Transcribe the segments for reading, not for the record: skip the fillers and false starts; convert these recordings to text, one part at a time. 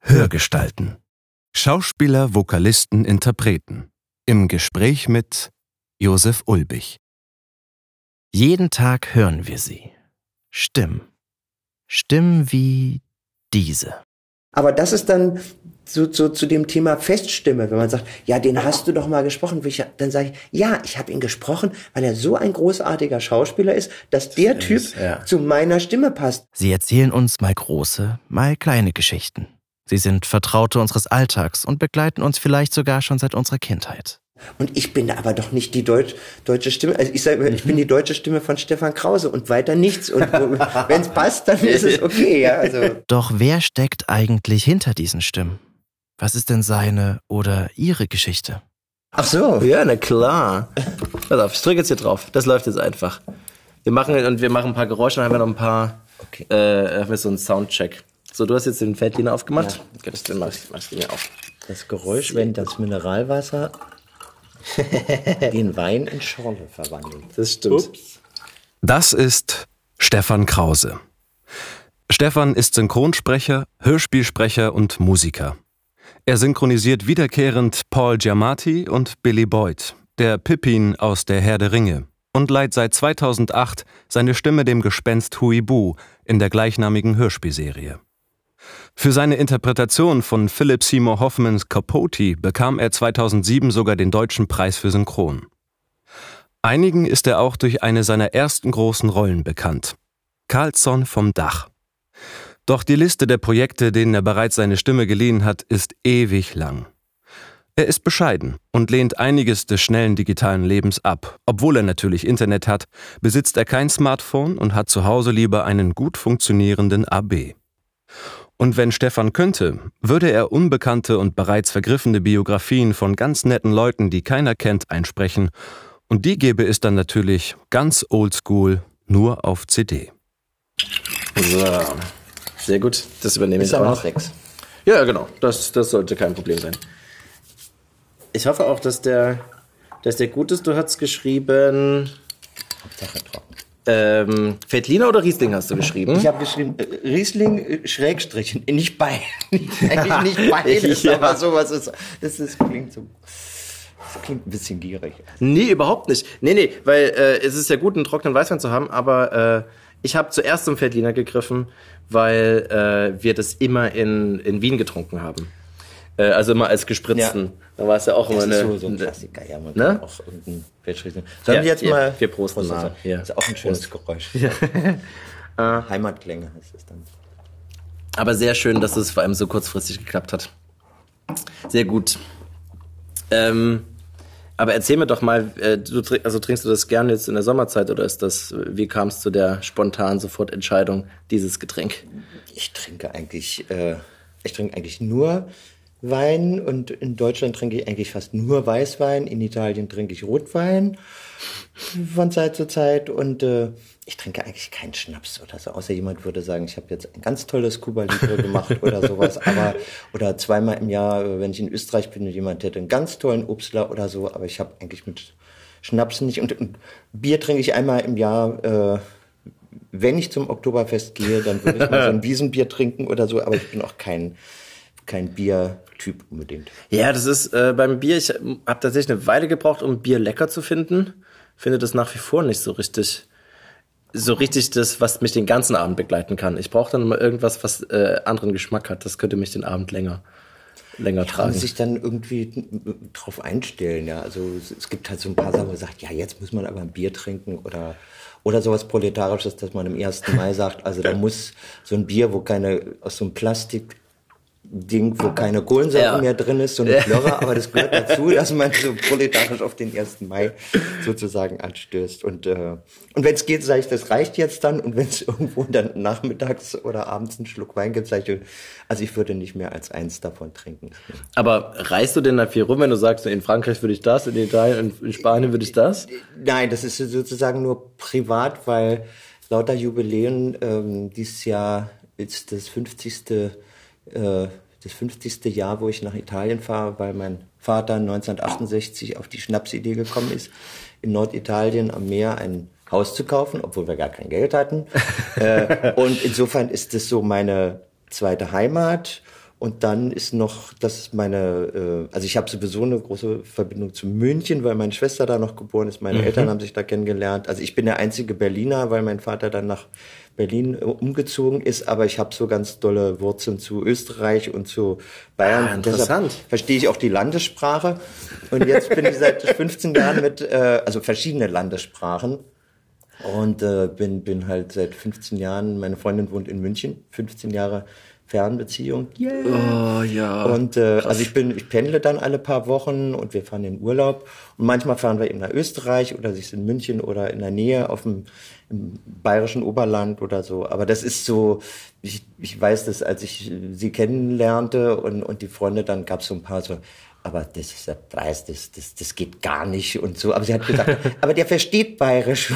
Hörgestalten. Schauspieler, Vokalisten, Interpreten. Im Gespräch mit Josef Ulbich. Jeden Tag hören wir sie. Stimmen. Stimmen wie diese. Aber das ist dann zu dem Thema Feststimme, wenn man sagt, ja, den hast du doch mal gesprochen. Dann sage ich, ja, ich habe ihn gesprochen, weil er so ein großartiger Schauspieler ist, dass der Typ zu meiner Stimme passt. Sie erzählen uns mal große, mal kleine Geschichten. Sie sind Vertraute unseres Alltags und begleiten uns vielleicht sogar schon seit unserer Kindheit. Und ich bin aber doch nicht die deutsche Stimme. Also ich sage immer, ich bin die deutsche Stimme von Stefan Krause und weiter nichts. Und wenn es passt, dann ist es okay. Ja, also. Doch wer steckt eigentlich hinter diesen Stimmen? Was ist denn seine oder ihre Geschichte? Ach so. Ja, na klar. Pass auf, ich drücke jetzt hier drauf. Das läuft jetzt einfach. Wir machen ein paar Geräusche, dann haben wir noch ein paar, haben wir so einen Soundcheck. So, du hast jetzt den Veltliner aufgemacht. Ja. Okay, dann mach ich den hier auf. Das Geräusch, wenn das Mineralwasser den Wein in Schorle verwandelt. Das stimmt. Ups. Das ist Stefan Krause. Stefan ist Synchronsprecher, Hörspielsprecher und Musiker. Er synchronisiert wiederkehrend Paul Giamatti und Billy Boyd, der Pippin aus Der Herr der Ringe, und leiht seit 2008 seine Stimme dem Gespenst Huibu in der gleichnamigen Hörspielserie. Für seine Interpretation von Philip Seymour Hoffmans Capote bekam er 2007 sogar den Deutschen Preis für Synchron. Einigen ist er auch durch eine seiner ersten großen Rollen bekannt: Carlsson vom Dach. Doch die Liste der Projekte, denen er bereits seine Stimme geliehen hat, ist ewig lang. Er ist bescheiden und lehnt einiges des schnellen digitalen Lebens ab. Obwohl er natürlich Internet hat, besitzt er kein Smartphone und hat zu Hause lieber einen gut funktionierenden AB. Und wenn Stefan könnte, würde er unbekannte und bereits vergriffene Biografien von ganz netten Leuten, die keiner kennt, einsprechen. Und die gäbe es dann natürlich ganz oldschool nur auf CD. So, sehr gut. Das übernehme ich auch noch. 6. Ja, genau. Das sollte kein Problem sein. Ich hoffe auch, dass der gut ist. Du hast geschrieben... Hauptsache trocken. Veltliner oder Riesling hast du geschrieben? Ich habe geschrieben Riesling Schrägstrich, nicht bei. Eigentlich nicht beides, ja. Aber sowas ist, klingt ein bisschen gierig. Nee, überhaupt nicht. Nee, weil es ist ja gut, einen trockenen Weißwein zu haben, aber ich habe zuerst zum Veltliner gegriffen, weil wir das immer in Wien getrunken haben. Also immer als gespritzten. Ja. Da war es ja auch immer so ein Klassiker. Ja, man kann auch irgendeinen Weltschritt. Sollen wir jetzt mal... Wir prosten mal. Ja. Das ist auch ein schönes Geräusch. Ja. Heimatklänge heißt es dann. Aber sehr schön, dass es vor allem so kurzfristig geklappt hat. Sehr gut. Aber erzähl mir doch mal, trinkst du das gerne jetzt in der Sommerzeit oder wie kam es zu der spontanen Sofortentscheidung, dieses Getränk? Ich trinke eigentlich nur Wein und in Deutschland trinke ich eigentlich fast nur Weißwein. In Italien trinke ich Rotwein von Zeit zu Zeit und ich trinke eigentlich keinen Schnaps oder so, außer jemand würde sagen, ich habe jetzt ein ganz tolles Cuba Libre gemacht oder sowas, oder zweimal im Jahr, wenn ich in Österreich bin und jemand hätte einen ganz tollen Obstler oder so, aber ich habe eigentlich mit Schnaps nicht und Bier trinke ich einmal im Jahr, wenn ich zum Oktoberfest gehe, dann würde ich mal so ein Wiesenbier trinken oder so, aber ich bin auch kein Biertyp unbedingt. Ja, das ist beim Bier, ich habe tatsächlich eine Weile gebraucht, um Bier lecker zu finden. Finde das nach wie vor nicht so richtig das, was mich den ganzen Abend begleiten kann. Ich brauche dann immer irgendwas, was anderen Geschmack hat. Das könnte mich den Abend länger tragen. Kann sich dann irgendwie drauf einstellen, ja. Also es gibt halt so ein paar Sachen, wo man sagt, ja, jetzt muss man aber ein Bier trinken oder sowas Proletarisches, dass man am 1. Mai sagt, also da muss so ein Bier, aus so einem Plastikding, wo keine Kohlensäure mehr drin ist, so eine Plörre, aber das gehört dazu, dass man so proletarisch auf den 1. Mai sozusagen anstößt. Und wenn es geht, sage ich, das reicht jetzt dann. Und wenn es irgendwo dann nachmittags oder abends einen Schluck Wein gibt, sage ich, also ich würde nicht mehr als eins davon trinken. Aber reist du denn da viel rum, wenn du sagst, in Frankreich würde ich das, in Italien, in Spanien würde ich das? Nein, das ist sozusagen nur privat, weil lauter Jubiläen, dieses Jahr ist das 50. Jahr, wo ich nach Italien fahre, weil mein Vater 1968 auf die Schnapsidee gekommen ist, in Norditalien am Meer ein Haus zu kaufen, obwohl wir gar kein Geld hatten. Und insofern ist es so meine zweite Heimat. Und dann ist noch, das ist also ich habe sowieso eine große Verbindung zu München, weil meine Schwester da noch geboren ist. Meine Eltern haben sich da kennengelernt. Also ich bin der einzige Berliner, weil mein Vater dann nach Berlin umgezogen ist. Aber ich habe so ganz dolle Wurzeln zu Österreich und zu Bayern. Interessant. Deshalb verstehe ich auch die Landessprache. Und jetzt bin ich seit 15 Jahren also verschiedene Landessprachen. Und bin halt seit 15 Jahren, meine Freundin wohnt in München, 15 Jahre Fernbeziehung. Yeah. Oh ja. Und also ich pendle dann alle paar Wochen und wir fahren in Urlaub. Und manchmal fahren wir eben nach Österreich oder sich in München oder in der Nähe im bayerischen Oberland oder so. Aber das ist so, ich weiß das, als ich sie kennenlernte und die Freunde, dann gab es so ein paar so, aber das ist der Preis, das geht gar nicht und so. Aber sie hat gesagt, aber der versteht Bayerisch.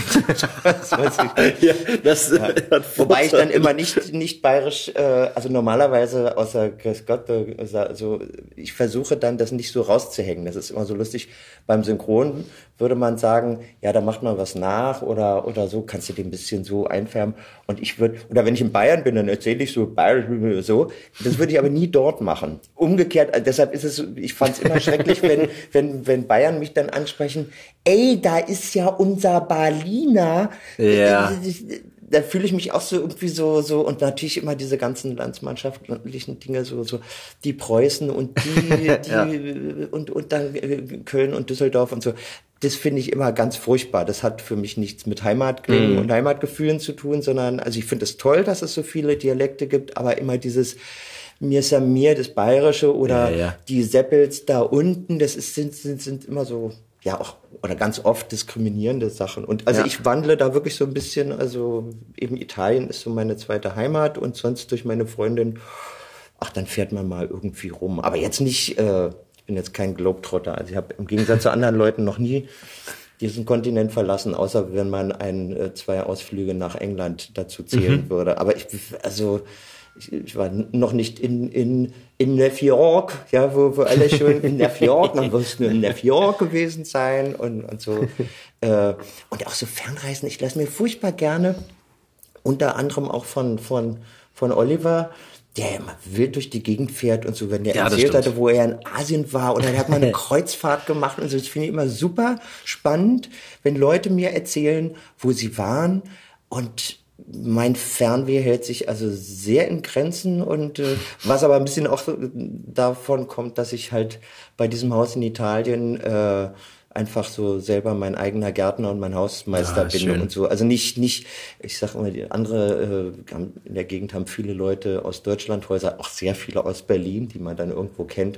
Wobei ich dann immer nicht Bayerisch, also normalerweise außer Grüß Gott, also ich versuche dann das nicht so rauszuhängen. Das ist immer so lustig. Beim Synchron würde man sagen, ja, da macht man was nach oder so, kannst du den ein bisschen so einfärben. Und oder wenn ich in Bayern bin, dann erzähle ich so Bayerisch so. Das würde ich aber nie dort machen. Umgekehrt, deshalb ist es, ich fand es immer schrecklich, wenn Bayern mich dann ansprechen, ey, da ist ja unser Berliner. Ja. Da fühle ich mich auch so irgendwie so und natürlich immer diese ganzen landsmannschaftlichen Dinge, so die Preußen und die und dann Köln und Düsseldorf und so. Das finde ich immer ganz furchtbar. Das hat für mich nichts mit Heimatklingen und Heimatgefühlen zu tun, sondern, also ich finde es toll, dass es so viele Dialekte gibt, aber immer dieses mir ist ja mir, das Bayerische oder die Seppels da unten, das sind immer so, ja auch, oder ganz oft diskriminierende Sachen. Und also ich wandle da wirklich so ein bisschen, also eben Italien ist so meine zweite Heimat und sonst durch meine Freundin, dann fährt man mal irgendwie rum. Aber jetzt nicht, ich bin jetzt kein Globetrotter, also ich habe im Gegensatz zu anderen Leuten noch nie diesen Kontinent verlassen, außer wenn man zwei Ausflüge nach England dazu zählen würde. Aber ich war noch nicht in New York, ja, wo alle schön in New York, dann wirst du in New York gewesen sein und so. Und auch so Fernreisen, ich lasse mir furchtbar gerne, unter anderem auch von Oliver, der immer wild durch die Gegend fährt und so, wenn der erzählt hatte, wo er in Asien war oder er hat mal eine Kreuzfahrt gemacht und so, das finde ich immer super spannend, wenn Leute mir erzählen, wo sie waren, und mein Fernweh hält sich also sehr in Grenzen und was aber ein bisschen auch davon kommt, dass ich halt bei diesem Haus in Italien einfach so selber mein eigener Gärtner und mein Hausmeister bin schön. Und so. Also nicht, ich sag immer, die andere in der Gegend haben viele Leute aus Deutschland Häuser, auch sehr viele aus Berlin, die man dann irgendwo kennt.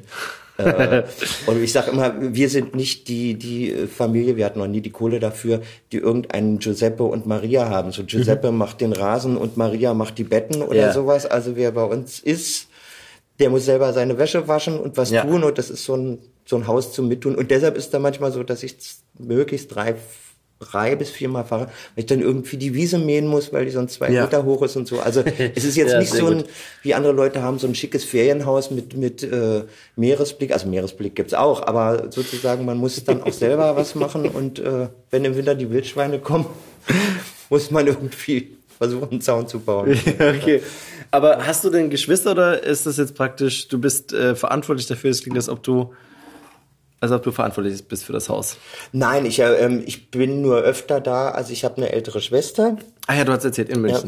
Und ich sag immer, wir sind nicht die Familie, wir hatten noch nie die Kohle dafür, die irgendeinen Giuseppe und Maria haben. So Giuseppe macht den Rasen und Maria macht die Betten oder sowas. Also wer bei uns ist, der muss selber seine Wäsche waschen und was tun, und das ist so ein Haus zum Mittun. Und deshalb ist da manchmal so, dass ich möglichst 3 bis 4 Mal fahre, weil ich dann irgendwie die Wiese mähen muss, weil die sonst 2 Meter hoch ist und so. Also es ist jetzt nicht so wie andere Leute haben, so ein schickes Ferienhaus mit Meeresblick. Also Meeresblick gibt's auch, aber sozusagen man muss dann auch selber was machen. Und wenn im Winter die Wildschweine kommen, muss man irgendwie versuchen, einen Zaun zu bauen. Okay. Aber hast du denn Geschwister oder ist das jetzt praktisch, du bist verantwortlich dafür, es klingt, als ob du verantwortlich bist für das Haus? Nein, ich bin nur öfter da. Also ich habe eine ältere Schwester. Ah ja, du hast erzählt, in München,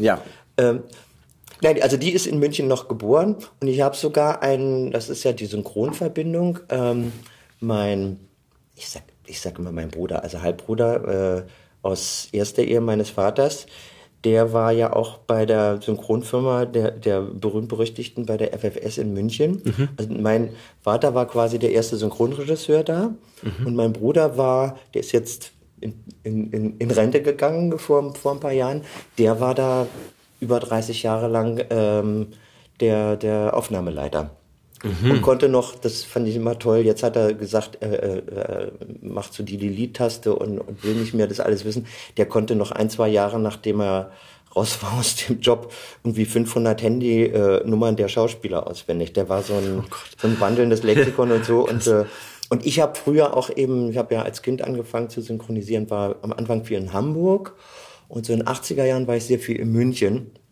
Nein, also die ist in München noch geboren. Und ich habe sogar das ist ja die Synchronverbindung, ich sag immer mein Bruder, also Halbbruder aus erster Ehe meines Vaters, der war ja auch bei der Synchronfirma der berühmt-berüchtigten bei der FFS in München. Also mein Vater war quasi der erste Synchronregisseur da. Und mein Bruder der ist jetzt in Rente gegangen vor ein paar Jahren. Der war da über 30 Jahre lang der Aufnahmeleiter. Und konnte noch, das fand ich immer toll, jetzt hat er gesagt, macht so die Delete-Taste und will nicht mehr das alles wissen. Der konnte noch 1-2 Jahre, nachdem er raus war aus dem Job, irgendwie 500 Handy-Nummern der Schauspieler auswendig. Der war so ein wandelndes Lexikon und so. Und ich habe früher auch ich habe ja als Kind angefangen zu synchronisieren, war am Anfang viel in Hamburg und so in den 80er Jahren war ich sehr viel in München.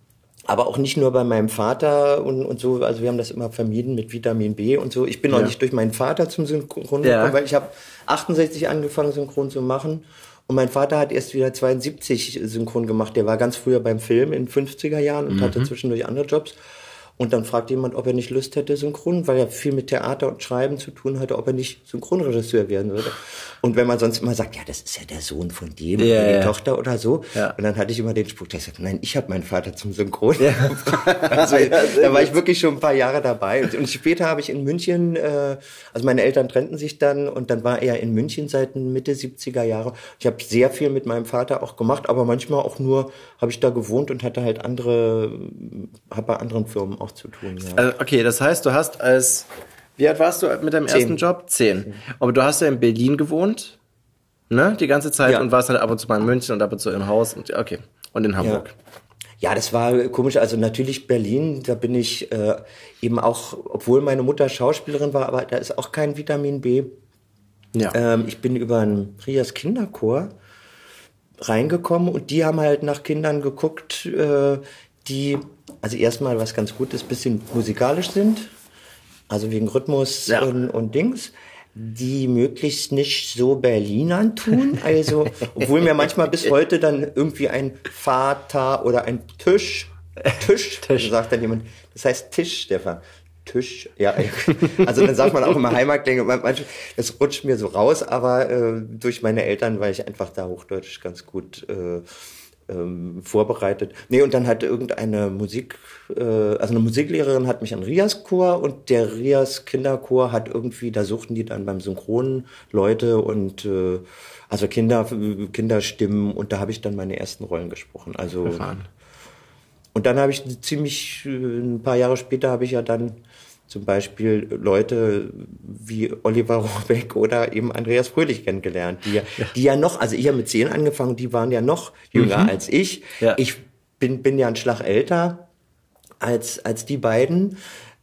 Aber auch nicht nur bei meinem Vater und so, also wir haben das immer vermieden mit Vitamin B und so. Ich bin auch nicht durch meinen Vater zum Synchron gekommen, weil ich habe 68 angefangen, Synchron zu machen. Und mein Vater hat erst wieder 72 Synchron gemacht. Der war ganz früher beim Film in den 50er Jahren und hatte zwischendurch andere Jobs. Und dann fragt jemand, ob er nicht Lust hätte, synchron, weil er viel mit Theater und Schreiben zu tun hatte, ob er nicht Synchronregisseur werden würde. Und wenn man sonst immer sagt, ja, das ist ja der Sohn von dem, oder die Tochter oder so. Ja. Und dann hatte ich immer den Spruch, der sagt, nein, ich habe meinen Vater zum Synchron. Ja. Also, da war ich wirklich schon ein paar Jahre dabei. Und später habe ich in München, also meine Eltern trennten sich dann und dann war er in München seit Mitte 70er Jahre. Ich habe sehr viel mit meinem Vater auch gemacht, aber manchmal auch nur, habe ich da gewohnt und hatte halt habe bei anderen Firmen auch zu tun. Ja. Also, okay, das heißt, du hast wie alt warst du mit deinem ersten Job? 10. Aber du hast ja in Berlin gewohnt, ne, die ganze Zeit und warst halt ab und zu mal in München und ab und zu im Haus und in Hamburg. Ja, das war komisch. Also natürlich Berlin, da bin ich eben auch, obwohl meine Mutter Schauspielerin war, aber da ist auch kein Vitamin B. Ja. Ich bin über einen Rias Kinderchor reingekommen und die haben halt nach Kindern geguckt, die, also erstmal was ganz Gutes, bisschen musikalisch sind, also wegen Rhythmus und Dings, die möglichst nicht so Berlinern tun, also, obwohl mir manchmal bis heute dann irgendwie ein Vater oder ein Tisch, sagt dann jemand, das heißt Tisch, Stefan. Tisch, ja, also dann sagt man auch immer Heimatklänge, das rutscht mir so raus, aber durch meine Eltern war ich einfach da Hochdeutsch ganz gut vorbereitet. Nee, und dann hat irgendeine also eine Musiklehrerin hat mich an Rias Chor und der Rias Kinderchor hat irgendwie, da suchten die dann beim Synchronen Leute und also Kinderstimmen und da habe ich dann meine ersten Rollen gesprochen. Also und dann habe ich ein paar Jahre später habe ich ja dann zum Beispiel Leute wie Oliver Rohrbeck oder eben Andreas Fröhlich kennengelernt, die ja noch, also ich habe mit 10 angefangen, die waren ja noch jünger als ich. Ja. Ich bin ja einen Schlag älter als die beiden.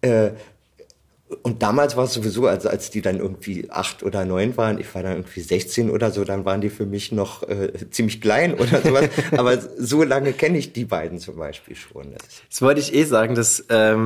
Und damals war es sowieso, also als die dann irgendwie 8 oder 9 waren, ich war dann irgendwie 16 oder so, dann waren die für mich noch ziemlich klein oder sowas. Aber so lange kenne ich die beiden zum Beispiel schon. Das wollte ich sagen, dass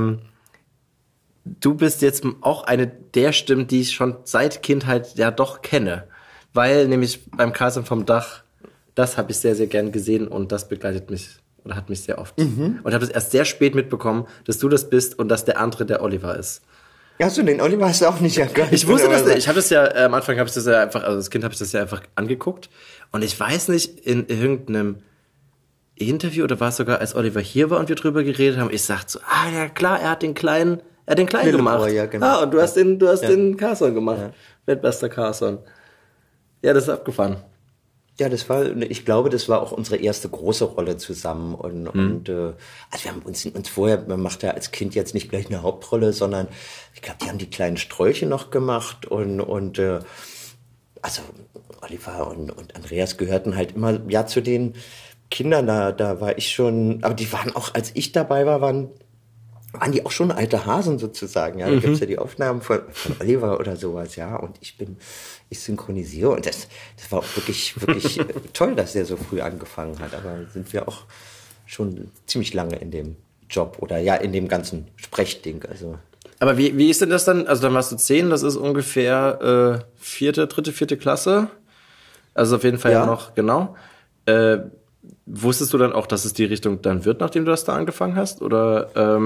du bist jetzt auch eine der Stimmen, die ich schon seit Kindheit ja doch kenne. Weil nämlich beim Carlson vom Dach, das habe ich sehr, sehr gern gesehen und das begleitet mich oder hat mich sehr oft. Und ich habe das erst sehr spät mitbekommen, dass du das bist und dass der andere der Oliver ist. Hast du den Oliver hast du auch nicht erkannt? Ich wusste das nicht. Ich habe das ja, am Anfang habe ich das ja einfach, also als Kind habe ich das ja einfach angeguckt. Und ich weiß nicht, in irgendeinem Interview oder war es sogar, als Oliver hier war und wir drüber geredet haben, ich sagte so, ja klar, er hat den Kleinen gemacht. Ja, genau. Und du hast den Carson gemacht. Weltbester Carson. Ja, das ist abgefahren. Ja, ich glaube, das war auch unsere erste große Rolle zusammen und also wir haben uns vorher, man macht ja als Kind jetzt nicht gleich eine Hauptrolle, sondern ich glaube, die haben die kleinen Strolche noch gemacht und also Oliver und Andreas gehörten halt immer zu den Kindern, da war ich schon, aber die waren auch, als ich dabei war, waren die auch schon alte Hasen sozusagen, ja. Da gibt's ja die Aufnahmen von Oliver oder sowas, ja. Und ich synchronisiere und das war auch wirklich toll, dass er so früh angefangen hat. Aber sind wir auch schon ziemlich lange in dem Job oder ja, in dem ganzen Sprechding, also. Aber wie ist denn das dann? Also dann warst du 10, das ist ungefähr dritte, vierte Klasse. Also auf jeden Fall ja noch, genau. Wusstest du dann auch, dass es die Richtung dann wird, nachdem du das da angefangen hast? Oder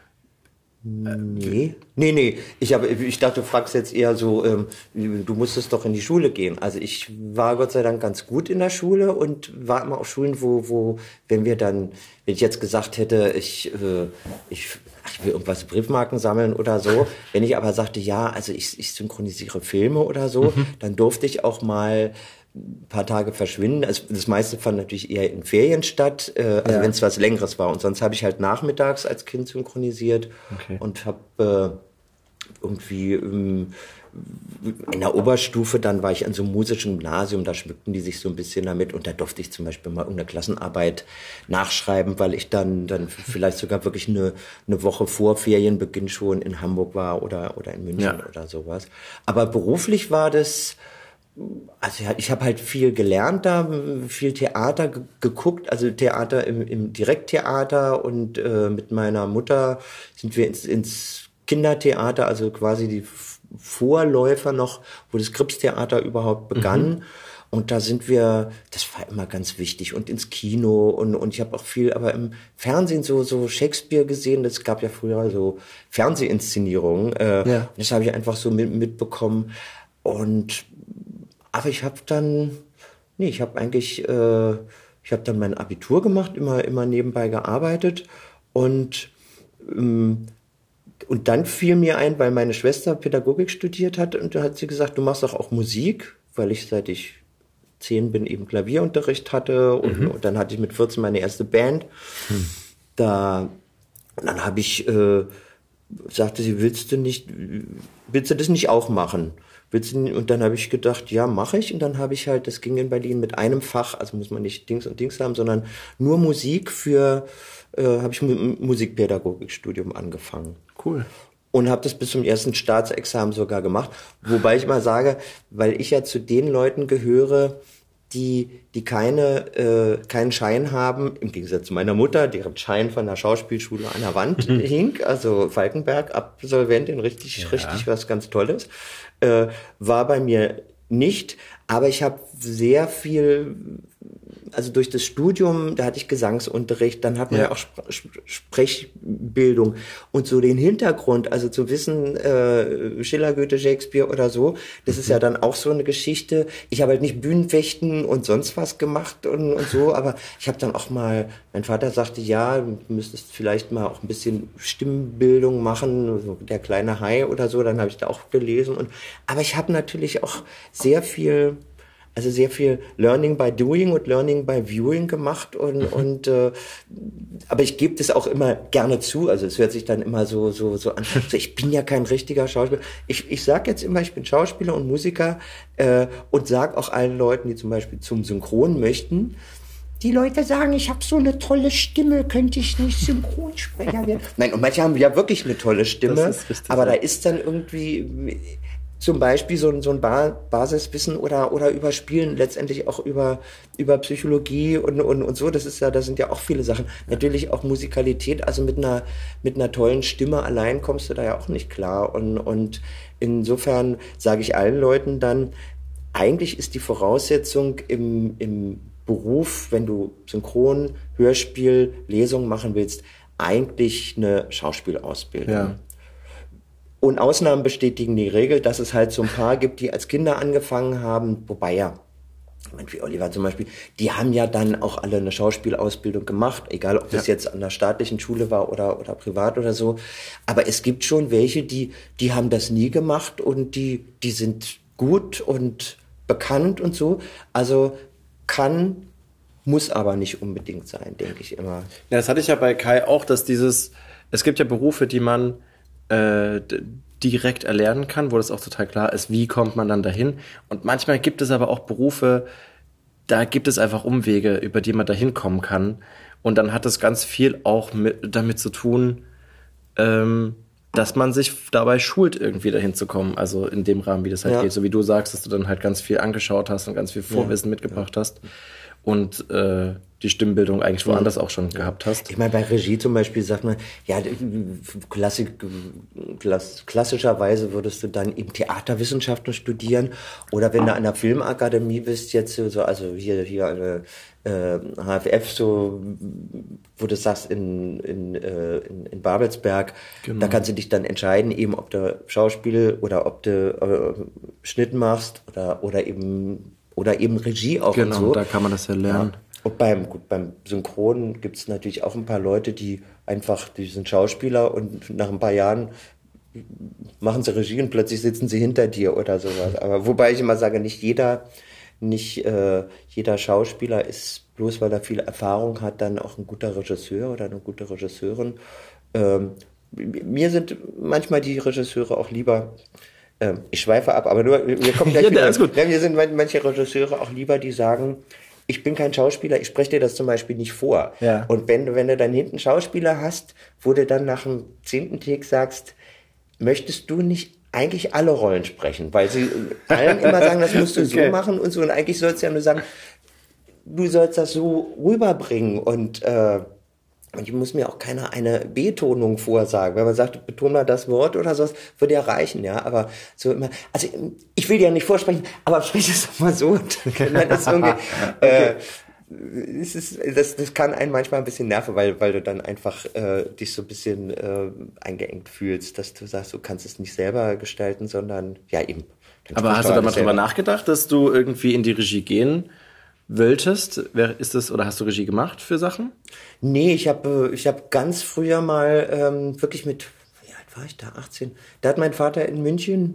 Nee. Ich dachte, du fragst jetzt eher so, du musstest doch in die Schule gehen. Also ich war Gott sei Dank ganz gut in der Schule und war immer auf Schulen, wo wenn ich jetzt gesagt hätte, ich will irgendwas Briefmarken sammeln oder so, wenn ich aber sagte, ja, also ich synchronisiere Filme oder so, dann durfte ich auch mal ein paar Tage verschwinden. Also das meiste fand natürlich eher in Ferien statt, wenn es was Längeres war. Und sonst habe ich halt nachmittags als Kind synchronisiert und habe irgendwie in der Oberstufe, dann war ich an so einem musischen Gymnasium, da schmückten die sich so ein bisschen damit und da durfte ich zum Beispiel mal irgendeine Klassenarbeit nachschreiben, weil ich dann vielleicht sogar wirklich eine Woche vor Ferienbeginn schon in Hamburg war oder in München oder sowas. Aber beruflich war das Also ich habe halt viel gelernt da, viel Theater geguckt, also Theater im Direkttheater und mit meiner Mutter sind wir ins Kindertheater, also quasi die Vorläufer noch, wo das Kripstheater überhaupt begann. Und da sind wir, das war immer ganz wichtig, und ins Kino und ich habe auch viel, aber im Fernsehen so Shakespeare gesehen, das gab ja früher so Fernsehinszenierungen, das habe ich einfach so mitbekommen. Aber ich habe dann, ich habe dann mein Abitur gemacht, immer nebenbei gearbeitet und dann fiel mir ein, weil meine Schwester Pädagogik studiert hat und da hat sie gesagt, du machst doch auch Musik, weil ich seit ich 10 bin eben Klavierunterricht hatte und dann hatte ich mit 14 meine erste Band. Und dann habe ich, sagte sie, willst du das nicht auch machen? Und dann habe ich gedacht, ja, mache ich. Und dann habe ich halt, das ging in Berlin mit einem Fach, also muss man nicht Dings und Dings haben, sondern nur Musik habe ich mit dem Musikpädagogikstudium angefangen. Cool. Und habe das bis zum ersten Staatsexamen sogar gemacht. Wobei ich mal sage, weil ich ja zu den Leuten gehöre, die keinen Schein haben, im Gegensatz zu meiner Mutter, deren Schein von der Schauspielschule an der Wand hing, also Falkenberg-Absolventin, richtig was ganz Tolles, war bei mir nicht. Aber ich habe sehr viel, also durch das Studium, da hatte ich Gesangsunterricht, dann hat man ja auch Sprechbildung und so den Hintergrund, also zu wissen, Schiller, Goethe, Shakespeare oder so, das ist ja dann auch so eine Geschichte. Ich habe halt nicht Bühnenfechten und sonst was gemacht und so, aber ich habe dann auch mal, mein Vater sagte, ja, du müsstest vielleicht mal auch ein bisschen Stimmbildung machen, so der kleine Hai oder so, dann habe ich da auch gelesen aber ich habe natürlich auch sehr viel Learning by Doing und Learning by Viewing gemacht aber ich gebe das auch immer gerne zu, also es hört sich dann immer so an, ich bin ja kein richtiger Schauspieler. Ich sage jetzt immer, ich bin Schauspieler und Musiker und sage auch allen Leuten, die zum Beispiel zum Synchron möchten, die Leute sagen, ich habe so eine tolle Stimme, könnte ich nicht Synchronsprecher werden? Nein, und manche haben ja wirklich eine tolle Stimme, aber da ist dann irgendwie zum Beispiel so ein Basiswissen oder überspielen, letztendlich auch über Psychologie und so. Das sind ja auch viele Sachen. Natürlich auch Musikalität, also mit einer tollen Stimme allein kommst du da ja auch nicht klar. Und insofern sage ich allen Leuten dann, eigentlich ist die Voraussetzung im Beruf, wenn du Synchron, Hörspiel, Lesung machen willst, eigentlich eine Schauspielausbildung. Ja. Und Ausnahmen bestätigen die Regel, dass es halt so ein paar gibt, die als Kinder angefangen haben, wobei ja, wie Oliver zum Beispiel, die haben ja dann auch alle eine Schauspielausbildung gemacht, egal ob das jetzt an der staatlichen Schule war oder privat oder so. Aber es gibt schon welche, die haben das nie gemacht und die sind gut und bekannt und so. Also muss aber nicht unbedingt sein, denke ich immer. Ja, das hatte ich ja bei Kai auch, dass es gibt ja Berufe, die man direkt erlernen kann, wo das auch total klar ist, wie kommt man dann dahin. Und manchmal gibt es aber auch Berufe, da gibt es einfach Umwege, über die man dahin kommen kann. Und dann hat es ganz viel auch damit zu tun, dass man sich dabei schult, irgendwie dahin zu kommen. Also in dem Rahmen, wie das halt geht. So wie du sagst, dass du dann halt ganz viel angeschaut hast und ganz viel Vorwissen mitgebracht hast. Und die Stimmbildung eigentlich woanders auch schon gehabt hast. Ich meine, bei Regie zum Beispiel sagt man, ja, klassischerweise würdest du dann eben Theaterwissenschaften studieren oder wenn du an der Filmakademie bist, jetzt so, also hier eine HFF, so, wo du sagst, in Babelsberg, da kannst du dich dann entscheiden, eben ob du Schauspiel oder ob du Schnitt machst oder eben Regie auch und so. Genau, da kann man das ja lernen. Ja. Und beim Synchron gibt es natürlich auch ein paar Leute, die sind Schauspieler und nach ein paar Jahren machen sie Regie und plötzlich sitzen sie hinter dir oder sowas. Aber wobei ich immer sage, nicht jeder Schauspieler ist, bloß weil er viel Erfahrung hat, dann auch ein guter Regisseur oder eine gute Regisseurin. Mir sind manchmal die Regisseure auch lieber, ich schweife ab, aber nur, wir kommen gleich wieder. Mir sind manche Regisseure auch lieber, die sagen, ich bin kein Schauspieler, ich spreche dir das zum Beispiel nicht vor. Ja. Und wenn du dann hinten Schauspieler hast, wo du dann nach dem 10. Take sagst, möchtest du nicht eigentlich alle Rollen sprechen, weil sie allen immer sagen, das musst du so machen und so. Und eigentlich sollst du ja nur sagen, du sollst das so rüberbringen und ich muss mir auch keiner eine Betonung vorsagen. Wenn man sagt, betone mal das Wort oder sowas, würde ja reichen, ja. Aber so immer, also ich will dir ja nicht vorsprechen, aber sprich es doch mal so. Dann kann man das irgendwie, das kann einen manchmal ein bisschen nerven, weil du dann einfach dich so ein bisschen eingeengt fühlst, dass du sagst, du kannst es nicht selber gestalten, sondern ja eben. Aber hast du da mal drüber nachgedacht, dass du irgendwie in die Regie gehen wolltest? Ist das, oder hast du Regie gemacht für Sachen? Nee, ich hab ganz früher mal wirklich mit, wie alt war ich da? 18. Da hat mein Vater in München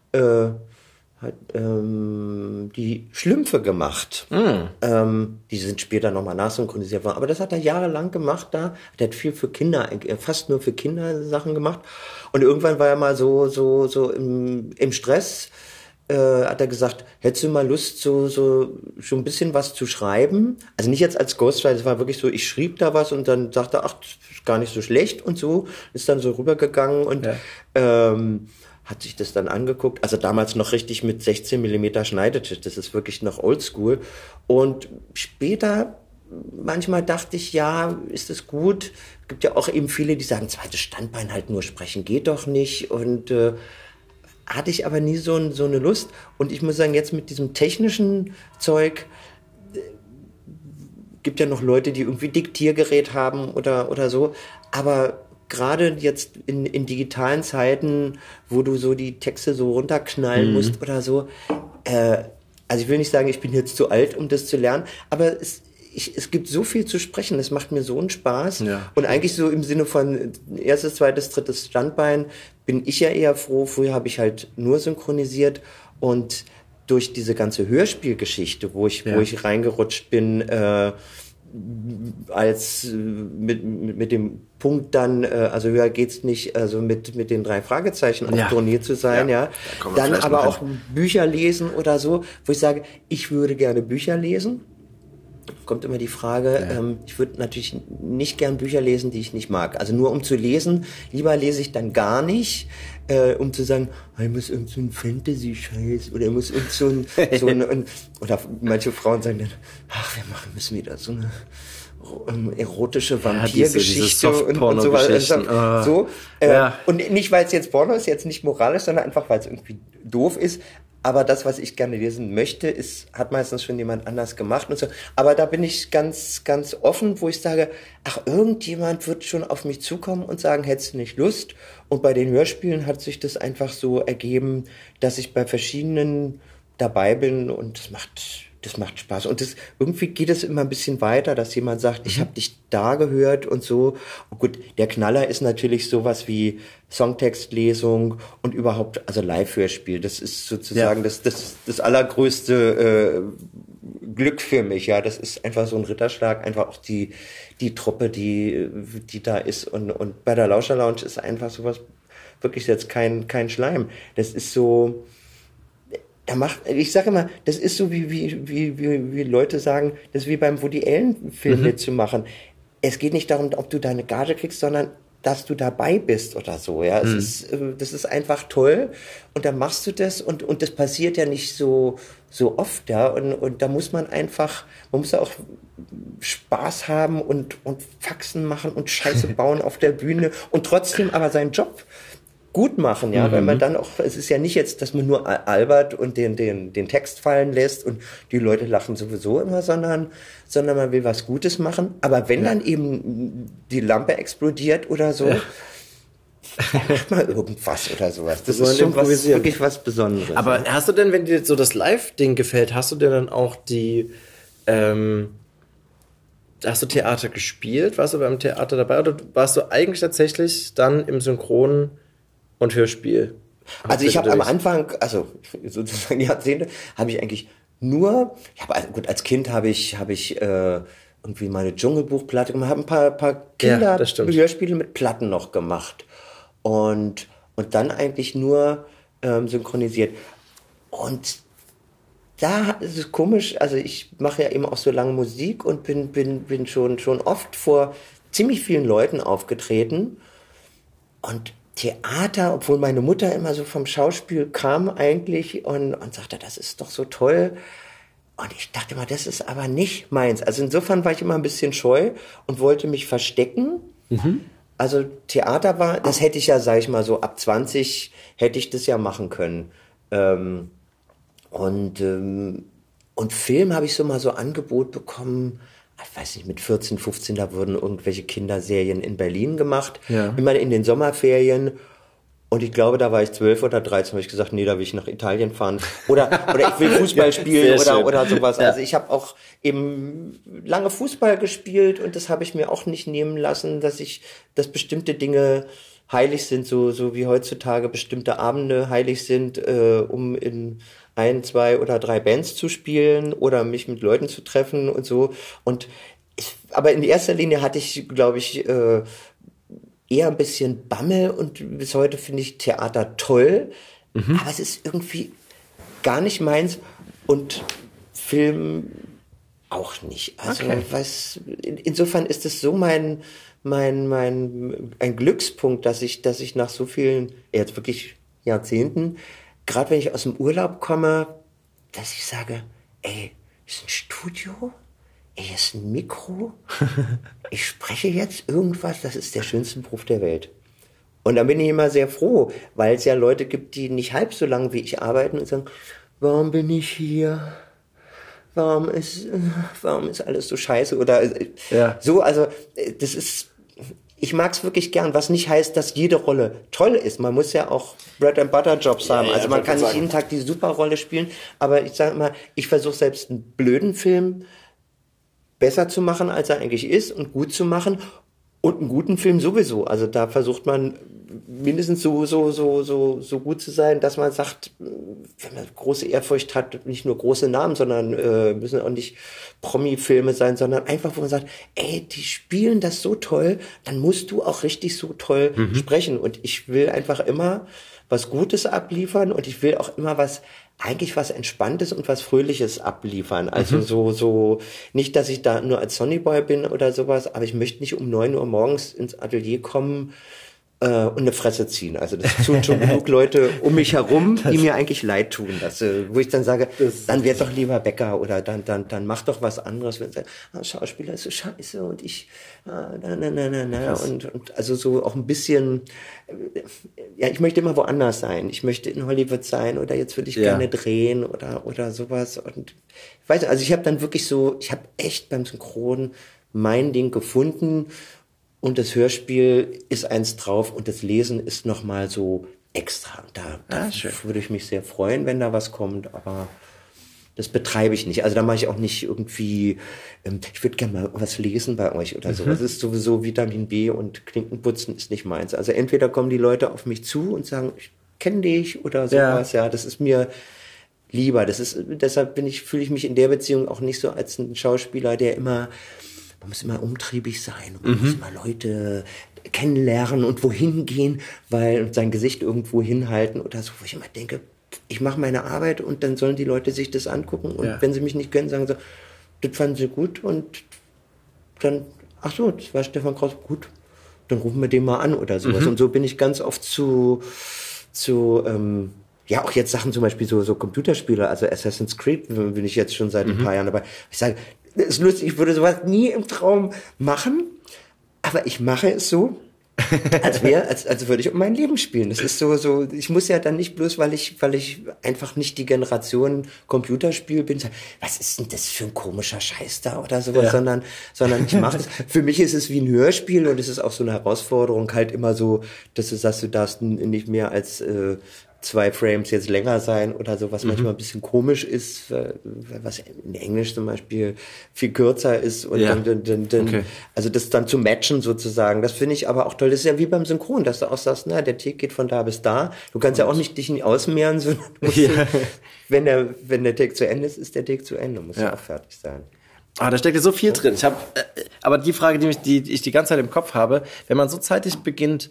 die Schlümpfe gemacht. Die sind später nochmal nachsynchronisiert worden. Aber das hat er jahrelang gemacht da. Der hat viel für Kinder, fast nur für Kinder Sachen gemacht. Und irgendwann war er mal so im Stress. Hat er gesagt, hättest du mal Lust, so schon ein bisschen was zu schreiben? Also nicht jetzt als Ghostwriter, es war wirklich so, ich schrieb da was und dann sagte er, ach, das ist gar nicht so schlecht und so. Ist dann so rübergegangen und hat sich das dann angeguckt. Also damals noch richtig mit 16 mm Schneidetisch, das ist wirklich noch oldschool. Und später, manchmal dachte ich, ja, ist das gut? Es gibt ja auch eben viele, die sagen, zweites Standbein halt nur sprechen geht doch nicht und hatte ich aber nie so eine Lust. Und ich muss sagen, jetzt mit diesem technischen Zeug gibt ja noch Leute, die irgendwie Diktiergerät haben oder so. Aber gerade jetzt in digitalen Zeiten, wo du so die Texte so runterknallen musst oder so, also ich will nicht sagen, ich bin jetzt zu alt, um das zu lernen, aber es gibt so viel zu sprechen, das macht mir so einen Spaß. Ja. Und eigentlich so im Sinne von erstes, zweites, drittes Standbein bin ich ja eher froh. Früher habe ich halt nur synchronisiert und durch diese ganze Hörspielgeschichte, wo ich reingerutscht bin, als mit dem Punkt dann, also höher geht's nicht, also mit den 3 Fragezeichen auf Tournee zu sein, ja. Dann aber auch Bücher lesen oder so, wo ich sage, ich würde gerne Bücher lesen. Kommt immer die Frage, ich würde natürlich nicht gern Bücher lesen, die ich nicht mag. Also nur um zu lesen, lieber lese ich dann gar nicht, um zu sagen, ich muss irgend so ein Fantasy-Scheiß oder ich muss irgend so ein oder manche Frauen sagen dann, ach, müssen wieder so eine erotische Vampirgeschichte und sowas. Und nicht, weil es jetzt Porno ist, jetzt nicht moralisch, sondern einfach, weil es irgendwie doof ist. Aber das, was ich gerne lesen möchte, hat meistens schon jemand anders gemacht und so. Aber da bin ich ganz, ganz offen, wo ich sage, ach, irgendjemand wird schon auf mich zukommen und sagen, hättest du nicht Lust? Und bei den Hörspielen hat sich das einfach so ergeben, dass ich bei verschiedenen dabei bin und das macht Spaß. Und irgendwie geht es immer ein bisschen weiter, dass jemand sagt, ich habe dich da gehört und so. Und gut, der Knaller ist natürlich sowas wie Songtextlesung und überhaupt, also Live-Hörspiel. Das ist sozusagen das allergrößte Glück für mich. Ja, das ist einfach so ein Ritterschlag, einfach auch die Truppe, die da ist. Und bei der Lauscher Lounge ist einfach sowas wirklich jetzt kein Schleim. Das ist so... ich sage immer, das ist so wie Leute sagen, das ist wie beim Woody Allen Film mitzumachen. Es geht nicht darum, ob du deine Gage kriegst, sondern dass du dabei bist oder so, ja. Das ist einfach toll und dann machst du das und das passiert ja nicht so oft, ja. Und da muss man muss ja auch Spaß haben und Faxen machen und Scheiße bauen auf der Bühne und trotzdem aber seinen Job gut machen, ja, weil man dann auch, es ist ja nicht jetzt, dass man nur albert und den Text fallen lässt und die Leute lachen sowieso immer, sondern man will was Gutes machen, aber wenn dann eben die Lampe explodiert oder so, dann macht man irgendwas oder sowas. Das ist schon wirklich was Besonderes. Aber hast du denn, wenn dir so das Live-Ding gefällt, hast du denn dann auch hast du Theater gespielt? Warst du beim Theater dabei oder warst du eigentlich tatsächlich dann im Synchron und Hörspiel? Also ich habe am Anfang, also sozusagen Jahrzehnte, habe ich eigentlich nur, als Kind habe ich irgendwie meine Dschungelbuchplatte gemacht, habe ein paar Kinderhörspiele mit Platten noch gemacht und dann eigentlich nur synchronisiert. Und da ist es komisch, also ich mache ja eben auch so lange Musik und bin schon oft vor ziemlich vielen Leuten aufgetreten und Theater, obwohl meine Mutter immer so vom Schauspiel kam eigentlich und sagte, das ist doch so toll. Und ich dachte immer, das ist aber nicht meins. Also insofern war ich immer ein bisschen scheu und wollte mich verstecken. Also Theater das hätte ich ja, sag ich mal so, ab 20 hätte ich das ja machen können. Und Film habe ich so mal so Angebot bekommen, ich weiß nicht, mit 14, 15, da wurden irgendwelche Kinderserien in Berlin gemacht, immer in den Sommerferien. Und ich glaube, da war ich 12 oder 13, habe ich gesagt, nee, da will ich nach Italien fahren. Oder ich will Fußball spielen oder sowas. Ja. Also ich habe auch eben lange Fußball gespielt und das habe ich mir auch nicht nehmen lassen, dass bestimmte Dinge heilig sind, so wie heutzutage bestimmte Abende heilig sind, um in 1, 2 oder 3 Bands zu spielen oder mich mit Leuten zu treffen und so. Aber in erster Linie hatte ich, glaube ich, eher ein bisschen Bammel und bis heute finde ich Theater toll, aber es ist irgendwie gar nicht meins und Film auch nicht. Also insofern ist es so ein Glückspunkt, dass ich nach so vielen, jetzt wirklich Jahrzehnten, gerade wenn ich aus dem Urlaub komme, dass ich sage, ey, ist ein Studio? Ey, ist ein Mikro? Ich spreche jetzt irgendwas, das ist der schönste Beruf der Welt. Und da bin ich immer sehr froh, weil es ja Leute gibt, die nicht halb so lange wie ich arbeiten und sagen, warum bin ich hier? Warum ist alles so scheiße? Oder so, also das ist, ich mag es wirklich gern, was nicht heißt, dass jede Rolle toll ist. Man muss ja auch Bread-and-Butter-Jobs haben. Also man kann nicht jeden Tag die Superrolle spielen, aber ich sage immer, ich versuche selbst einen blöden Film besser zu machen, als er eigentlich ist und gut zu machen und einen guten Film sowieso. Also da versucht man mindestens so gut zu sein, dass man sagt, wenn man große Ehrfurcht hat, nicht nur große Namen, sondern müssen auch nicht Promi-Filme sein, sondern einfach, wo man sagt, ey, die spielen das so toll, dann musst du auch richtig so toll sprechen. Und ich will einfach immer was Gutes abliefern und ich will auch immer was Entspanntes und was Fröhliches abliefern. Also so, nicht, dass ich da nur als Sonnyboy bin oder sowas, aber ich möchte nicht um 9 Uhr morgens ins Atelier kommen und eine Fresse ziehen. Also das tun schon genug Leute um mich herum, die mir eigentlich leid tun. Wo ich dann sage, dann werd doch lieber Bäcker oder dann mach doch was anderes. Wenn sie sagen, Schauspieler ist so scheiße und ich und also so auch ein bisschen, ich möchte immer woanders sein. Ich möchte in Hollywood sein oder jetzt würde ich gerne drehen oder sowas. Und ich weiß nicht, also ich habe dann wirklich ich habe echt beim Synchron mein Ding gefunden. Und das Hörspiel ist eins drauf und das Lesen ist nochmal so extra. Da würde ich mich sehr freuen, wenn da was kommt, aber das betreibe ich nicht. Also da mache ich auch nicht irgendwie, ich würde gerne mal was lesen bei euch oder so. Das ist sowieso Vitamin B und Klinkenputzen ist nicht meins. Also entweder kommen die Leute auf mich zu und sagen, ich kenne dich oder sowas. Ja, das ist mir lieber. Deshalb fühle ich mich in der Beziehung auch nicht so als ein Schauspieler, man muss immer umtriebig sein, man muss immer Leute kennenlernen und wohin gehen, und sein Gesicht irgendwo hinhalten oder so, wo ich immer denke, ich mache meine Arbeit und dann sollen die Leute sich das angucken und wenn sie mich nicht kennen, sagen sie, das fanden sie gut und dann, ach so, das war Stefan Krause, gut, dann rufen wir den mal an oder sowas. Und so bin ich ganz oft auch jetzt Sachen zum Beispiel so Computerspiele, also Assassin's Creed bin ich jetzt schon seit ein paar Jahren dabei. Ich sage, das ist lustig, ich würde sowas nie im Traum machen, aber ich mache es so, als würde ich um mein Leben spielen. Das ist so, ich muss ja dann nicht bloß, weil ich einfach nicht die Generation Computerspiel bin, sagen, was ist denn das für ein komischer Scheiß da oder sowas, sondern ich mache es. Für mich ist es wie ein Hörspiel und es ist auch so eine Herausforderung, halt immer so, dass du sagst, du darfst nicht mehr als 2 Frames jetzt länger sein oder so, was manchmal ein bisschen komisch ist, was in Englisch zum Beispiel viel kürzer ist und also das dann zu matchen sozusagen, das finde ich aber auch toll. Das ist ja wie beim Synchron, dass du auch sagst, der Take geht von da bis da. Du kannst ja auch nicht dich nicht ausmehren, sondern wenn der Take zu Ende ist, ist der Take zu Ende, muss ja auch fertig sein. Da steckt ja so viel drin. Aber die Frage, die ich die ganze Zeit im Kopf habe, wenn man so zeitig beginnt,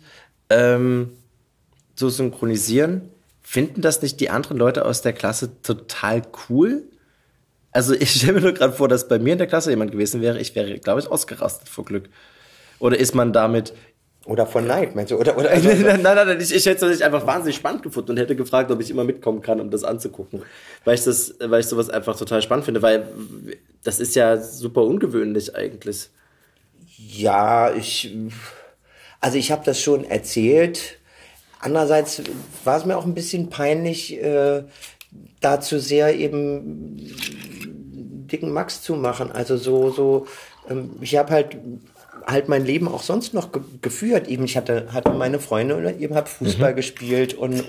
zu synchronisieren, finden das nicht die anderen Leute aus der Klasse total cool? Also ich stelle mir nur gerade vor, dass bei mir in der Klasse jemand gewesen wäre, ich wäre, glaube ich, ausgerastet vor Glück. Oder ist man damit Oder von Neid, meinst du? Oder Nein, ich hätte es nicht einfach wahnsinnig spannend gefunden und hätte gefragt, ob ich immer mitkommen kann, um das anzugucken. Weil ich sowas einfach total spannend finde, weil das ist ja super ungewöhnlich eigentlich. Ja, ich habe das schon erzählt. Andererseits war es mir auch ein bisschen peinlich, da zu sehr eben dicken Max zu machen. Also ich habe halt mein Leben auch sonst noch geführt. Eben, ich hatte meine Freunde und eben habe Fußball gespielt und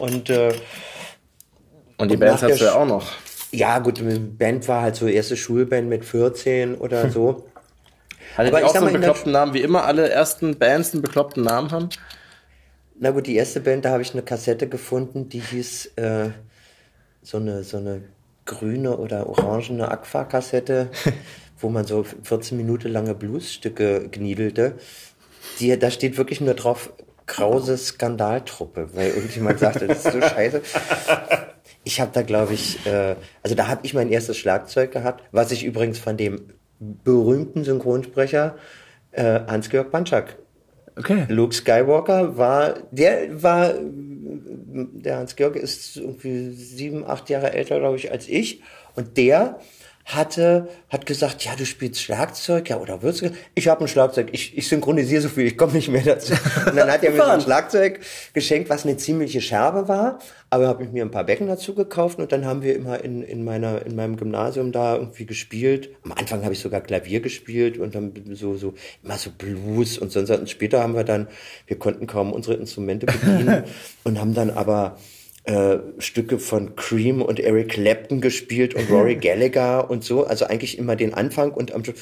die Bands hast du ja auch noch. Ja, gut, die Band war halt so erste Schulband mit 14 oder so. Hatte die auch so einen bekloppten Namen, wie immer alle ersten Bands einen bekloppten Namen haben? Na gut, die erste Band, da habe ich eine Kassette gefunden, die hieß so eine grüne oder orangene Aqua-Kassette, wo man so 14 Minuten lange Bluesstücke gniedelte. Da steht wirklich nur drauf, Krause Skandaltruppe, weil irgendjemand sagte, das ist so scheiße. Ich habe da, glaube ich, also da habe ich mein erstes Schlagzeug gehabt, was ich übrigens von dem berühmten Synchronsprecher Hans-Georg Banczak. Okay. Luke Skywalker der Hans-Georg ist irgendwie 7, 8 Jahre älter, glaube ich, als ich. Und der hat gesagt, ja, du spielst Schlagzeug, ja, oder würdest du? Ich habe ein Schlagzeug, ich synchronisiere so viel, ich komme nicht mehr dazu. Und dann hat er mir so ein Schlagzeug geschenkt, was eine ziemliche Scherbe war, aber habe ich mir ein paar Becken dazu gekauft und dann haben wir immer in meinem Gymnasium da irgendwie gespielt. Am Anfang habe ich sogar Klavier gespielt und dann so immer so Blues und sonst was. Und später wir konnten kaum unsere Instrumente bedienen und haben dann aber Stücke von Cream und Eric Clapton gespielt und Rory Gallagher und so, also eigentlich immer den Anfang und am Schluss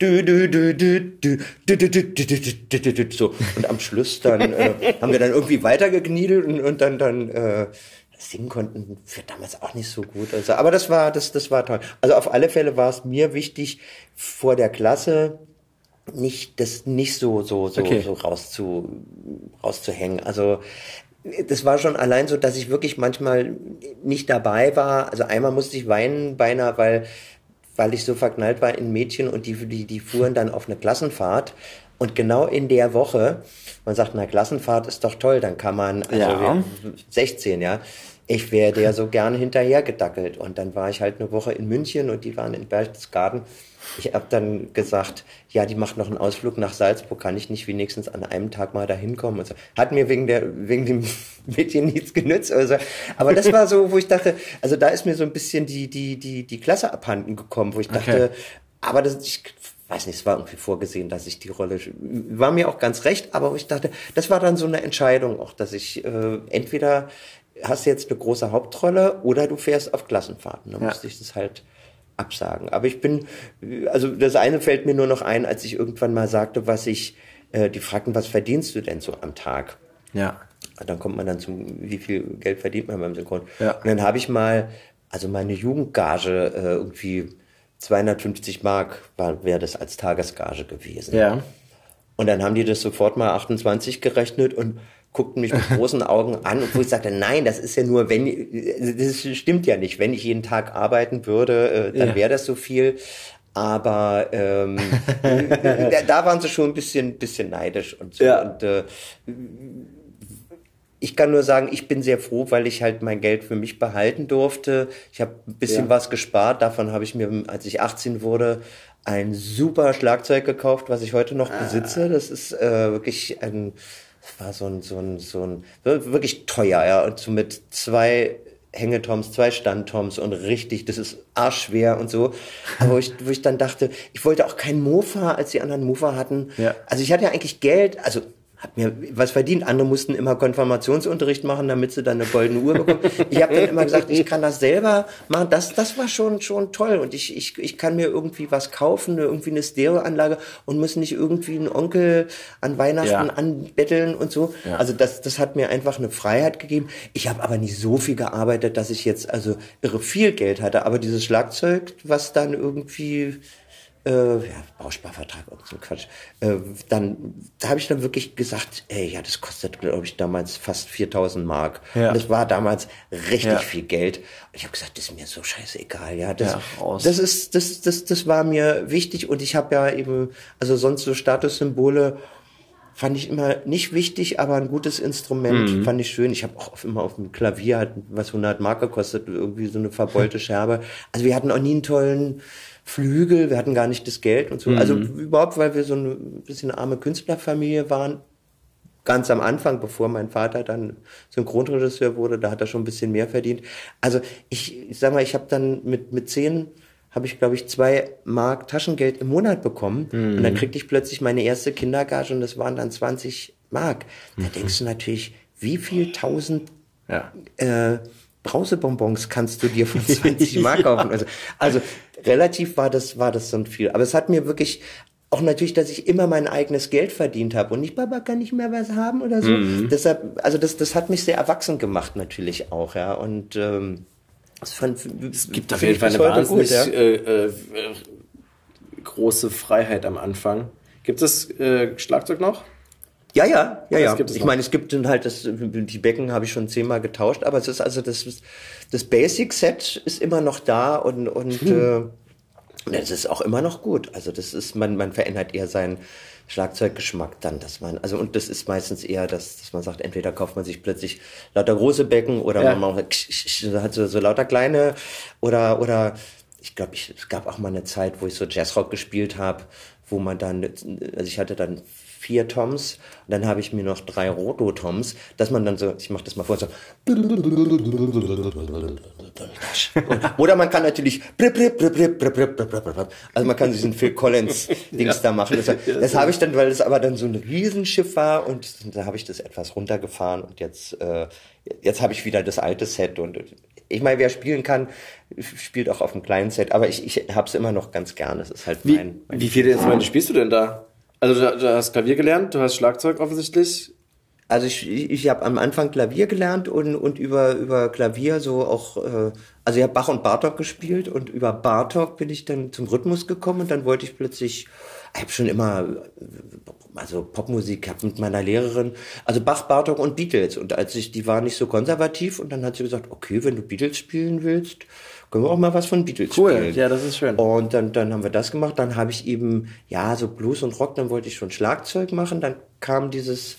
so und am Schluss dann haben wir dann irgendwie weitergekniedelt und dann singen konnten wir damals auch nicht so gut, also aber das war toll. Also auf alle Fälle war es mir wichtig, vor der Klasse nicht so rauszuhängen. Also das war schon allein so, dass ich wirklich manchmal nicht dabei war. Also einmal musste ich weinen, beinahe, weil ich so verknallt war in Mädchen und die fuhren dann auf eine Klassenfahrt. Und genau in der Woche, man sagt, na, Klassenfahrt ist doch toll, dann kann man, 16, ja. Ich wäre der so gerne hinterher gedackelt. Und dann war ich halt eine Woche in München und die waren in Berchtesgaden. Ich habe dann gesagt, ja, die macht noch einen Ausflug nach Salzburg, kann ich nicht wenigstens an einem Tag mal da hinkommen und so. Hat mir wegen dem Mädchen nichts genützt. Also, aber das war so, wo ich dachte, also da ist mir so ein bisschen die Klasse abhanden gekommen, wo ich dachte, aber ich weiß nicht, es war irgendwie vorgesehen, dass ich die Rolle, war mir auch ganz recht, aber ich dachte, das war dann so eine Entscheidung auch, dass ich entweder hast du jetzt eine große Hauptrolle oder du fährst auf Klassenfahrten. Da musste ich das halt absagen. Aber also das eine fällt mir nur noch ein, als ich irgendwann mal sagte, die fragten, was verdienst du denn so am Tag? Ja. Dann kommt man dann wie viel Geld verdient man beim Synchron? Ja. Und dann habe ich mal, also meine Jugendgage irgendwie 250 Mark wäre das als Tagesgage gewesen. Ja. Und dann haben die das sofort mal 28 gerechnet und guckten mich mit großen Augen an, und wo ich sagte, nein, das ist ja nur, das stimmt ja nicht. Wenn ich jeden Tag arbeiten würde, dann wäre das so viel. Aber da waren sie schon ein bisschen neidisch und so. Ja. Und ich kann nur sagen, ich bin sehr froh, weil ich halt mein Geld für mich behalten durfte. Ich habe ein bisschen was gespart. Davon habe ich mir, als ich 18 wurde, ein super Schlagzeug gekauft, was ich heute noch besitze. Das ist wirklich war so ein wirklich teuer, ja, und so mit 2 Hängetoms, 2 Standtoms und richtig, das ist arschschwer und so. Aber wo ich dann dachte, ich wollte auch kein Mofa, als die anderen Mofa hatten. Ja. Also ich hatte ja eigentlich Geld, also hab mir was verdient. Andere mussten immer Konfirmationsunterricht machen, damit sie dann eine goldene Uhr bekommen. Ich habe dann immer gesagt, ich kann das selber machen. Das war schon toll. Und ich kann mir irgendwie was kaufen, irgendwie eine Stereoanlage und muss nicht irgendwie einen Onkel an Weihnachten anbetteln und so. Ja. Also das hat mir einfach eine Freiheit gegeben. Ich habe aber nicht so viel gearbeitet, dass ich jetzt also irre viel Geld hatte. Aber dieses Schlagzeug, was dann irgendwie Bausparvertrag und so Quatsch. Da habe ich dann wirklich gesagt, das kostet, glaube ich, damals fast 4.000 Mark. Ja. Und das war damals richtig viel Geld. Und ich habe gesagt, das ist mir so scheißegal. Ja, das war mir wichtig. Und ich habe ja eben, also sonst so Statussymbole, fand ich immer nicht wichtig, aber ein gutes Instrument fand ich schön. Ich habe auch immer auf dem Klavier, was 100 Mark gekostet, irgendwie so eine verbeulte Scherbe. Also wir hatten auch nie einen tollen Flügel, wir hatten gar nicht das Geld und so. Also überhaupt, weil wir so eine bisschen arme Künstlerfamilie waren. Ganz am Anfang, bevor mein Vater dann Synchronregisseur wurde, da hat er schon ein bisschen mehr verdient. Also ich sag mal, ich habe dann mit 10 habe ich, glaube ich, 2 Mark Taschengeld im Monat bekommen. Und dann kriegte ich plötzlich meine erste Kindergage und das waren dann 20 Mark. Da denkst du natürlich, wie viel 1000 Brausebonbons kannst du dir von 20 Mark kaufen? Also relativ war das dann viel. Aber es hat mir wirklich auch natürlich, dass ich immer mein eigenes Geld verdient habe und nicht, Papa, kann ich mehr was haben oder so. Deshalb, also das hat mich sehr erwachsen gemacht natürlich auch, ja. Und es gibt auf jeden Fall eine wahnsinnig große Freiheit am Anfang. Gibt es Schlagzeug noch? Ja. Ich meine, es gibt dann halt die Becken habe ich schon 10-mal getauscht, aber es ist also das Basic Set ist immer noch da und es ist auch immer noch gut. Also das ist, man verändert eher seinen Schlagzeuggeschmack dann, und das ist meistens eher, dass man sagt, entweder kauft man sich plötzlich lauter große Becken oder man hat so lauter kleine oder ich glaube, es gab auch mal eine Zeit, wo ich so Jazzrock gespielt habe, wo man dann, also ich hatte dann 4 Toms und dann habe ich mir noch 3 Rototoms, dass man dann so, ich mache das mal vor, so oder man kann natürlich also man kann diesen Phil Collins Dings da machen. Das habe ich dann, weil es aber dann so ein Riesenschiff war und da habe ich das etwas runtergefahren und jetzt habe ich wieder das alte Set und ich meine, wer spielen kann, spielt auch auf einem kleinen Set, aber ich habe es immer noch ganz gern. Es ist halt wie viele Instrumente spielst du denn da? Also du hast Klavier gelernt, du hast Schlagzeug offensichtlich. Also ich habe am Anfang Klavier gelernt und über Klavier so auch, also ich habe Bach und Bartók gespielt und über Bartók bin ich dann zum Rhythmus gekommen und dann wollte ich plötzlich, ich habe schon immer, also Popmusik, habe mit meiner Lehrerin, also Bach, Bartók und Beatles und die war nicht so konservativ und dann hat sie gesagt, okay, wenn du Beatles spielen willst, können wir auch mal was von Beatles spielen. Ja, das ist schön. Und dann haben wir das gemacht, dann habe ich eben, so Blues und Rock, dann wollte ich schon Schlagzeug machen, dann kam dieses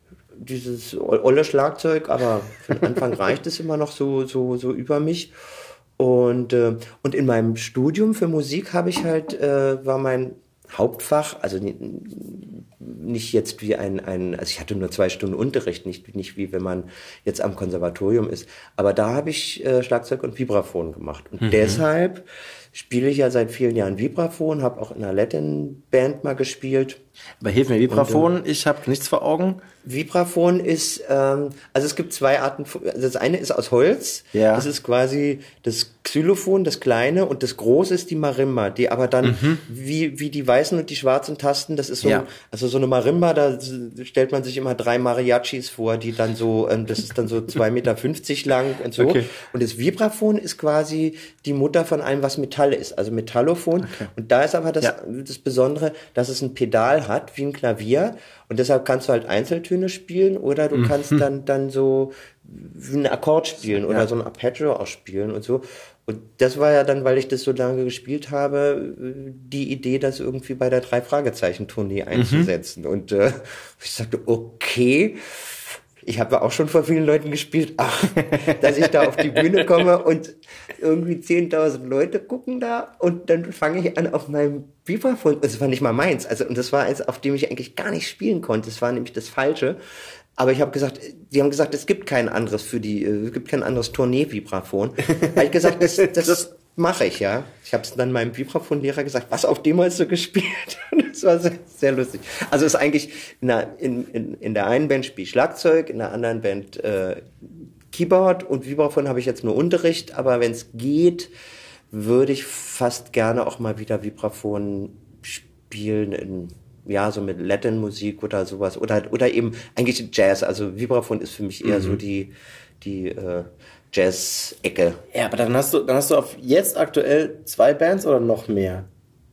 olle Schlagzeug, aber für den Anfang reicht es immer noch so über mich. Und in meinem Studium für Musik habe ich halt, war mein Hauptfach, also nicht jetzt wie also ich hatte nur 2 Stunden Unterricht, nicht wie wenn man jetzt am Konservatorium ist, aber da habe ich Schlagzeug und Vibraphon gemacht und deshalb spiele ich ja seit vielen Jahren Vibraphon, habe auch in einer Latin-Band mal gespielt. Aber hilf mir, Vibraphon, ich habe nichts vor Augen. Vibraphon ist, also es gibt 2 Arten, das eine ist aus Holz, das ist quasi das Xylophon, das kleine, und das große ist die Marimba, die aber dann wie die weißen und die schwarzen Tasten, das ist so, also so eine Marimba, da stellt man sich immer 3 Mariachis vor, die dann so, das ist dann so 2,50 Meter lang und so. Okay. Und das Vibraphon ist quasi die Mutter von allem, was Metall ist, also Metallophon. Okay. Und da ist aber das Besondere, dass es ein Pedal hat, wie ein Klavier, und deshalb kannst du halt Einzeltöne spielen oder du kannst dann so wie ein Akkord spielen oder so ein Arpeggio auch spielen und so. Und das war ja dann, weil ich das so lange gespielt habe, die Idee, das irgendwie bei der 3-Fragezeichen-Tournee einzusetzen. Und ich sagte, okay, ich habe ja auch schon vor vielen Leuten gespielt, dass ich da auf die Bühne komme und irgendwie 10.000 Leute gucken da und dann fange ich an auf meinem Vibraphon. Das war nicht mal meins. Also, und das war eins, auf dem ich eigentlich gar nicht spielen konnte. Das war nämlich das Falsche. Aber ich habe gesagt, die haben gesagt, es gibt kein anderes es gibt kein anderes Tournee-Vibraphon. Habe ich gesagt, das mache ich, ja. Ich habe es dann meinem Vibraphon-Lehrer gesagt, was, auf dem hast du gespielt? Und das war sehr, sehr lustig. Also es ist eigentlich, in der einen Band spiele ich Schlagzeug, in der anderen Band Keyboard und Vibraphon habe ich jetzt nur Unterricht, aber wenn es geht, würde ich fast gerne auch mal wieder Vibraphon spielen so mit Latin-Musik oder sowas oder eben eigentlich Jazz. Also Vibraphon ist für mich eher so die Jazz-Ecke. Ja, aber dann hast du auf jetzt aktuell 2 Bands oder noch mehr?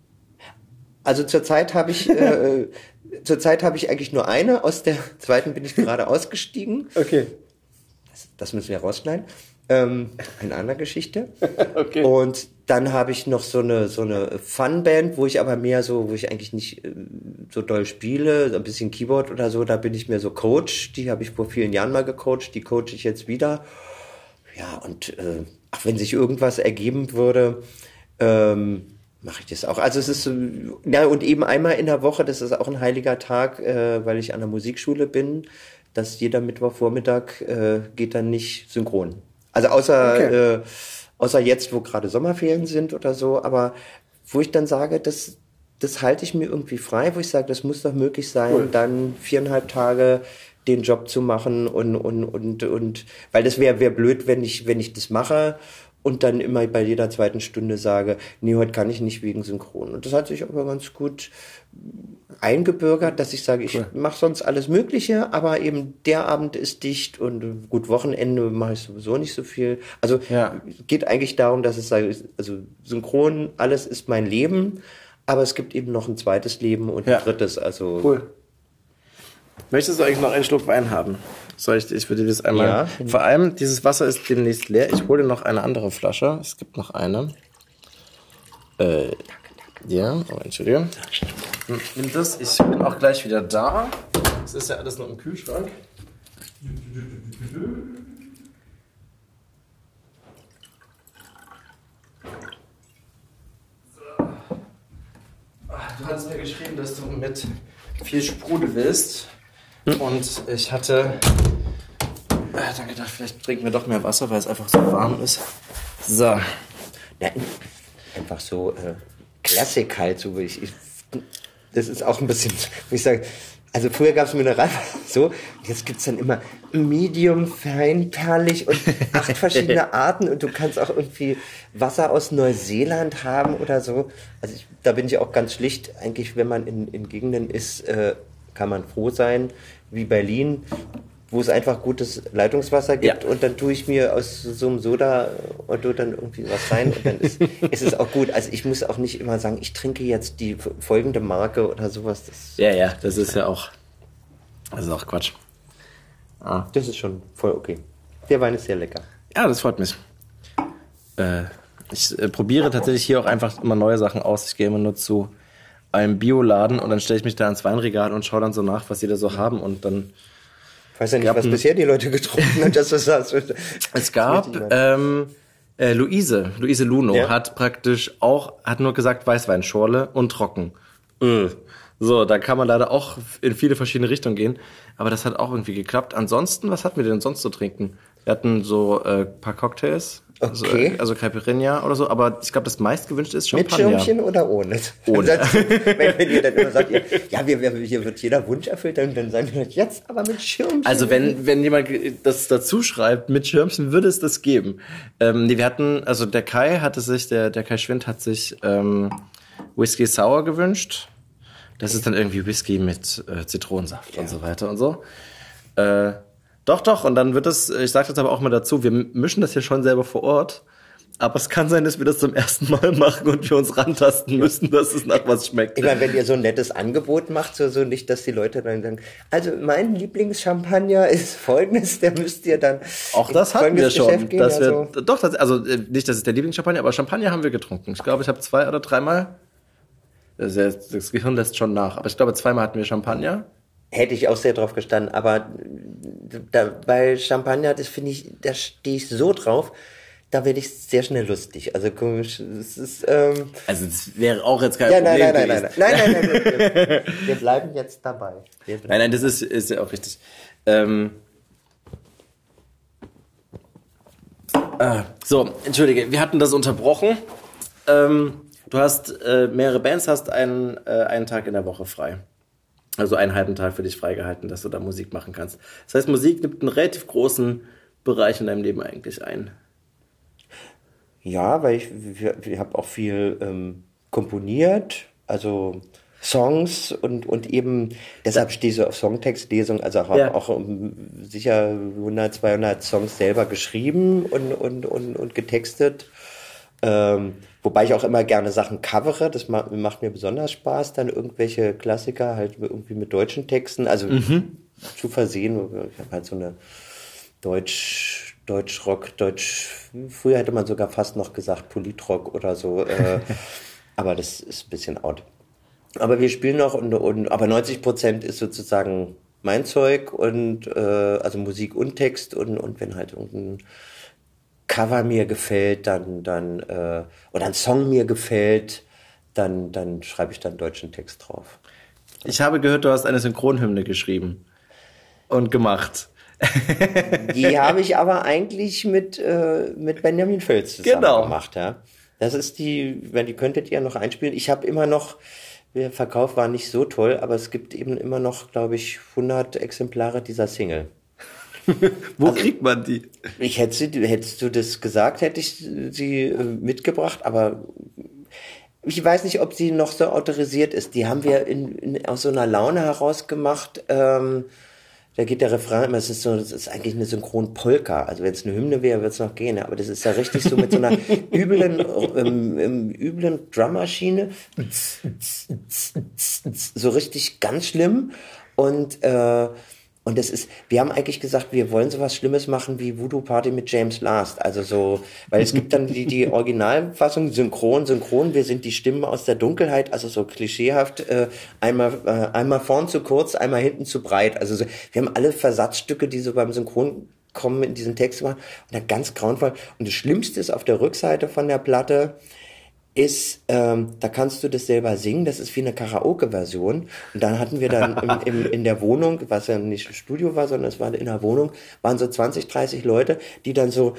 Also zurzeit habe ich eigentlich nur eine. Aus der zweiten bin ich gerade ausgestiegen. Okay. Das müssen wir rausschneiden. Eine andere Geschichte. Okay. Und dann habe ich noch so eine Fun-Band, wo ich eigentlich nicht so doll spiele, so ein bisschen Keyboard oder so, da bin ich mehr so Coach. Die habe ich vor vielen Jahren mal gecoacht, die coache ich jetzt wieder. Ja, und wenn sich irgendwas ergeben würde, mache ich das auch. Also es ist, ja, und eben einmal in der Woche, das ist auch ein heiliger Tag, weil ich an der Musikschule bin, dass jeder Mittwochvormittag geht dann nicht synchron. Also außer jetzt, wo gerade Sommerferien sind oder so, aber wo ich dann sage, das halte ich mir irgendwie frei, wo ich sage, das muss doch möglich sein, dann 4,5 Tage den Job zu machen und weil das wäre blöd, wenn ich das mache und dann immer bei jeder zweiten Stunde sage, nee, heute kann ich nicht wegen Synchron. Und das hat sich aber ganz gut eingebürgert, dass ich sage, ich mache sonst alles Mögliche, aber eben der Abend ist dicht und gut, Wochenende mache ich sowieso nicht so viel. Also geht eigentlich darum, dass ich sage, also Synchron, alles ist mein Leben, aber es gibt eben noch ein zweites Leben und ein drittes. Also cool. Möchtest du eigentlich noch einen Schluck Wein haben? Ich würde das einmal... Ja. Vor allem, dieses Wasser ist demnächst leer. Ich hole noch eine andere Flasche. Es gibt noch eine. Ja, oh, Entschuldigung. Nimm das, ich bin auch gleich wieder da. Es ist ja alles noch im Kühlschrank. So. Du hattest mir geschrieben, dass du mit viel Sprudel willst. Und ich hatte dann gedacht, vielleicht trinken wir doch mehr Wasser, weil es einfach so warm ist. So. Ja, einfach so Klassik halt. So, das ist auch ein bisschen, wie ich sage, also früher gab es Mineralwasser so, jetzt gibt es dann immer Medium, fein, perlig und 8 verschiedene Arten und du kannst auch irgendwie Wasser aus Neuseeland haben oder so. Also da bin ich auch ganz schlicht, eigentlich wenn man in Gegenden ist, kann man froh sein, wie Berlin, wo es einfach gutes Leitungswasser gibt und dann tue ich mir aus so einem Soda oder dann irgendwie was rein und dann ist es auch gut. Also ich muss auch nicht immer sagen, ich trinke jetzt die folgende Marke oder sowas. Das ist ja auch, das ist auch Quatsch. Das ist schon voll okay. Der Wein ist sehr lecker. Ja, das freut mich. Ich probiere tatsächlich hier auch einfach immer neue Sachen aus. Ich gehe immer nur zu einem Bioladen und dann stelle ich mich da ins Weinregal und schaue dann so nach, was die da so haben und dann... Ich weiß ja nicht, was bisher die Leute getrunken haben. Es gab Luise Luno hat nur gesagt Weißweinschorle und trocken. So, da kann man leider auch in viele verschiedene Richtungen gehen, aber das hat auch irgendwie geklappt. Ansonsten, was hatten wir denn sonst zu trinken? Wir hatten so paar Cocktails. Okay. Also Caipirinha oder so, aber ich glaube, das meistgewünschte ist Champagner. Mit Schirmchen oder ohne? Ohne. wenn ihr dann immer sagt, hier wird jeder Wunsch erfüllt, dann sagen wir jetzt aber mit Schirmchen. Also wenn jemand das dazu schreibt, mit Schirmchen würde es das geben. Wir hatten, also der Kai Schwind hat sich Whisky Sour gewünscht. Das ist dann irgendwie Whisky mit Zitronensaft und so weiter und so. Doch, und dann wird das, ich sage das aber auch mal dazu, wir mischen das hier schon selber vor Ort, aber es kann sein, dass wir das zum ersten Mal machen und wir uns rantasten müssen, dass es nach was schmeckt. Ich meine, wenn ihr so ein nettes Angebot macht, so nicht, dass die Leute dann sagen, also mein Lieblingschampagner ist folgendes, der müsst ihr dann auch das hatten wir schon. Gehen, Nicht, dass es der Lieblingschampagner, aber Champagner haben wir getrunken. Ich glaube, ich habe 2 oder 3 Mal, das Gehirn lässt schon nach, aber ich glaube, 2 Mal hatten wir Champagner. Hätte ich auch sehr drauf gestanden, aber bei Champagner, das finde ich, da stehe ich so drauf, da werde ich sehr schnell lustig. Also komisch, es ist... Also das wäre auch jetzt kein Problem gewesen. Nein. Wir bleiben jetzt dabei. Nein, das ist ja auch richtig. So, entschuldige, wir hatten das unterbrochen. Du hast mehrere Bands, hast einen Tag in der Woche frei. Also einen halben Tag für dich freigehalten, dass du da Musik machen kannst. Das heißt, Musik nimmt einen relativ großen Bereich in deinem Leben eigentlich ein. Ja, weil ich habe auch viel komponiert, also Songs und eben, deshalb stehe ich so auf Songtextlesung, also auch sicher 100, 200 Songs selber geschrieben und getextet. Wobei ich auch immer gerne Sachen covere, das macht mir besonders Spaß, dann irgendwelche Klassiker halt irgendwie mit deutschen Texten, also zu versehen. Ich habe halt so eine deutsch Deutschrock, früher hätte man sogar fast noch gesagt Politrock oder so, aber das ist ein bisschen out. Aber wir spielen noch aber 90% ist sozusagen mein Zeug und also Musik und Text und wenn halt irgendein Cover mir gefällt, dann oder ein Song mir gefällt, dann schreibe ich dann deutschen Text drauf. Ich habe gehört, du hast eine Synchronhymne geschrieben und gemacht. Die habe ich aber eigentlich mit Benjamin Völz zusammen gemacht, ja. Das ist die könntet ihr noch einspielen. Ich habe immer noch, der Verkauf war nicht so toll, aber es gibt eben immer noch, glaube ich, 100 Exemplare dieser Single. Wo kriegt man die? Hättest du das gesagt, hätte ich sie mitgebracht, aber ich weiß nicht, ob sie noch so autorisiert ist. Die haben wir aus so einer Laune heraus gemacht. Da geht der Refrain immer, das ist eigentlich eine Synchron-Polka. Also wenn es eine Hymne wäre, würde es noch gehen. Aber das ist ja richtig so mit so einer üblen Drummaschine. So richtig ganz schlimm. Und das ist, wir haben eigentlich gesagt, wir wollen sowas Schlimmes machen wie Voodoo Party mit James Last. Also so, weil es gibt dann die Originalfassung, synchron, wir sind die Stimmen aus der Dunkelheit, also so klischeehaft, einmal vorn zu kurz, einmal hinten zu breit. Also so, wir haben alle Versatzstücke, die so beim Synchron kommen, in diesen Text waren, und dann ganz grauenvoll. Und das Schlimmste ist auf der Rückseite von der Platte, da kannst du das selber singen, das ist wie eine Karaoke-Version. Und dann hatten wir dann in der Wohnung, was ja nicht im Studio war, sondern es war in der Wohnung, waren so 20, 30 Leute, die dann so,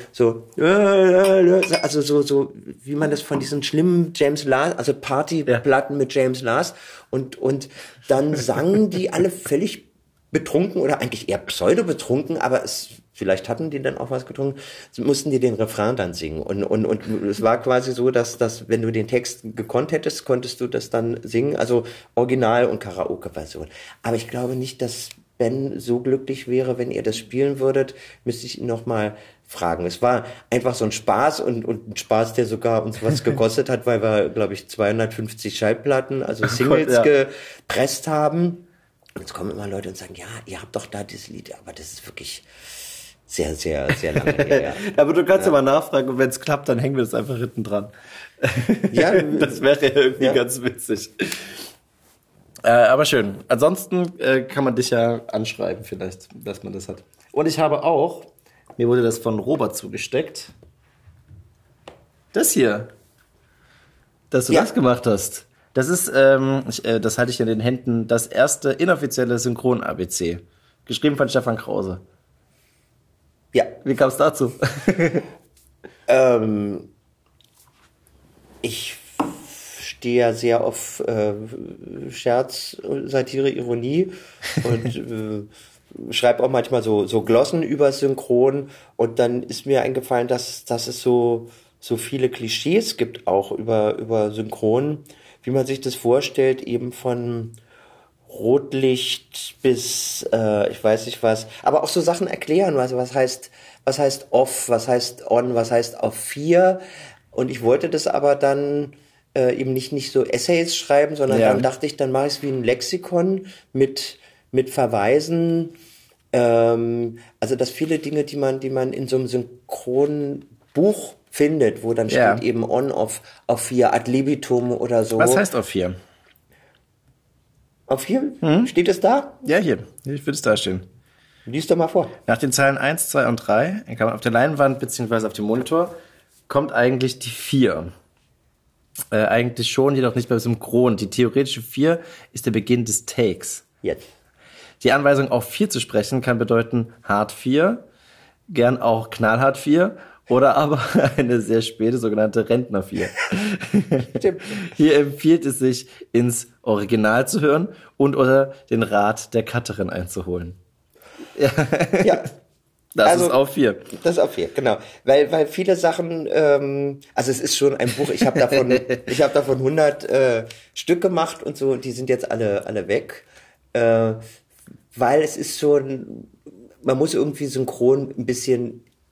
also so, wie man das von diesen schlimmen James Last, also Partyplatten mit James Last, und dann sangen die alle völlig betrunken oder eigentlich eher pseudo-betrunken, aber vielleicht hatten die dann auch was getrunken, mussten die den Refrain dann singen. Und es war quasi so, dass wenn du den Text gekonnt hättest, konntest du das dann singen, also Original- und Karaoke-Version. Aber ich glaube nicht, dass Ben so glücklich wäre, wenn ihr das spielen würdet, müsste ich ihn nochmal fragen. Es war einfach so ein Spaß und ein Spaß, der sogar uns was gekostet hat, weil wir, glaube ich, 250 Schallplatten, also Singles gepresst haben. Und jetzt kommen immer Leute und sagen, ja, ihr habt doch da dieses Lied, aber das ist wirklich sehr, sehr, sehr lange her. Ja. Aber du kannst ja mal nachfragen, und wenn es klappt, dann hängen wir das einfach hinten dran. Ja, das wäre ja irgendwie ganz witzig. Aber schön. Ansonsten kann man dich ja anschreiben vielleicht, dass man das hat. Und ich habe auch, mir wurde das von Robert zugesteckt, das hier, dass du das gemacht hast. Das ist, das halte ich in den Händen, das erste inoffizielle Synchron-ABC. Geschrieben von Stefan Krause. Ja. Wie kam es dazu? Ich stehe ja sehr auf Scherz, Satire, Ironie und schreibe auch manchmal so Glossen über Synchron. Und dann ist mir eingefallen, dass es so viele Klischees gibt auch über Synchron, wie man sich das vorstellt, eben von Rotlicht bis ich weiß nicht was, aber auch so Sachen erklären, also was heißt off, was heißt on, was heißt auf 4, und ich wollte das aber dann eben nicht so Essays schreiben, sondern dann dachte ich, dann mache ich es wie ein Lexikon mit Verweisen, also dass viele Dinge, die man in so einem Synchronbuch findet, wo dann steht eben on, auf 4, ad libitum oder so. Was heißt auf 4? Auf 4? Steht es da? Ja, hier. Ich würde es da stehen. Lies doch mal vor. Nach den Zeilen 1, 2 und 3, auf der Leinwand bzw. auf dem Monitor, kommt eigentlich die 4. Eigentlich schon, jedoch nicht beim Synchron. Die theoretische 4 ist der Beginn des Takes. Jetzt. Die Anweisung auf 4 zu sprechen kann bedeuten hart 4, gern auch knallhart 4 oder aber eine sehr späte sogenannte Rentner 4. Stimmt. Hier empfiehlt es sich, ins Original zu hören und oder den Rat der Cutterin einzuholen. Ja. Das ist auf 4. Das ist auf 4, genau. Weil viele Sachen, also es ist schon ein Buch, ich habe davon 100 Stück gemacht und so, und die sind jetzt alle weg. Weil es ist schon, man muss irgendwie synchron ein bisschen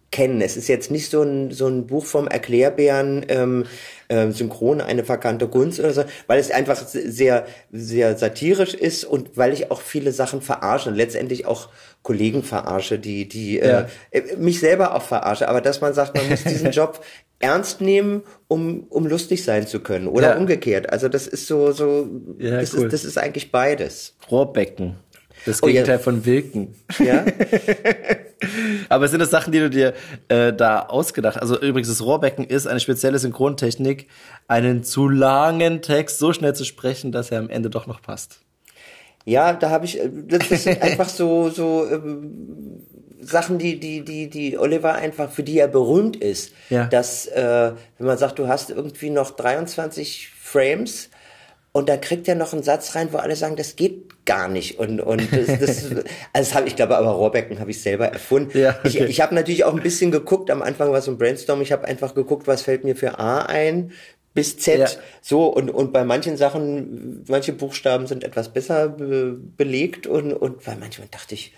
kennen. Es ist jetzt nicht so ein Buch vom Erklärbären, Synchron, eine verkannte Gunst oder so, weil es einfach sehr, sehr satirisch ist und weil ich auch viele Sachen verarsche und letztendlich auch Kollegen verarsche, die mich selber auch verarsche. Aber dass man sagt, man muss diesen Job ernst nehmen, um lustig sein zu können oder umgekehrt. Also das ist das ist eigentlich beides. Rohrbecken. Das Gegenteil von Wilken. Ja. Aber sind das Sachen, die du dir da ausgedacht hast? Also übrigens, das Rohrbecken ist eine spezielle Synchrontechnik, einen zu langen Text so schnell zu sprechen, dass er am Ende doch noch passt. Ja, da habe ich, das sind einfach so Sachen, die Oliver einfach, für die er berühmt ist. Ja. Dass, wenn man sagt, du hast irgendwie noch 23 Frames, und da kriegt er noch einen Satz rein, wo alle sagen, das geht gar nicht. Und ich glaube, aber Rohrbecken habe ich selber erfunden. Ja, okay. Ich habe natürlich auch ein bisschen geguckt, am Anfang war so ein Brainstorm, ich habe einfach geguckt, was fällt mir für A ein, bis Z, so, und bei manchen Sachen, manche Buchstaben sind etwas besser belegt und bei manchen dachte ich,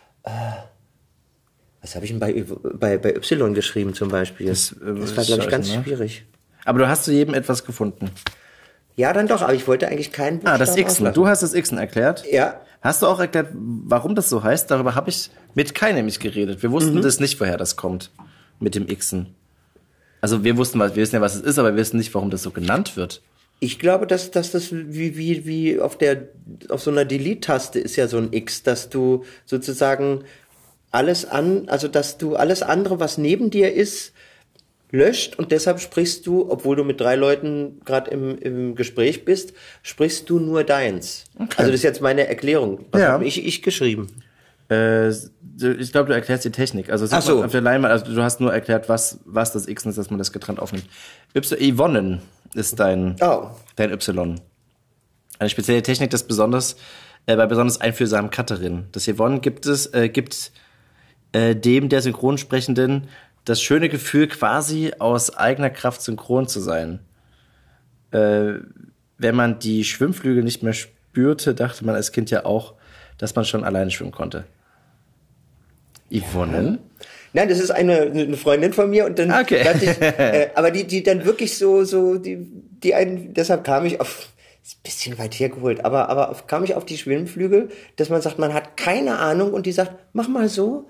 was habe ich denn bei Y geschrieben zum Beispiel? Das war, glaube ich, ganz schwierig. Aber du hast zu jedem etwas gefunden. Ja, dann doch, aber ich wollte eigentlich keinen Buchstaben das Xen. auslassen. Du hast das Xen erklärt. Ja. Hast du auch erklärt, warum das so heißt? Darüber habe ich mit Kai nämlich geredet. Wir wussten das nicht, woher das kommt mit dem Xen. Also wir wissen ja, was es ist, aber wir wissen nicht, warum das so genannt wird. Ich glaube, dass das wie auf so einer Delete-Taste ist ja so ein X, dass du sozusagen dass du alles andere, was neben dir ist, löscht und deshalb sprichst du, obwohl du mit 3 Leuten gerade im Gespräch bist, sprichst du nur deins. Okay. Also das ist jetzt meine Erklärung. Was habe ich geschrieben? Ich glaube, du erklärst die Technik. Also ach so. Auf der Leinwand, also du hast nur erklärt, was das X ist, dass man das getrennt aufnimmt. Yvonnen ist dein Y. Eine spezielle Technik, das besonders bei besonders einfühlsamen Cutterinnen. Das Yvonne gibt dem der Synchronsprechenden das schöne Gefühl, quasi aus eigener Kraft synchron zu sein. Wenn man die Schwimmflügel nicht mehr spürte, dachte man als Kind ja auch, dass man schon alleine schwimmen konnte. Yvonne? Nein, das ist eine Freundin von mir und dann dachte ich, aber die dann wirklich die einen, deshalb kam ich auf, ist ein bisschen weit hergeholt, aber kam ich auf die Schwimmflügel, dass man sagt, man hat keine Ahnung und die sagt, mach mal so.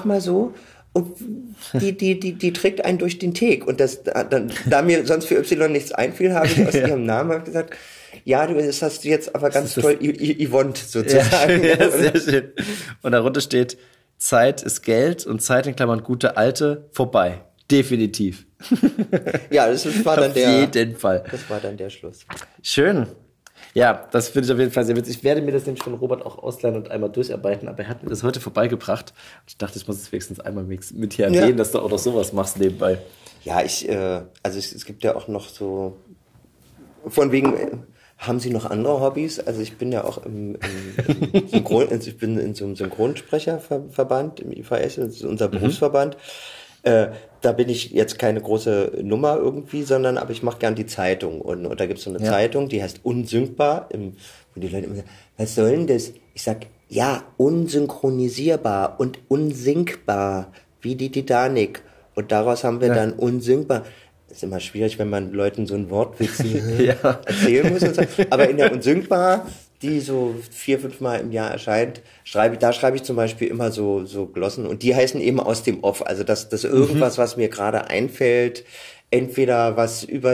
Und die trägt einen durch den Teg. Und da mir sonst für Y nichts einfiel, habe ich aus ihrem Namen gesagt, ja, das hast du jetzt aber ganz toll Yvonne sozusagen. Ja, sehr schön. Und darunter steht, Zeit ist Geld und Zeit in Klammern gute alte, vorbei. Definitiv. Ja, das war dann auf jeden Fall. Das war dann der Schluss. Schön. Ja, das finde ich auf jeden Fall sehr witzig. Ich werde mir das nämlich von Robert auch ausleihen und einmal durcharbeiten, aber er hat mir das heute vorbeigebracht. Ich dachte, ich muss es wenigstens einmal mit hier erwähnen, dass du auch noch sowas machst nebenbei. Ja, es gibt ja auch noch so, von wegen, haben Sie noch andere Hobbys? Also ich bin ja auch im ich bin in so einem Synchronsprecherverband, im IVS, das ist unser Berufsverband. Da bin ich jetzt keine große Nummer irgendwie, aber ich mache gern die Zeitung. Und da gibt's so eine Zeitung, die heißt Unsynchbar, wo die Leute immer sagen, was soll denn das? Ich sag, ja, unsynchronisierbar und unsinkbar, wie die Titanic. Und daraus haben wir dann unsinkbar. Das ist immer schwierig, wenn man Leuten so ein Wortwitz erzählen muss. Und so. Aber in der Unsinkbar, die so 4-5 Mal im Jahr erscheint, schreibe ich zum Beispiel immer so Glossen und die heißen eben aus dem Off. Also dass irgendwas, was mir gerade einfällt, entweder was über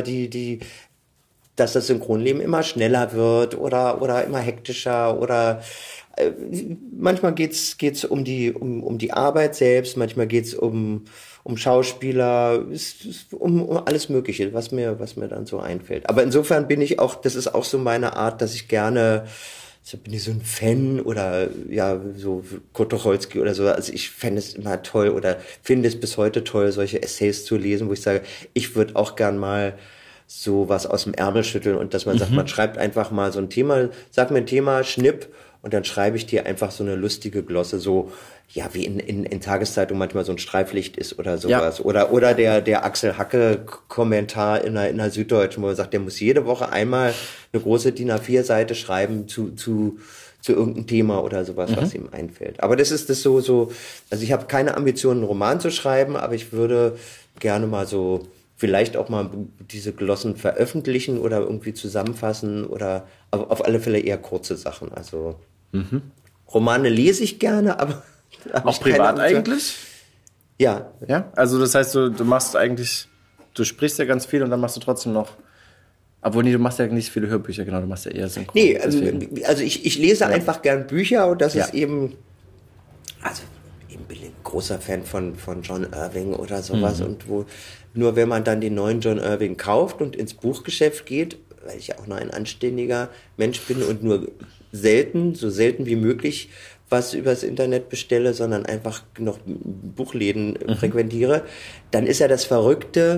dass das Synchronleben immer schneller wird oder immer hektischer oder manchmal geht's um die Arbeit selbst, manchmal geht's um Schauspieler, um alles Mögliche, was mir dann so einfällt. Aber insofern bin ich auch, das ist auch so meine Art, dass ich gerne, bin ich so ein Fan oder ja, so Kurt Tucholsky oder so. Also ich fände es immer toll oder finde es bis heute toll, solche Essays zu lesen, wo ich sage, ich würde auch gern mal so was aus dem Ärmel schütteln und dass man sagt, man schreibt einfach mal so ein Thema, sag mir ein Thema, Schnipp, und dann schreibe ich dir einfach so eine lustige Glosse, so, ja, wie in Tageszeitungen manchmal so ein Streiflicht ist oder sowas. Ja. Oder der Axel Hacke-Kommentar in der Süddeutschen, wo er sagt, der muss jede Woche einmal eine große DIN A4-Seite schreiben zu zu irgendeinem Thema oder sowas, was ihm einfällt. Aber das ist das so, also ich habe keine Ambitionen, einen Roman zu schreiben, aber ich würde gerne mal so vielleicht auch mal diese Glossen veröffentlichen oder irgendwie zusammenfassen oder auf alle Fälle eher kurze Sachen. Also Romane lese ich gerne, aber auch privat eigentlich? Ja. Ja, also das heißt, du machst eigentlich, du sprichst ja ganz viel und dann machst du trotzdem noch, obwohl du machst ja nicht viele Hörbücher, genau, du machst ja eher Synchron. Nee, also ich lese einfach gern Bücher und das ist eben, also ich bin ein großer Fan von John Irving oder sowas und nur wenn man dann den neuen John Irving kauft und ins Buchgeschäft geht, weil ich ja auch noch ein anständiger Mensch bin und nur so selten wie möglich was übers Internet bestelle, sondern einfach noch Buchläden frequentiere, dann ist ja das Verrückte,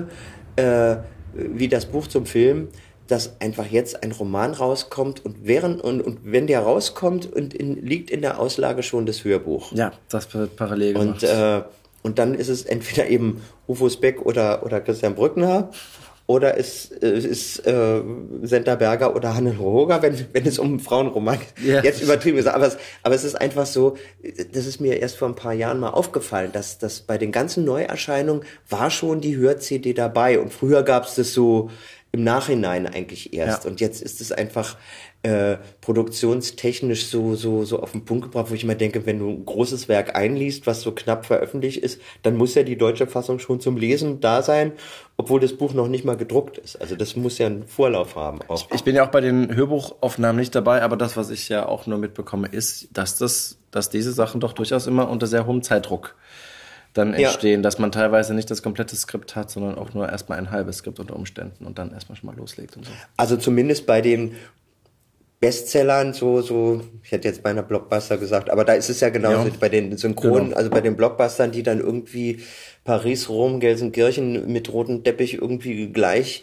wie das Buch zum Film, dass einfach jetzt ein Roman rauskommt und wenn der rauskommt liegt in der Auslage schon das Hörbuch. Ja, das wird parallel gemacht. Und dann ist es entweder eben Rufus Beck oder Christian Brückner oder es ist Senta Berger oder Hannelore Hoger, wenn es um Frauenroman geht. Jetzt übertrieben ist. Aber es ist einfach so, das ist mir erst vor ein paar Jahren mal aufgefallen, dass bei den ganzen Neuerscheinungen war schon die Hör-CD dabei. Und früher gab es das so im Nachhinein eigentlich erst. Ja. Und jetzt ist es einfach produktionstechnisch so auf den Punkt gebracht, wo ich immer denke, wenn du ein großes Werk einliest, was so knapp veröffentlicht ist, dann muss ja die deutsche Fassung schon zum Lesen da sein, obwohl das Buch noch nicht mal gedruckt ist. Also das muss ja einen Vorlauf haben. Auch. Ich bin ja auch bei den Hörbuchaufnahmen nicht dabei, aber das, was ich ja auch nur mitbekomme, ist, dass diese Sachen doch durchaus immer unter sehr hohem Zeitdruck dann entstehen, dass man teilweise nicht das komplette Skript hat, sondern auch nur erstmal ein halbes Skript unter Umständen und dann erstmal schon mal loslegt und so. Also zumindest bei den Bestsellern, so, ich hätte jetzt beinahe Blockbuster gesagt, aber da ist es ja genauso bei den Synchronen, also bei den Blockbustern, die dann irgendwie Paris, Rom, Gelsenkirchen mit rotem Teppich irgendwie gleich,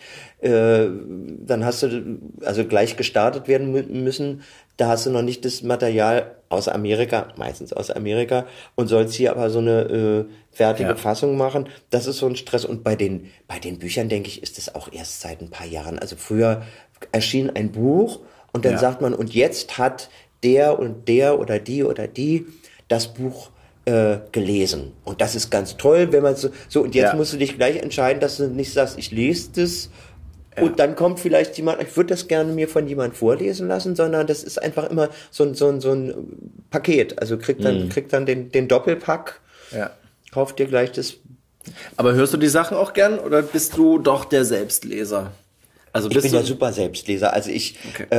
dann hast du, also gleich gestartet werden müssen, da hast du noch nicht das Material aus Amerika, meistens aus Amerika, und sollst hier aber so eine fertige Fassung machen. Das ist so ein Stress. Und bei den Büchern, denke ich, ist das auch erst seit ein paar Jahren. Also früher erschien ein Buch und dann sagt man, und jetzt hat der und der oder die das Buch gelesen. Und das ist ganz toll, wenn man so und jetzt musst du dich gleich entscheiden, dass du nicht sagst, ich lese das und dann kommt vielleicht jemand, ich würde das gerne mir von jemand vorlesen lassen, sondern das ist einfach immer so ein Paket. Also kriegt dann den Doppelpack, kauft dir gleich das. Aber hörst du die Sachen auch gern oder bist du doch der Selbstleser? Also ich bin ja super Selbstleser. Also ich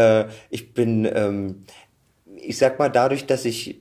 bin, ich sag mal, dadurch, dass ich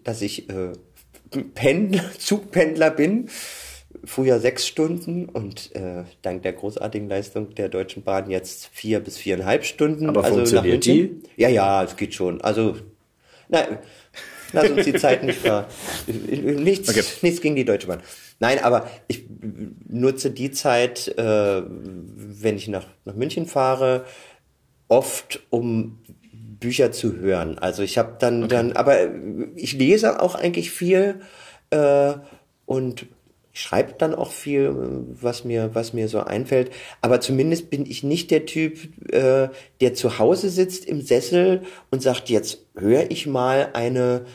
Zugpendler bin, früher 6 Stunden und dank der großartigen Leistung der Deutschen Bahn jetzt 4 bis 4,5 Stunden. Aber also funktioniert die? Ja, es geht schon. Also, lass uns die Zeit nicht nichts gegen die Deutsche Bahn. Nein, aber ich nutze die Zeit, wenn ich nach München fahre, oft um Bücher zu hören. Also ich habe aber ich lese auch eigentlich viel und ich schreibe dann auch viel, was mir so einfällt. Aber zumindest bin ich nicht der Typ, der zu Hause sitzt im Sessel und sagt, jetzt höre ich mal ein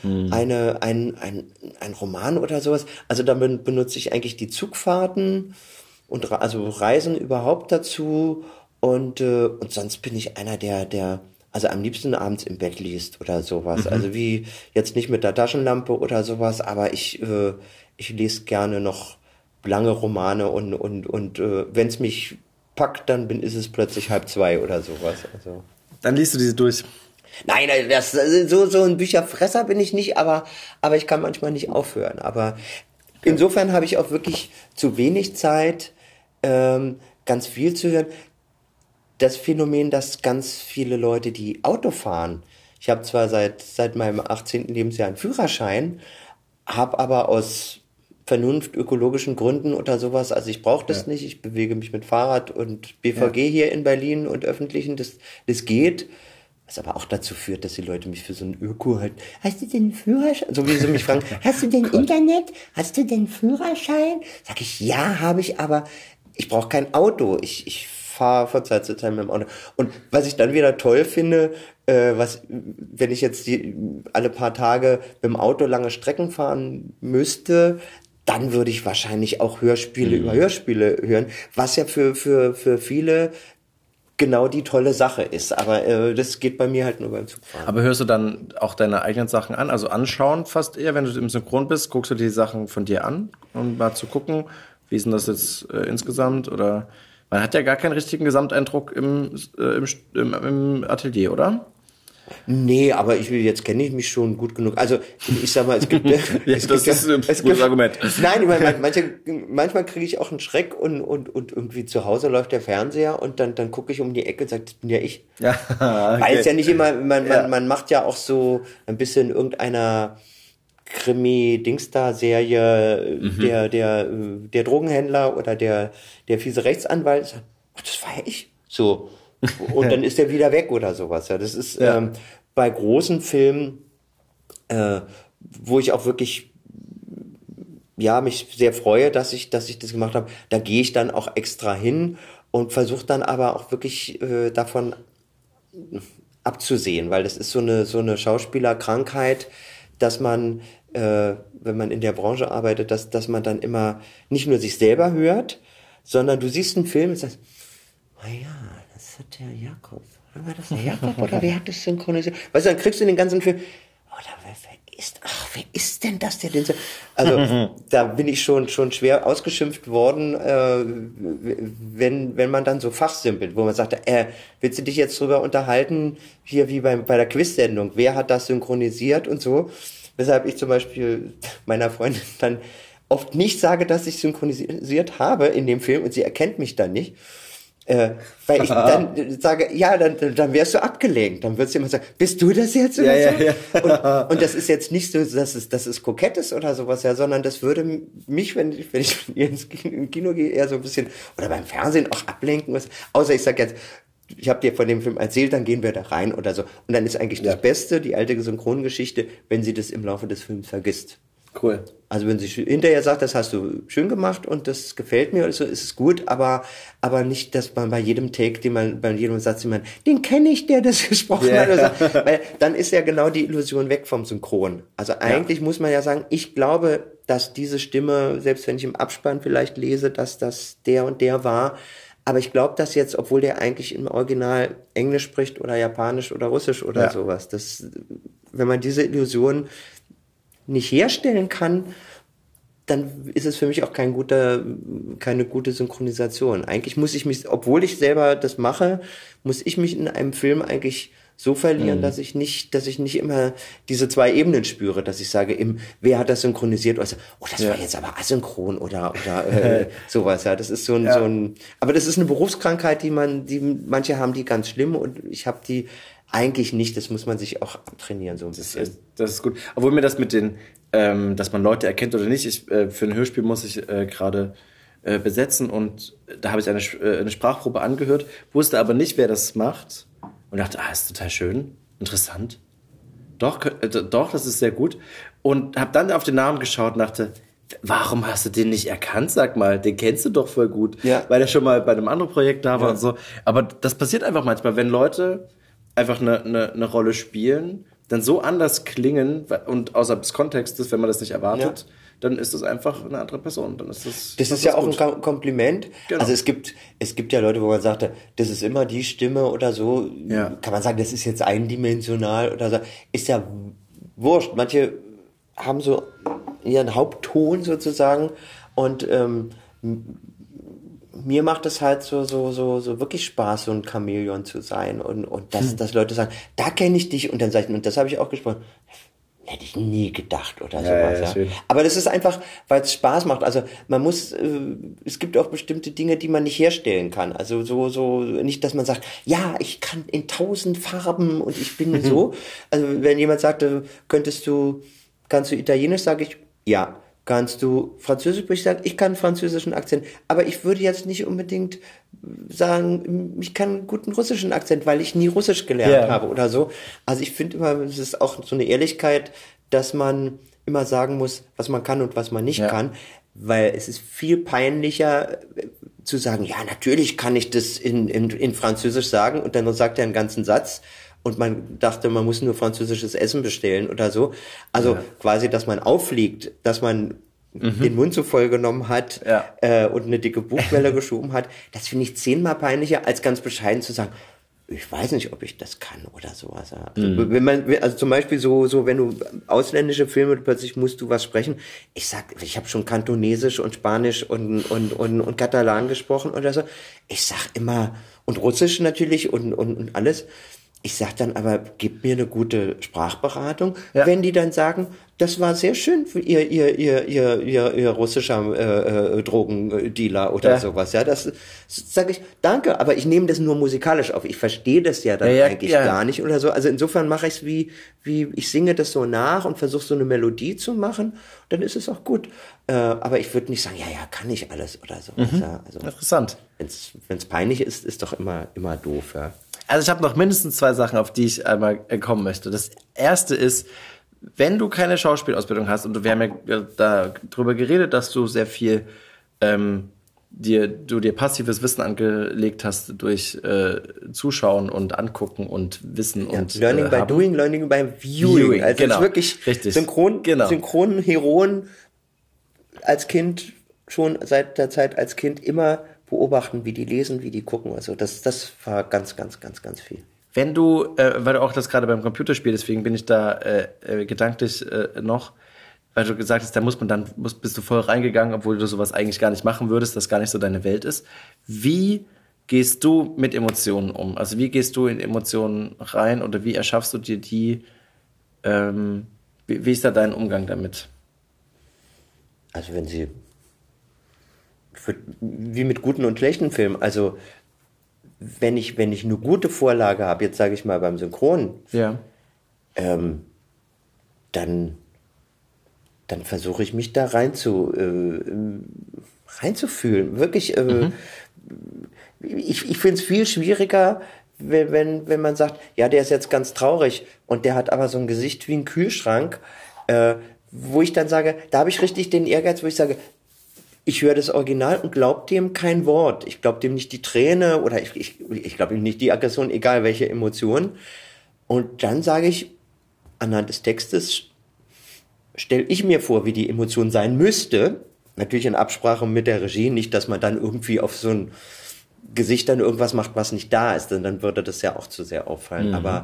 Roman oder sowas. Also damit benutze ich eigentlich die Zugfahrten und also Reisen überhaupt dazu. Und sonst bin ich einer, der also am liebsten abends im Bett liest oder sowas. Also wie jetzt nicht mit der Taschenlampe oder sowas, aber ich lese gerne noch lange Romane und wenn es mich packt, dann ist es plötzlich 1:30 oder sowas. Also. Dann liest du diese durch. Nein, so ein Bücherfresser bin ich nicht, aber ich kann manchmal nicht aufhören. Aber insofern habe ich auch wirklich zu wenig Zeit, ganz viel zu hören. Das Phänomen, dass ganz viele Leute, die Auto fahren, ich habe zwar seit meinem 18. Lebensjahr einen Führerschein, habe aber aus Vernunft, ökologischen Gründen oder sowas, also ich brauche das nicht, ich bewege mich mit Fahrrad und BVG hier in Berlin und Öffentlichen, das geht, was aber auch dazu führt, dass die Leute mich für so ein Öko halten. Hast du denn einen Führerschein? So wie sie mich fragen, hast du denn Internet? Hast du denn Führerschein? Sag ich, ja, habe ich, aber ich brauche kein Auto, ich fahre von Zeit zu Zeit mit dem Auto. Und was ich dann wieder toll finde, wenn ich jetzt alle paar Tage mit dem Auto lange Strecken fahren müsste, dann würde ich wahrscheinlich auch Hörspiele über Hörspiele hören, was ja für viele genau die tolle Sache ist. Aber das geht bei mir halt nur beim Zugfahren. Aber hörst du dann auch deine eigenen Sachen an? Also anschauen fast eher, wenn du im Synchron bist, guckst du die Sachen von dir an, um mal zu gucken, wie ist denn das jetzt insgesamt? Oder man hat ja gar keinen richtigen Gesamteindruck im Atelier, oder? Nee, aber jetzt kenne ich mich schon gut genug. Also ich sag mal, es gibt das ist ein gutes Argument. Nein, ich meine, manchmal kriege ich auch einen Schreck und irgendwie zu Hause läuft der Fernseher und dann gucke ich um die Ecke und sage, das bin ja ich. Ja, okay. Weil es ja nicht immer, man macht ja auch so ein bisschen irgendeiner Krimi-Dingsda-Serie, der Drogenhändler oder der fiese Rechtsanwalt sagt, ach, das war ja ich. So. Und dann ist er wieder weg oder sowas. Ja, das ist bei großen Filmen, wo ich auch wirklich mich sehr freue, dass ich das gemacht habe. Da gehe ich dann auch extra hin und versuche dann aber auch wirklich davon abzusehen, weil das ist so eine Schauspielerkrankheit, dass man, wenn man in der Branche arbeitet, dass man dann immer nicht nur sich selber hört, sondern du siehst einen Film und sagst, ah ja, das hat der Jakob. War das der Jakob oder wer hat das synchronisiert? Weißt du, dann kriegst du den ganzen Film, wer ist denn das, der den so... Also, da bin ich schon schwer ausgeschimpft worden, wenn man dann so fachsimpelt, wo man sagt, willst du dich jetzt drüber unterhalten, hier wie bei der Quiz-Sendung, wer hat das synchronisiert und so, weshalb ich zum Beispiel meiner Freundin dann oft nicht sage, dass ich synchronisiert habe in dem Film und sie erkennt mich dann nicht. Weil ich dann sage, ja, dann wärst du abgelenkt. Dann würdest du immer sagen, bist du das jetzt oder so? Ja. Und das ist jetzt nicht so, dass es kokett ist oder sowas, ja, sondern das würde mich, wenn ich mit ihr ins Kino gehe, eher so ein bisschen, oder beim Fernsehen auch ablenken. Außer ich sage jetzt, ich habe dir von dem Film erzählt, dann gehen wir da rein oder so. Und dann ist eigentlich das Beste, die alte Synchrongeschichte, wenn sie das im Laufe des Films vergisst. Cool. Also wenn sie hinterher sagt, das hast du schön gemacht und das gefällt mir oder so, ist es gut, aber nicht, dass man bei jedem Take, bei jedem Satz, den kenne ich, der das gesprochen hat. Oder so. Weil dann ist ja genau die Illusion weg vom Synchron. Also eigentlich muss man ja sagen, ich glaube, dass diese Stimme, selbst wenn ich im Abspann vielleicht lese, dass das der und der war, aber ich glaube das jetzt, obwohl der eigentlich im Original Englisch spricht oder Japanisch oder Russisch oder sowas. Wenn man diese Illusion nicht herstellen kann, dann ist es für mich auch keine gute Synchronisation. Eigentlich muss ich mich, obwohl ich selber das mache, muss ich mich in einem Film eigentlich so verlieren, dass ich nicht immer diese zwei Ebenen spüre, dass ich sage, wer hat das synchronisiert? Oder so, das war jetzt aber asynchron oder sowas. Ja, das ist so ein, aber das ist eine Berufskrankheit, die manche haben die ganz schlimm und ich habe die eigentlich nicht, das muss man sich auch trainieren, so ein bisschen. Das ist gut. Obwohl mir das mit den, dass man Leute erkennt oder nicht, für ein Hörspiel muss ich gerade besetzen und da habe ich eine Sprachprobe angehört, wusste aber nicht, wer das macht und dachte, ist total schön, interessant. Doch, das ist sehr gut. Und habe dann auf den Namen geschaut und dachte, warum hast du den nicht erkannt? Sag mal, den kennst du doch voll gut, weil er schon mal bei einem anderen Projekt da war und so. Aber das passiert einfach manchmal, wenn Leute einfach eine Rolle spielen, dann so anders klingen und außerhalb des Kontextes, wenn man das nicht erwartet, dann ist das einfach eine andere Person. Dann ist das ist ja auch gut. Ein Kompliment. Genau. Also es gibt ja Leute, wo man sagt, das ist immer die Stimme oder so. Ja. Kann man sagen, das ist jetzt eindimensional oder so. Ist ja wurscht. Manche haben so ihren Hauptton sozusagen und mir macht es halt so wirklich Spaß, so ein Chamäleon zu sein und dass Leute sagen, da kenne ich dich und dann sage ich, und das habe ich auch gesprochen, hätte ich nie gedacht oder sowas. Ja. Aber das ist einfach, weil es Spaß macht. Also man muss, es gibt auch bestimmte Dinge, die man nicht herstellen kann. Also so nicht, dass man sagt, ja, ich kann in 1000 Farben und ich bin so. Also wenn jemand sagt, kannst du Italienisch, sage ich, ja. Kannst du Französisch? Ich sage, ich kann einen französischen Akzent. Aber ich würde jetzt nicht unbedingt sagen, ich kann einen guten russischen Akzent, weil ich nie Russisch gelernt habe oder so. Also ich finde immer, es ist auch so eine Ehrlichkeit, dass man immer sagen muss, was man kann und was man nicht kann. Weil es ist viel peinlicher zu sagen, ja, natürlich kann ich das in Französisch sagen und dann sagt er einen ganzen Satz und man dachte, man muss nur französisches Essen bestellen oder so. Also quasi, dass man auffliegt, dass man den Mund so voll genommen hat und eine dicke Buchwelle geschoben hat, das finde ich 10-mal peinlicher, als ganz bescheiden zu sagen, ich weiß nicht, ob ich das kann oder sowas. Also, wenn man, also zum Beispiel so, wenn du ausländische Filme, plötzlich musst du was sprechen. Ich habe schon Kantonesisch und Spanisch und Katalan gesprochen oder so. Ich sag immer, und Russisch natürlich und alles. Ich sag dann aber, gib mir eine gute Sprachberatung. Ja. Wenn die dann sagen, das war sehr schön für ihr russischer Drogendealer oder sowas. Ja, das sage ich, danke, aber ich nehme das nur musikalisch auf. Ich verstehe das ja dann eigentlich gar nicht oder so. Also insofern mache ich es wie ich singe das so nach und versuche so eine Melodie zu machen. Dann ist es auch gut. Aber ich würde nicht sagen, ja, kann ich alles oder so. Ja, also, interessant. Wenn es peinlich ist, ist doch immer doof, ja. Also ich habe noch mindestens 2 Sachen, auf die ich einmal kommen möchte. Das erste ist, wenn du keine Schauspielausbildung hast, und wir haben ja darüber geredet, dass du sehr viel dir passives Wissen angelegt hast durch Zuschauen und Angucken und Wissen und Learning by doing, learning by viewing. Also genau, es ist wirklich richtig. Synchronheroen als Kind, schon seit der Zeit als Kind immer beobachten, wie die lesen, wie die gucken. Also das war ganz, ganz, ganz, ganz viel. Wenn du, weil du auch das gerade beim Computerspiel, deswegen bin ich da gedanklich noch, weil du gesagt hast, bist du voll reingegangen, obwohl du sowas eigentlich gar nicht machen würdest, das gar nicht so deine Welt ist. Wie gehst du mit Emotionen um? Also wie gehst du in Emotionen rein oder wie erschaffst du dir die, wie ist da dein Umgang damit? Also wie mit guten und schlechten Filmen. Also wenn ich eine gute Vorlage habe, jetzt sage ich mal beim Synchron, dann versuche ich mich da reinzufühlen. Wirklich, ich finde es viel schwieriger, wenn man sagt, ja, der ist jetzt ganz traurig und der hat aber so ein Gesicht wie ein Kühlschrank, wo ich dann sage, da habe ich richtig den Ehrgeiz, wo ich sage, ich höre das Original und glaube dem kein Wort. Ich glaube dem nicht die Träne oder ich glaube ihm nicht die Aggression, egal welche Emotion. Und dann sage ich, anhand des Textes stelle ich mir vor, wie die Emotion sein müsste. Natürlich in Absprache mit der Regie, nicht, dass man dann irgendwie auf so ein Gesicht dann irgendwas macht, was nicht da ist, denn dann würde das ja auch zu sehr auffallen. Aber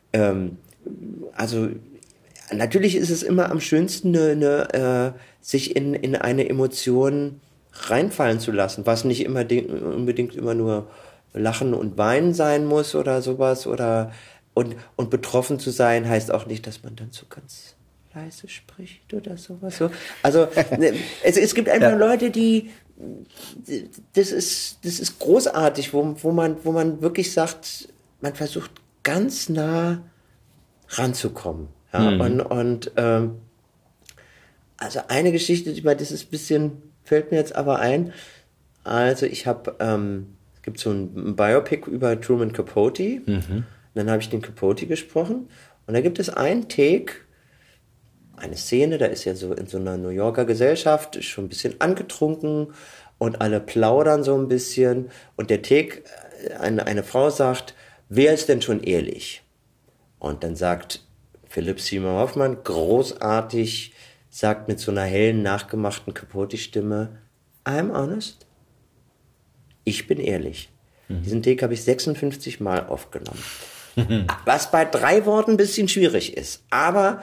also natürlich ist es immer am schönsten, sich in eine Emotion reinfallen zu lassen, was nicht immer unbedingt immer nur Lachen und Weinen sein muss oder sowas und betroffen zu sein heißt auch nicht, dass man dann so ganz leise spricht oder sowas. So. Also es gibt einfach Leute, die das ist großartig, wo man wirklich sagt, man versucht ganz nah ranzukommen. Ja, also eine Geschichte, das ist ein bisschen, fällt mir jetzt aber ein. Also es gibt so ein Biopic über Truman Capote. Und dann habe ich den Capote gesprochen. Und da gibt es einen Take, eine Szene, da ist ja so in so einer New Yorker Gesellschaft, ist schon ein bisschen angetrunken und alle plaudern so ein bisschen. Und der Take, eine Frau sagt, wer ist denn schon ehrlich? Und dann sagt Philipp Seymour Hoffman, großartig, sagt mit so einer hellen, nachgemachten Capote-Stimme, I'm honest. Ich bin ehrlich. Diesen Take habe ich 56 Mal aufgenommen. Was bei 3 Worten ein bisschen schwierig ist. Aber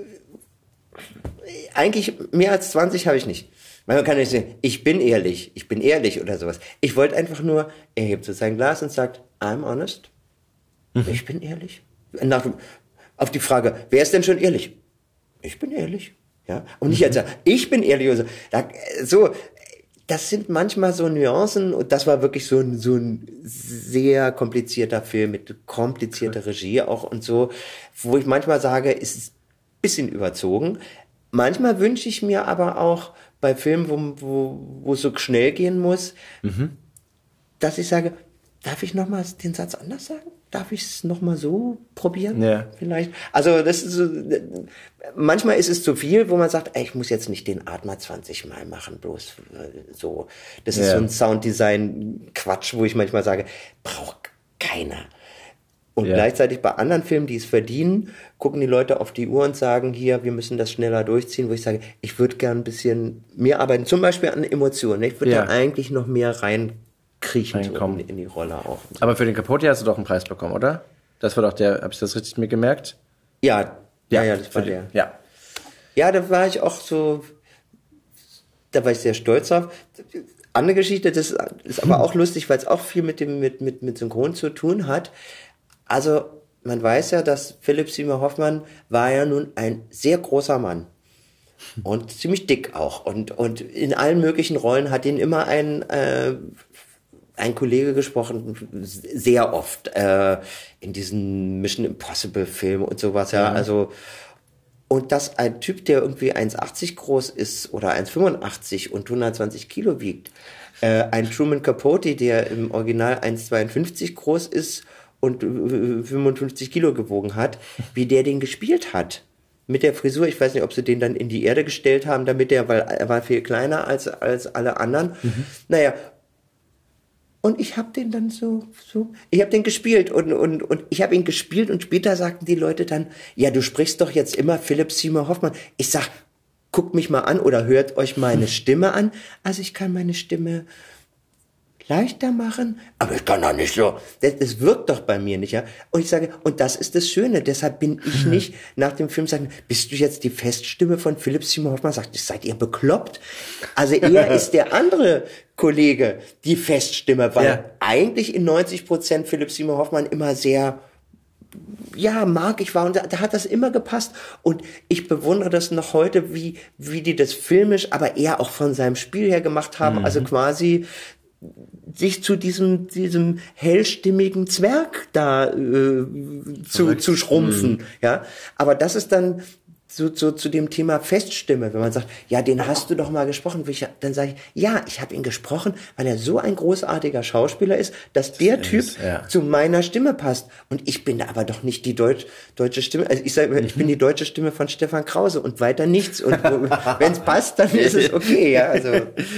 eigentlich mehr als 20 habe ich nicht. Man kann nicht sagen, ich bin ehrlich oder sowas. Ich wollte einfach nur, er hebt so sein Glas und sagt, I'm honest. Ich bin ehrlich. Auf die Frage, wer ist denn schon ehrlich? Ich bin ehrlich. Ja? Und nicht als ich bin ehrlich. Oder so. Das sind manchmal so Nuancen und das war wirklich so ein sehr komplizierter Film mit komplizierter Regie auch und so, wo ich manchmal sage, es ist ein bisschen überzogen. Manchmal wünsche ich mir aber auch bei Filmen, wo es so schnell gehen muss, dass ich sage, darf ich nochmal den Satz anders sagen? darf ich es nochmal so probieren? Ja. Vielleicht. Also das ist so, manchmal ist es zu viel, wo man sagt, ey, ich muss jetzt nicht den Atmer 20 Mal machen, bloß so. Das ist so ein Sounddesign-Quatsch, wo ich manchmal sage, braucht keiner. Und gleichzeitig bei anderen Filmen, die es verdienen, gucken die Leute auf die Uhr und sagen, hier, wir müssen das schneller durchziehen, wo ich sage, ich würde gern ein bisschen mehr arbeiten, zum Beispiel an Emotionen. Ich würde da eigentlich noch mehr reinkriechen so in die Rolle auch. Aber für den Capote hast du doch einen Preis bekommen, oder? Das war doch der, habe ich das richtig mir gemerkt? Ja, das war der. Ja. Ja, da war ich auch so, da war ich sehr stolz drauf. Andere Geschichte, das ist aber auch lustig, weil es auch viel mit Synchron zu tun hat. Also, man weiß ja, dass Philipp Seymour Hoffman war ja nun ein sehr großer Mann. Und ziemlich dick auch. Und in allen möglichen Rollen hat ihn immer ein Kollege gesprochen, sehr oft, in diesen Mission Impossible Filmen und sowas, ja. Also, und dass ein Typ, der irgendwie 1,80 groß ist oder 1,85 und 120 Kilo wiegt, ein Truman Capote, der im Original 1,52 groß ist und 55 Kilo gewogen hat, wie der den gespielt hat. Mit der Frisur, ich weiß nicht, ob sie den dann in die Erde gestellt haben, weil er war viel kleiner als alle anderen. Naja, und ich habe den dann ich habe den gespielt und ich habe ihn gespielt und später sagten die Leute dann, ja, du sprichst doch jetzt immer Philipp Seymour Hoffman. Ich sag, guckt mich mal an oder hört euch meine Stimme an. Also ich kann meine Stimme leichter machen, aber ich kann doch nicht so. Das wirkt doch bei mir nicht, ja. Und ich sage, und das ist das Schöne, deshalb bin ich nicht nach dem Film sagen, bist du jetzt die Feststimme von Philipp Seymour Hoffman? Sagt, seid ihr bekloppt? Also er ist der andere Kollege, die Feststimme, weil eigentlich in 90% Philipp Seymour Hoffman immer sehr magisch war und da hat das immer gepasst und ich bewundere das noch heute, wie die das filmisch, aber eher auch von seinem Spiel her gemacht haben, also quasi sich zu diesem hellstimmigen Zwerg da zu schrumpfen, ja. Aber das ist dann so zu dem Thema Feststimme, wenn man sagt, ja, den hast du doch mal gesprochen, dann sage ich, ja, ich habe ihn gesprochen, weil er so ein großartiger Schauspieler ist, dass der Typ zu meiner Stimme passt. Und ich bin aber doch nicht die deutsche Stimme. Also ich sage, ich bin die deutsche Stimme von Stefan Krause und weiter nichts. Und wenn es passt, dann ist es okay, ja. Also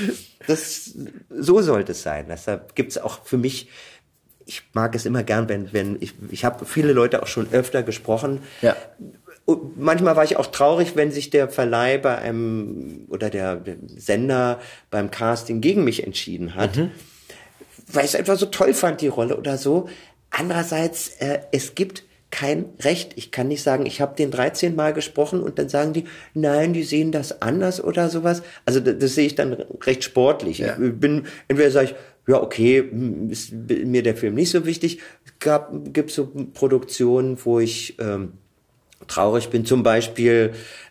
so sollte es sein. Deshalb gibt's auch für mich, ich mag es immer gern, wenn ich habe viele Leute auch schon öfter gesprochen. Ja. Und manchmal war ich auch traurig, wenn sich der Verleih bei einem oder der Sender beim Casting gegen mich entschieden hat, weil ich es einfach so toll fand, die Rolle oder so. Andererseits, es gibt kein Recht. Ich kann nicht sagen, ich habe den 13 Mal gesprochen und dann sagen die, nein, die sehen das anders oder sowas. Also das sehe ich dann recht sportlich. Ja. Entweder sage ich, ja, okay, ist mir der Film nicht so wichtig. Gibt so Produktionen, wo ich traurig bin, zum Beispiel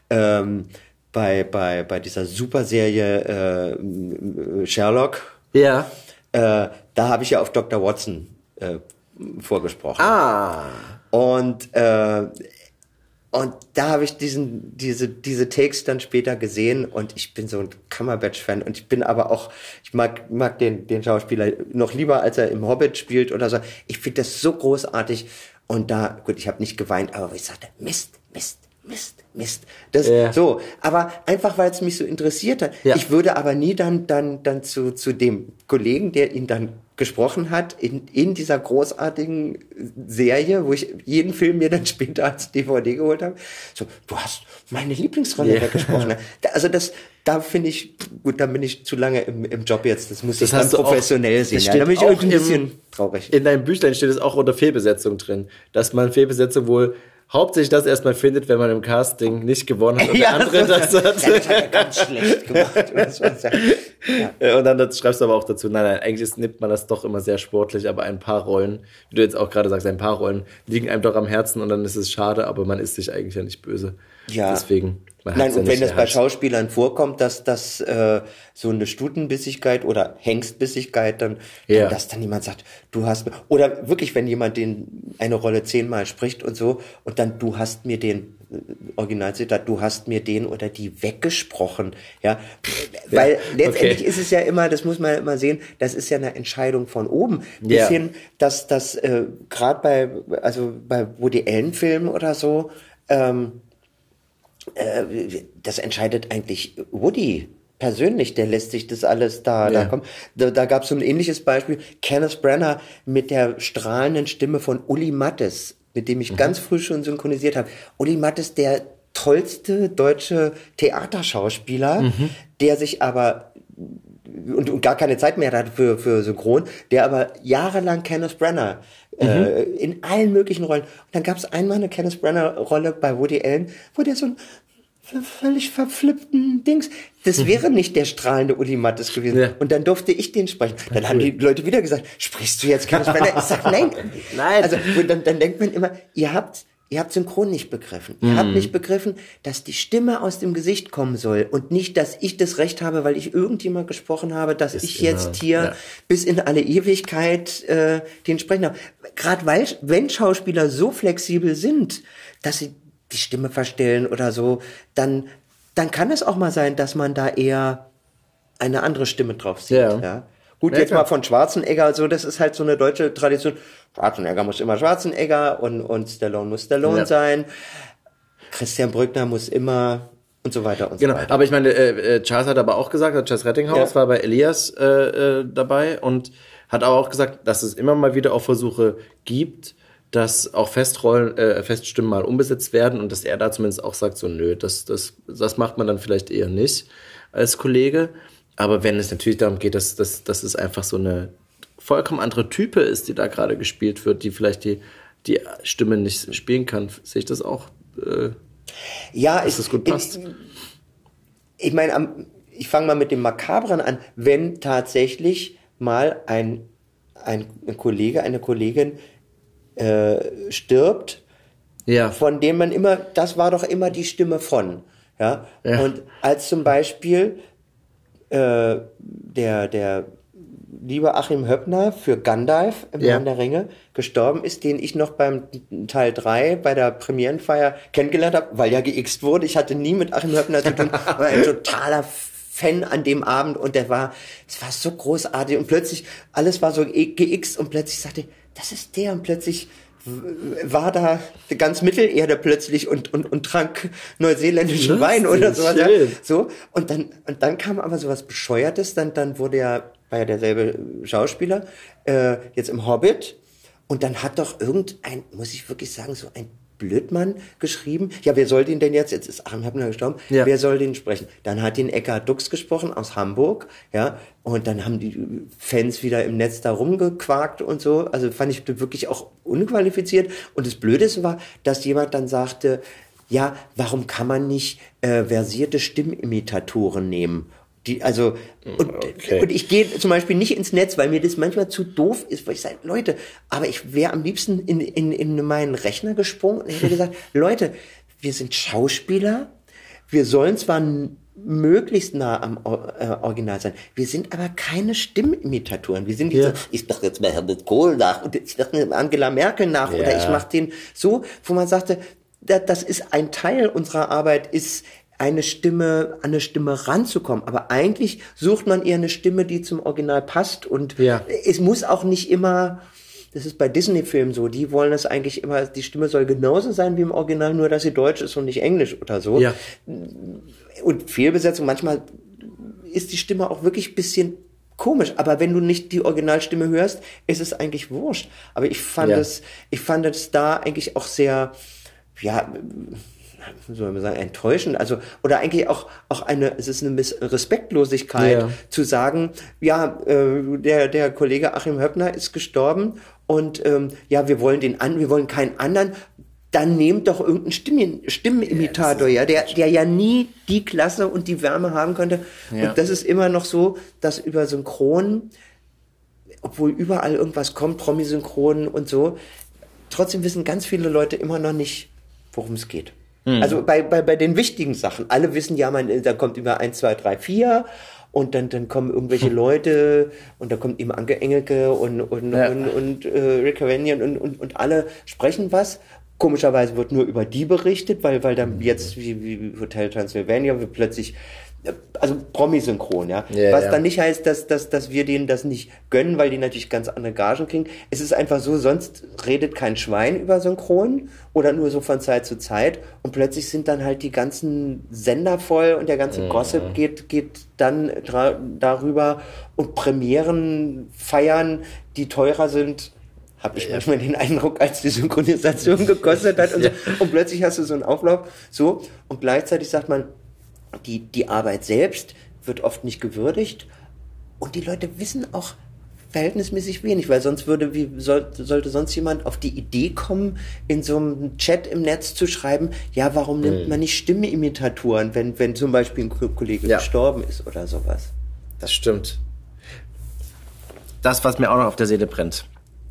bei dieser Superserie Sherlock. Ja. Da habe ich ja auf Dr. Watson vorgesprochen. Und da habe ich diese Takes dann später gesehen und ich bin so ein Cumberbatch-Fan und ich bin aber auch, ich mag den Schauspieler noch lieber, als er im Hobbit spielt oder so. Ich finde das so großartig. Und da, gut, ich habe nicht geweint, aber ich sagte, Mist. Das, so. Aber einfach, weil es mich so interessiert hat. Ja. Ich würde aber nie dann zu dem Kollegen, der ihn dann gesprochen hat, in dieser großartigen Serie, wo ich jeden Film mir dann später als DVD geholt habe, so, du hast meine Lieblingsrolle gesprochen. Also da finde ich, gut, da bin ich zu lange im Job jetzt, das muss ich dann professionell sehen. Ja, da bin ich auch ein bisschen traurig. In deinem Büchlein steht es auch unter Fehlbesetzung drin, dass man Fehlbesetzung wohl hauptsächlich das erstmal findet, wenn man im Casting nicht gewonnen hat und der andere das hat. Ja, das hat er ganz schlecht gemacht. Und dann schreibst du aber auch dazu, nein, eigentlich nimmt man das doch immer sehr sportlich, aber ein paar Rollen, wie du jetzt auch gerade sagst, ein paar Rollen liegen einem doch am Herzen und dann ist es schade, aber man ist sich eigentlich ja nicht böse. Ja. Deswegen. Nein, und wenn es bei Schauspielern vorkommt, dass so eine Stutenbissigkeit oder Hengstbissigkeit dass dann jemand sagt, du hast, oder wirklich, wenn jemand eine Rolle 10-mal spricht und so, und dann, du hast mir den Originalzitat, du hast mir den oder die weggesprochen, ja, weil letztendlich ist es ja immer, das muss man immer sehen, das ist ja eine Entscheidung von oben, bis hin, dass das gerade bei Woody Allen Filmen oder so, das entscheidet eigentlich Woody persönlich, der lässt sich das alles da kommen. Da gab es so ein ähnliches Beispiel, Kenneth Branagh mit der strahlenden Stimme von Uli Mattes, mit dem ich ganz früh schon synchronisiert habe. Uli Mattes, der tollste deutsche Theaterschauspieler, der sich aber und gar keine Zeit mehr hat für Synchron, der aber jahrelang Kenneth Branagh in allen möglichen Rollen. Und dann gab es einmal eine Kenneth Branagh-Rolle bei Woody Allen, wo der so ein völlig verflippten Dings. Das wäre nicht der strahlende Uli Mattes gewesen. Ja. Und dann durfte ich den sprechen. Dann haben die Leute wieder gesagt, sprichst du jetzt Kenneth Branagh? Ich sag, nein. Also, und dann denkt man immer, ihr habt Synchron nicht begriffen. Ihr habt nicht begriffen, dass die Stimme aus dem Gesicht kommen soll und nicht, dass ich das Recht habe, weil ich irgendjemand gesprochen habe, dass ich jetzt hier bis in alle Ewigkeit den sprechen habe. Gerade wenn Schauspieler so flexibel sind, dass sie die Stimme verstellen oder so, dann kann es auch mal sein, dass man da eher eine andere Stimme drauf sieht. Ja. Gut, jetzt mal von Schwarzenegger, so, das ist halt so eine deutsche Tradition. Schwarzenegger muss immer Schwarzenegger und Stallone muss Stallone sein. Christian Brückner muss immer und so weiter und so weiter. Aber ich meine, Charles hat aber auch gesagt, Charles Rettinghaus war bei Elias dabei und hat auch gesagt, dass es immer mal wieder auch Versuche gibt, dass auch Feststimmen mal umbesetzt werden und dass er da zumindest auch sagt, so nö, das macht man dann vielleicht eher nicht als Kollege. Aber wenn es natürlich darum geht, dass es einfach so eine vollkommen andere Type ist, die da gerade gespielt wird, die vielleicht die Stimme nicht spielen kann, sehe ich das auch, dass das gut passt. Ich meine, ich fange mal mit dem Makabren an. Wenn tatsächlich mal ein Kollege, eine Kollegin stirbt, von dem man immer, das war doch immer die Stimme von. Ja? Und als zum Beispiel der liebe Achim Höppner für Gandalf im Herrn der Ringe gestorben ist, den ich noch beim Teil 3 bei der Premierenfeier kennengelernt habe, weil ja geixt wurde. Ich hatte nie mit Achim Höppner zu tun, aber ein totaler Fan an dem Abend und es war so großartig und plötzlich, alles war so geixt und plötzlich sagte ich, das ist der und plötzlich war da ganz Mittelerde plötzlich und trank neuseeländischen Wein oder sowas. Ja. So. Und dann kam aber sowas Bescheuertes, dann war ja derselbe Schauspieler, jetzt im Hobbit. Und dann hat doch muss ich wirklich sagen, so ein Blödmann geschrieben, ja, wer soll den denn jetzt ist Achim Höppner gestorben, wer soll den sprechen? Dann hat den Eckhard Dux gesprochen aus Hamburg, ja, und dann haben die Fans wieder im Netz da rumgequakt und so, also fand ich wirklich auch unqualifiziert. Und das Blödeste war, dass jemand dann sagte, ja, warum kann man nicht versierte Stimmimitatoren nehmen? Und ich gehe zum Beispiel nicht ins Netz, weil mir das manchmal zu doof ist, weil ich sage, Leute, aber ich wäre am liebsten in meinen Rechner gesprungen und hätte gesagt, Leute, wir sind Schauspieler, wir sollen zwar möglichst nah am Original sein, wir sind aber keine Stimmimitatoren. Wir sind ich mache jetzt mal Helmut Kohl nach und ich mache Angela Merkel nach oder ich mache den so, wo man sagte, das ist ein Teil unserer Arbeit, ist an eine Stimme ranzukommen. Aber eigentlich sucht man eher eine Stimme, die zum Original passt. Und es muss auch nicht immer, das ist bei Disney-Filmen so, die wollen das eigentlich immer, die Stimme soll genauso sein wie im Original, nur dass sie deutsch ist und nicht englisch oder so. Ja. Und Fehlbesetzung, manchmal ist die Stimme auch wirklich ein bisschen komisch. Aber wenn du nicht die Originalstimme hörst, ist es eigentlich wurscht. Aber ich fand es da eigentlich auch sehr, wie soll man sagen, enttäuschend, also, oder eigentlich auch es ist eine Respektlosigkeit, zu sagen, der Kollege Achim Höppner ist gestorben und, wir wollen keinen anderen, dann nehmt doch irgendeinen Stimmenimitator, der ja nie die Klasse und die Wärme haben könnte. Ja. Und das ist immer noch so, dass über Synchron, obwohl überall irgendwas kommt, Promi-Synchron und so, trotzdem wissen ganz viele Leute immer noch nicht, worum es geht. Also bei den wichtigen Sachen. Alle wissen da kommt über 1, 2, 3, 4 und dann kommen irgendwelche Leute und da kommt eben Anke Engelke und Rick Cavanian und alle sprechen was. Komischerweise wird nur über die berichtet, weil dann jetzt wie Hotel Transylvania wird plötzlich, also Promi-Synchron, ja. Was dann nicht heißt, dass wir denen das nicht gönnen, weil die natürlich ganz andere Gagen kriegen. Es ist einfach so, sonst redet kein Schwein über Synchron oder nur so von Zeit zu Zeit und plötzlich sind dann halt die ganzen Sender voll und der ganze Gossip geht dann darüber und Premieren feiern, die teurer sind, habe ich manchmal den Eindruck, als die Synchronisation gekostet hat und so. Und plötzlich hast du so einen Auflauf, so, und gleichzeitig sagt man, die Arbeit selbst wird oft nicht gewürdigt und die Leute wissen auch verhältnismäßig wenig, weil sonst sollte sonst jemand auf die Idee kommen, in so einem Chat im Netz zu schreiben, ja, warum nimmt man nicht Stimmeimitatoren, wenn zum Beispiel ein Kollege gestorben ist oder sowas. Das stimmt. Das, was mir auch noch auf der Seele brennt.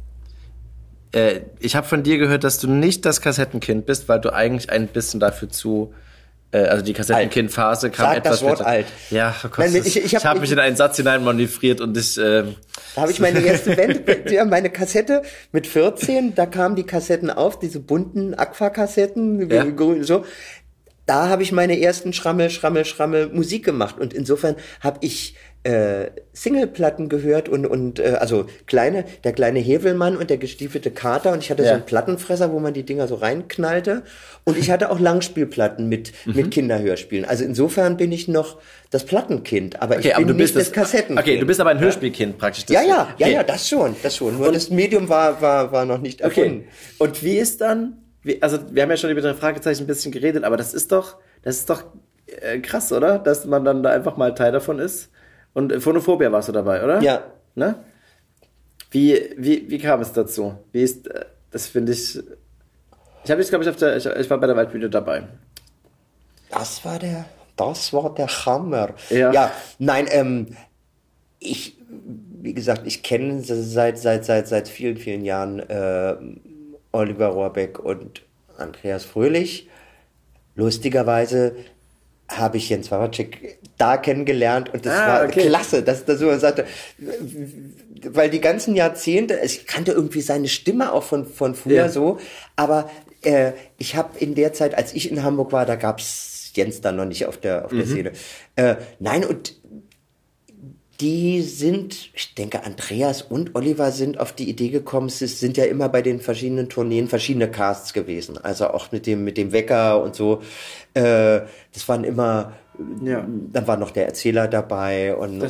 Ich habe von dir gehört, dass du nicht das Kassettenkind bist, weil du eigentlich ein bisschen dafür also die Kassettenkind-Phase kam Sag etwas das Wort später. alt. Ja, oh Gott, ich hab mich in einen Satz hineinmanövriert und da habe ich meine erste meine Kassette mit 14, da kamen die Kassetten auf, diese bunten Aqua-Kassetten, so. Da habe ich meine ersten Schrammel Musik gemacht und insofern habe ich Singleplatten gehört und also der kleine Hävelmann und der gestiefelte Kater und ich hatte so einen Plattenfresser, wo man die Dinger so reinknallte und ich hatte auch Langspielplatten mit Kinderhörspielen. Also insofern bin ich noch das Plattenkind, aber ich bin nicht das Kassettenkind. Okay, du bist aber ein Hörspielkind praktisch. Ja, das schon. Nur und das Medium war noch nicht erfunden. Okay. Und wie ist dann, also wir haben ja schon über die Fragezeichen ein bisschen geredet, aber das ist doch krass, oder? Dass man dann da einfach mal Teil davon ist. Und Phonophobia warst du dabei, oder? Ja. Ne? Wie kam es dazu? Das finde ich. Ich habe jetzt, glaube ich, war bei der Waldbühne dabei. Das war der Hammer. Ja. Nein, wie gesagt, ich kenne seit vielen, vielen Jahren Oliver Rohrbeck und Andreas Fröhlich. Lustigerweise habe ich Jens Wawrcik da kennengelernt und das war klasse, dass so man sagte, weil die ganzen Jahrzehnte, ich kannte irgendwie seine Stimme auch von früher so, aber ich habe in der Zeit, als ich in Hamburg war, da gab's Jens dann noch nicht auf der Szene. Nein, und die ich denke, Andreas und Oliver sind auf die Idee gekommen, es sind ja immer bei den verschiedenen Tourneen verschiedene Casts gewesen, also auch mit dem Wecker und so, das waren immer, dann war noch der Erzähler dabei und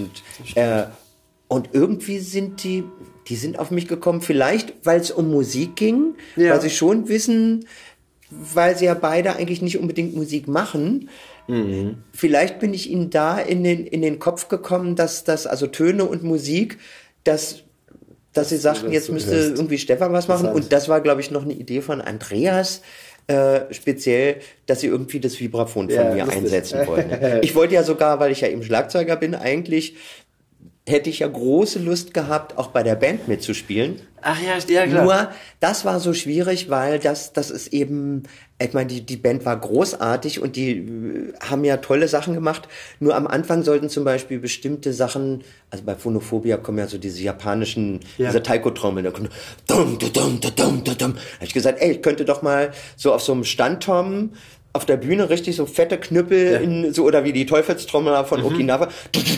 irgendwie sind die sind auf mich gekommen, vielleicht, weil es um Musik ging, weil sie schon wissen, weil sie ja beide eigentlich nicht unbedingt Musik machen. Vielleicht bin ich ihnen da in den Kopf gekommen, dass das, also Töne und Musik, dass sie sagten, jetzt müsste irgendwie Stefan was machen. Und das war, glaube ich, noch eine Idee von Andreas, speziell, dass sie irgendwie das Vibraphon von mir einsetzen wollten. Ich wollte ja sogar, weil ich ja eben Schlagzeuger bin, eigentlich hätte ich ja große Lust gehabt, auch bei der Band mitzuspielen. Ach ja, klar. Nur, das war so schwierig, weil das ist eben, ich meine, die Band war großartig und die haben ja tolle Sachen gemacht. Nur am Anfang sollten zum Beispiel bestimmte Sachen, also bei Phonophobia kommen ja so diese japanischen, diese Taiko-Trommeln, da kommt dum, dum, dum, dum, dum, dum. Da hab ich gesagt, ich könnte doch mal so auf so einem Standtom auf der Bühne richtig so fette Knüppel so, oder wie die Teufelstrommler von Okinawa.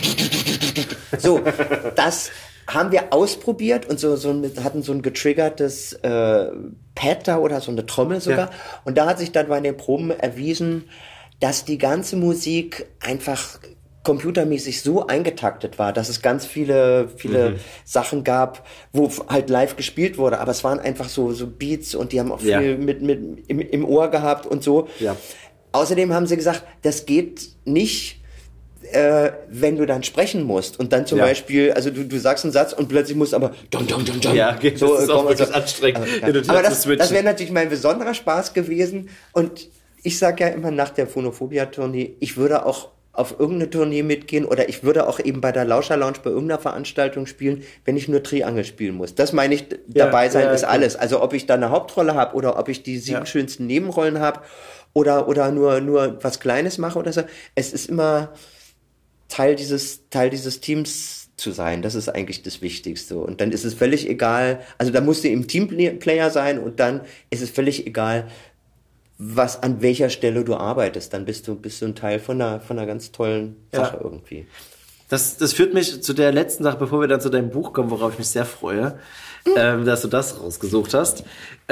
So, das haben wir ausprobiert und hatten so ein getriggertes Pad da oder so eine Trommel sogar. Ja. Und da hat sich dann bei den Proben erwiesen, dass die ganze Musik einfach computermäßig so eingetaktet war, dass es ganz viele Sachen gab, wo halt live gespielt wurde. Aber es waren einfach so Beats und die haben auch viel mit im Ohr gehabt und so. Ja. Außerdem haben sie gesagt, das geht nicht, wenn du dann sprechen musst und dann zum Beispiel, also du sagst einen Satz und plötzlich musst aber dum. Ja, okay, so, das ist auch wirklich anstrengend. Aber das wäre natürlich mein besonderer Spaß gewesen und ich sag ja immer nach der Phonophobia-Tournee, ich würde auch auf irgendeine Tournee mitgehen oder ich würde auch eben bei der Lauscher Lounge bei irgendeiner Veranstaltung spielen, wenn ich nur Triangel spielen muss. Das meine ich, dabei sein ist alles. Also ob ich da eine Hauptrolle habe oder ob ich die 7 schönsten Nebenrollen habe oder nur was Kleines mache oder so. Es ist immer Teil dieses Teams zu sein. Das ist eigentlich das Wichtigste. Und dann ist es völlig egal, also da musst du im Teamplayer sein und dann ist es völlig egal, an welcher Stelle du arbeitest. Dann bist du ein Teil von einer ganz tollen Sache irgendwie. Das führt mich zu der letzten Sache, bevor wir dann zu deinem Buch kommen, worauf ich mich sehr freue, dass du das rausgesucht hast.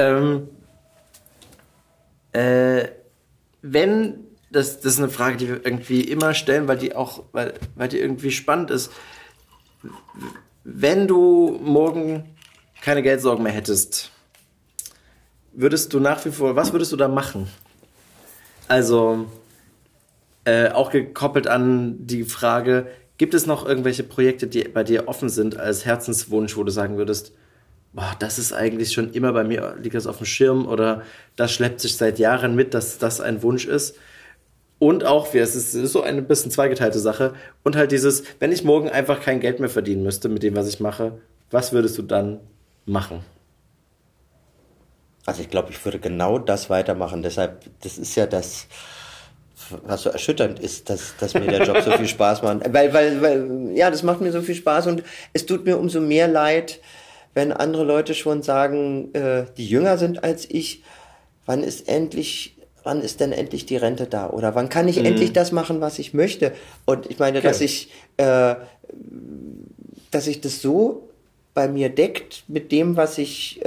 Das ist eine Frage, die wir irgendwie immer stellen, weil die irgendwie spannend ist. Wenn du morgen keine Geldsorgen mehr hättest, würdest du nach wie vor, was würdest du da machen? Also, auch gekoppelt an die Frage, gibt es noch irgendwelche Projekte, die bei dir offen sind als Herzenswunsch, wo du sagen würdest, boah, das ist eigentlich schon immer bei mir, liegt das auf dem Schirm oder das schleppt sich seit Jahren mit, dass das ein Wunsch ist? Und auch, es ist so eine bisschen zweigeteilte Sache. Und halt dieses, wenn ich morgen einfach kein Geld mehr verdienen müsste mit dem, was ich mache, was würdest du dann machen? Also ich glaube, ich würde genau das weitermachen. Deshalb, das ist ja das, was so erschütternd ist, dass mir der Job so viel Spaß macht. Weil, das macht mir so viel Spaß und es tut mir umso mehr leid, wenn andere Leute schon sagen, die jünger sind als ich, wann ist denn endlich die Rente da? Oder wann kann ich endlich das machen, was ich möchte? Und ich meine, dass ich das so bei mir deckt mit dem, was ich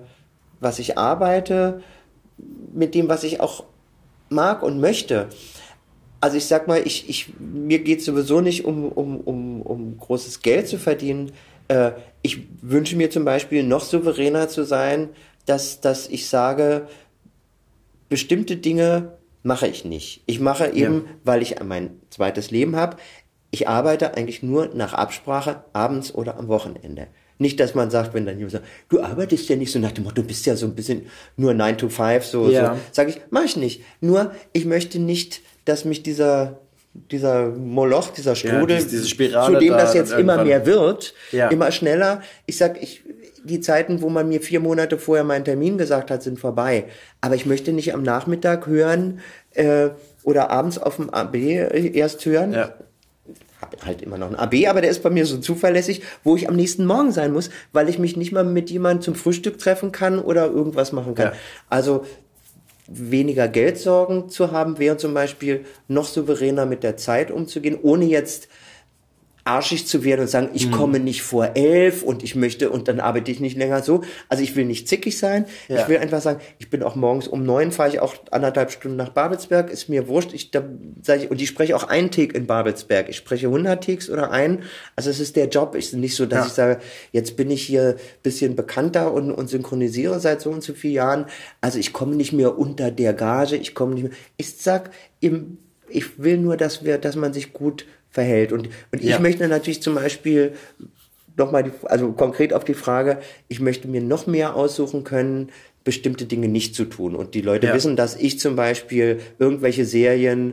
arbeite, mit dem, was ich auch mag und möchte. Also ich sag mal, mir geht es sowieso nicht um großes Geld zu verdienen. Ich wünsche mir zum Beispiel noch souveräner zu sein, dass ich sage, bestimmte Dinge mache ich nicht. Ich mache eben, weil ich mein zweites Leben habe, ich arbeite eigentlich nur nach Absprache abends oder am Wochenende. Nicht, dass man sagt, wenn dann jemand sagt, du arbeitest ja nicht so nach dem Motto, du bist ja so ein bisschen nur 9 to 5, so. Sage ich, mach ich nicht. Nur, ich möchte nicht, dass mich dieser Moloch, dieser Strudel, diese Spirale, zu dem das jetzt immer mehr wird, Ja. immer schneller. Ich sag, die Zeiten, wo man mir 4 Monate vorher meinen Termin gesagt hat, sind vorbei. Aber ich möchte nicht am Nachmittag hören oder abends auf dem AB erst hören. Ja. Habe halt immer noch einen AB, aber der ist bei mir so zuverlässig, wo ich am nächsten Morgen sein muss, weil ich mich nicht mal mit jemandem zum Frühstück treffen kann oder irgendwas machen kann. Ja. Also weniger Geldsorgen zu haben, wäre zum Beispiel noch souveräner mit der Zeit umzugehen, ohne jetzt arschig zu werden und sagen, ich komme nicht vor 11 und ich möchte und dann arbeite ich nicht länger so. Also ich will nicht zickig sein. Ja. Ich will einfach sagen, ich bin auch morgens um 9, fahre ich auch 1,5 Stunden nach Babelsberg, ist mir wurscht. Und ich spreche auch einen Tick in Babelsberg. Ich spreche 100 Ticks oder einen. Also es ist der Job. Es ist nicht so, dass ich sage, jetzt bin ich hier ein bisschen bekannter und synchronisiere seit so und so vielen Jahren. Also ich komme nicht mehr unter der Gage. Ich sag, ich will nur, dass man sich gut verhält. Und ich möchte natürlich zum Beispiel nochmal, also konkret auf die Frage, ich möchte mir noch mehr aussuchen können, bestimmte Dinge nicht zu tun. Und die Leute wissen, dass ich zum Beispiel irgendwelche Serien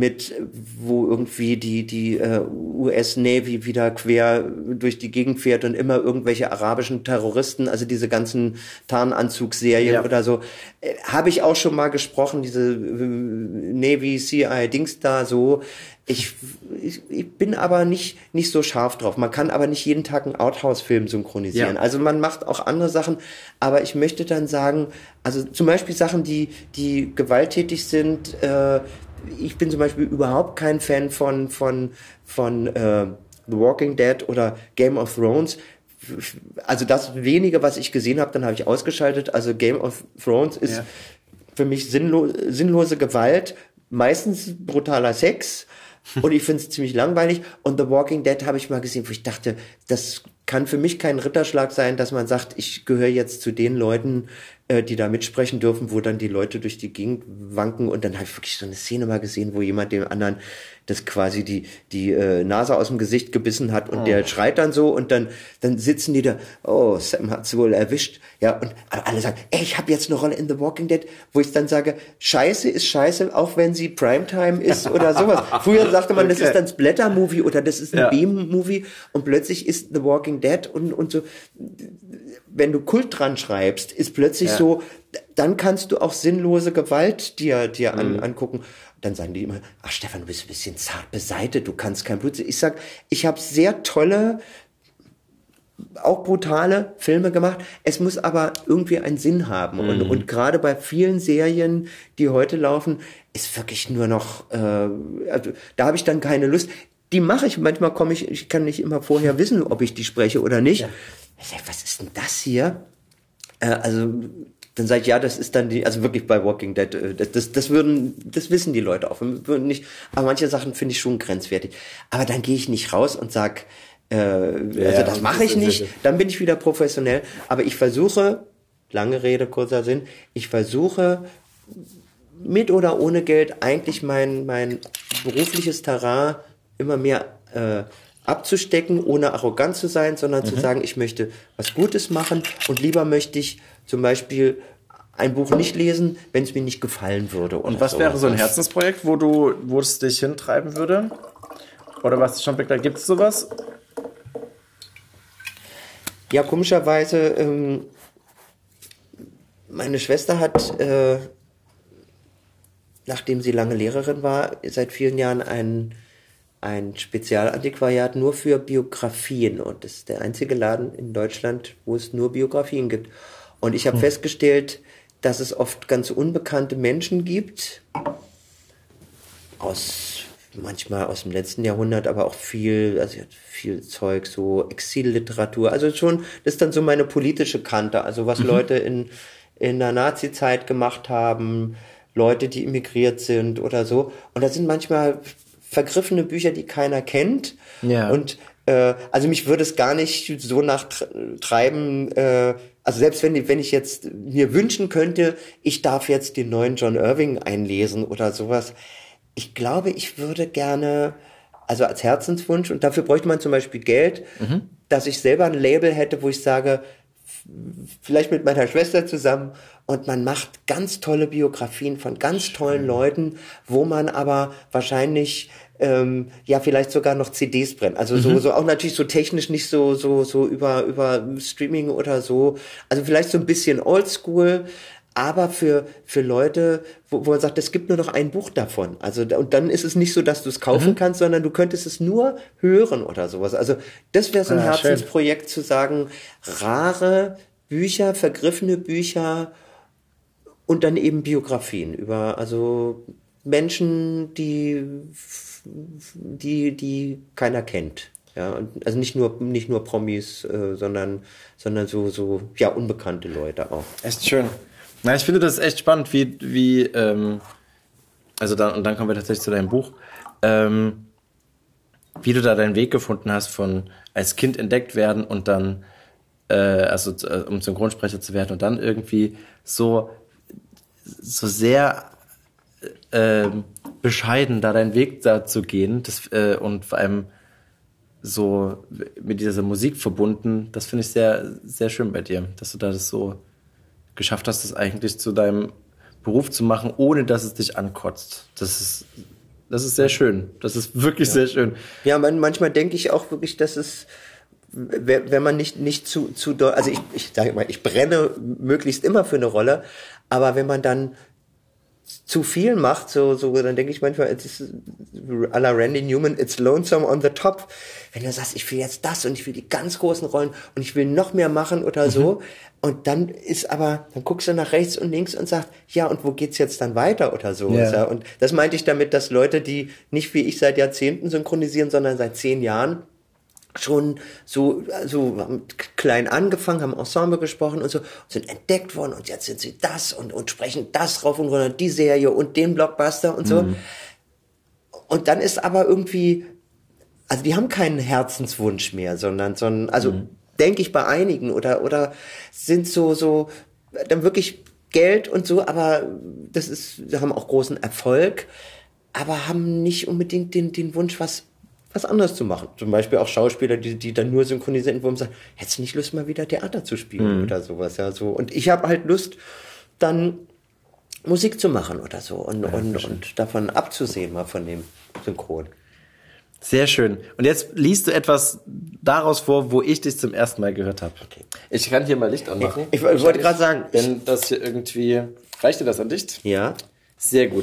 wo irgendwie die US Navy wieder quer durch die Gegend fährt und immer irgendwelche arabischen Terroristen, also diese ganzen Tarnanzugsserien oder so, habe ich auch schon mal gesprochen, diese Navy, CIA Dings da so. Ich bin aber nicht so scharf drauf. Man kann aber nicht jeden Tag einen Outhouse-Film synchronisieren. Also man macht auch andere Sachen, aber ich möchte dann sagen, also zum Beispiel Sachen, die gewalttätig sind. Ich bin zum Beispiel überhaupt kein Fan von The Walking Dead oder Game of Thrones. Also das wenige, was ich gesehen habe, dann habe ich ausgeschaltet. Also Game of Thrones ist für mich sinnlose Gewalt, meistens brutaler Sex. Und ich finde es ziemlich langweilig. Und The Walking Dead habe ich mal gesehen, wo ich dachte, das kann für mich kein Ritterschlag sein, dass man sagt, ich gehöre jetzt zu den Leuten, die da mitsprechen dürfen, wo dann die Leute durch die Gegend wanken. Und dann habe ich wirklich so eine Szene mal gesehen, wo jemand dem anderen das quasi die Nase aus dem Gesicht gebissen hat und der schreit dann so und dann sitzen die da, oh, Sam hat's wohl erwischt. Ja, und alle sagen, ey, ich habe jetzt eine Rolle in The Walking Dead, wo ich dann sage, Scheiße ist Scheiße, auch wenn sie Primetime ist oder sowas. Früher sagte man, das ist dann Splatter-Movie oder das ist ein B-Movie und plötzlich ist The Walking Dead und so. Wenn du Kult dran schreibst, ist plötzlich so, dann kannst du auch sinnlose Gewalt dir angucken. dann sagen die immer, ach Stefan, du bist ein bisschen zart beseitet, du kannst kein Blut sehen. Ich sag, ich habe sehr tolle, auch brutale Filme gemacht. Es muss aber irgendwie einen Sinn haben. Und gerade bei vielen Serien, die heute laufen, ist wirklich nur noch, also, da habe ich dann keine Lust. Die mache ich, manchmal ich kann nicht immer vorher wissen, ob ich die spreche oder nicht. Ja. Ich sag, was ist denn das hier? Also, dann sage ich, ja, das ist dann also wirklich bei Walking Dead, das wissen die Leute auch, würden nicht, aber manche Sachen finde ich schon grenzwertig. Aber dann gehe ich nicht raus und sag, also das mache ich nicht, dann bin ich wieder professionell. Aber ich versuche, lange Rede, kurzer Sinn, ich versuche mit oder ohne Geld eigentlich mein berufliches Terrain immer mehr abzustecken, ohne arrogant zu sein, sondern zu sagen, ich möchte was Gutes machen und lieber möchte ich zum Beispiel ein Buch nicht lesen, wenn es mir nicht gefallen würde. Und was wäre so ein Herzensprojekt, wo es dich hintreiben würde? Oder was schon begleitet? Gibt es sowas? Ja, komischerweise, meine Schwester hat, nachdem sie lange Lehrerin war, seit vielen Jahren ein Spezialantiquariat nur für Biografien. Und das ist der einzige Laden in Deutschland, wo es nur Biografien gibt. Und ich habe festgestellt, dass es oft ganz unbekannte Menschen gibt, manchmal aus dem letzten Jahrhundert, aber auch viel Zeug, so Exilliteratur. Also schon, das ist dann so meine politische Kante. Also was Leute in der Nazi-Zeit gemacht haben, Leute, die emigriert sind oder so. Und da sind manchmal vergriffene Bücher, die keiner kennt. Ja. Und also mich würde es gar nicht so nachtreiben, also selbst wenn ich jetzt mir wünschen könnte, ich darf jetzt den neuen John Irving einlesen oder sowas. Ich glaube, ich würde gerne, also als Herzenswunsch, und dafür bräuchte man zum Beispiel Geld, dass ich selber ein Label hätte, wo ich sage, vielleicht mit meiner Schwester zusammen, und man macht ganz tolle Biografien von ganz tollen Leuten, wo man aber wahrscheinlich vielleicht sogar noch CDs brennt. Also so auch natürlich so technisch nicht so über Streaming oder so. Also vielleicht so ein bisschen oldschool, aber für Leute, wo man sagt, es gibt nur noch ein Buch davon. Also und dann ist es nicht so, dass du es kaufen kannst, sondern du könntest es nur hören oder sowas. Also das wäre so ein Herzensprojekt, zu sagen, rare Bücher, vergriffene Bücher und dann eben Biografien über Menschen, die keiner kennt. Ja, also nicht nur Promis, sondern so unbekannte Leute auch. Echt schön. Na, ich finde das echt spannend, wie dann kommen wir tatsächlich zu deinem Buch, wie du da deinen Weg gefunden hast von als Kind entdeckt werden und dann um Synchronsprecher zu werden und dann irgendwie so sehr bescheiden da deinen Weg da zu gehen, und vor allem so mit dieser Musik verbunden, das finde ich sehr, sehr schön bei dir, dass du da das so geschafft hast, das eigentlich zu deinem Beruf zu machen, ohne dass es dich ankotzt. Das ist sehr schön. Das ist wirklich sehr schön. Ja, manchmal denke ich auch wirklich, dass es, wenn man nicht zu doll, also ich sage immer, ich brenne möglichst immer für eine Rolle, aber wenn man dann zu viel macht, dann denke ich manchmal, à la Randy Newman, it's lonesome on the top. Wenn du sagst, ich will jetzt das und ich will die ganz großen Rollen und ich will noch mehr machen oder so, und dann guckst du nach rechts und links und sagst, ja, und wo geht's jetzt dann weiter oder so. Ja. Und das meinte ich damit, dass Leute, die nicht wie ich seit Jahrzehnten synchronisieren, sondern seit 10 Jahren, schon so haben klein angefangen, haben Ensemble gesprochen und so, sind entdeckt worden und jetzt sind sie das und sprechen das rauf und runter, die Serie und den Blockbuster und so. Und dann ist aber irgendwie, also die haben keinen Herzenswunsch mehr, sondern denke ich bei einigen oder sind so dann wirklich Geld und so, aber haben auch großen Erfolg, aber haben nicht unbedingt den Wunsch, was anderes zu machen. Zum Beispiel auch Schauspieler, die dann nur synchronisieren, wo man sagt, hättest du nicht Lust, mal wieder Theater zu spielen oder sowas. Ja, so. Und ich habe halt Lust, dann Musik zu machen oder so und davon abzusehen, mal von dem Synchron. Sehr schön. Und jetzt liest du etwas daraus vor, wo ich dich zum ersten Mal gehört habe. Okay. Ich kann hier mal Licht anmachen. Ich wollte gerade sagen. Wenn das hier irgendwie... Reicht dir das an Licht? Ja. Sehr gut.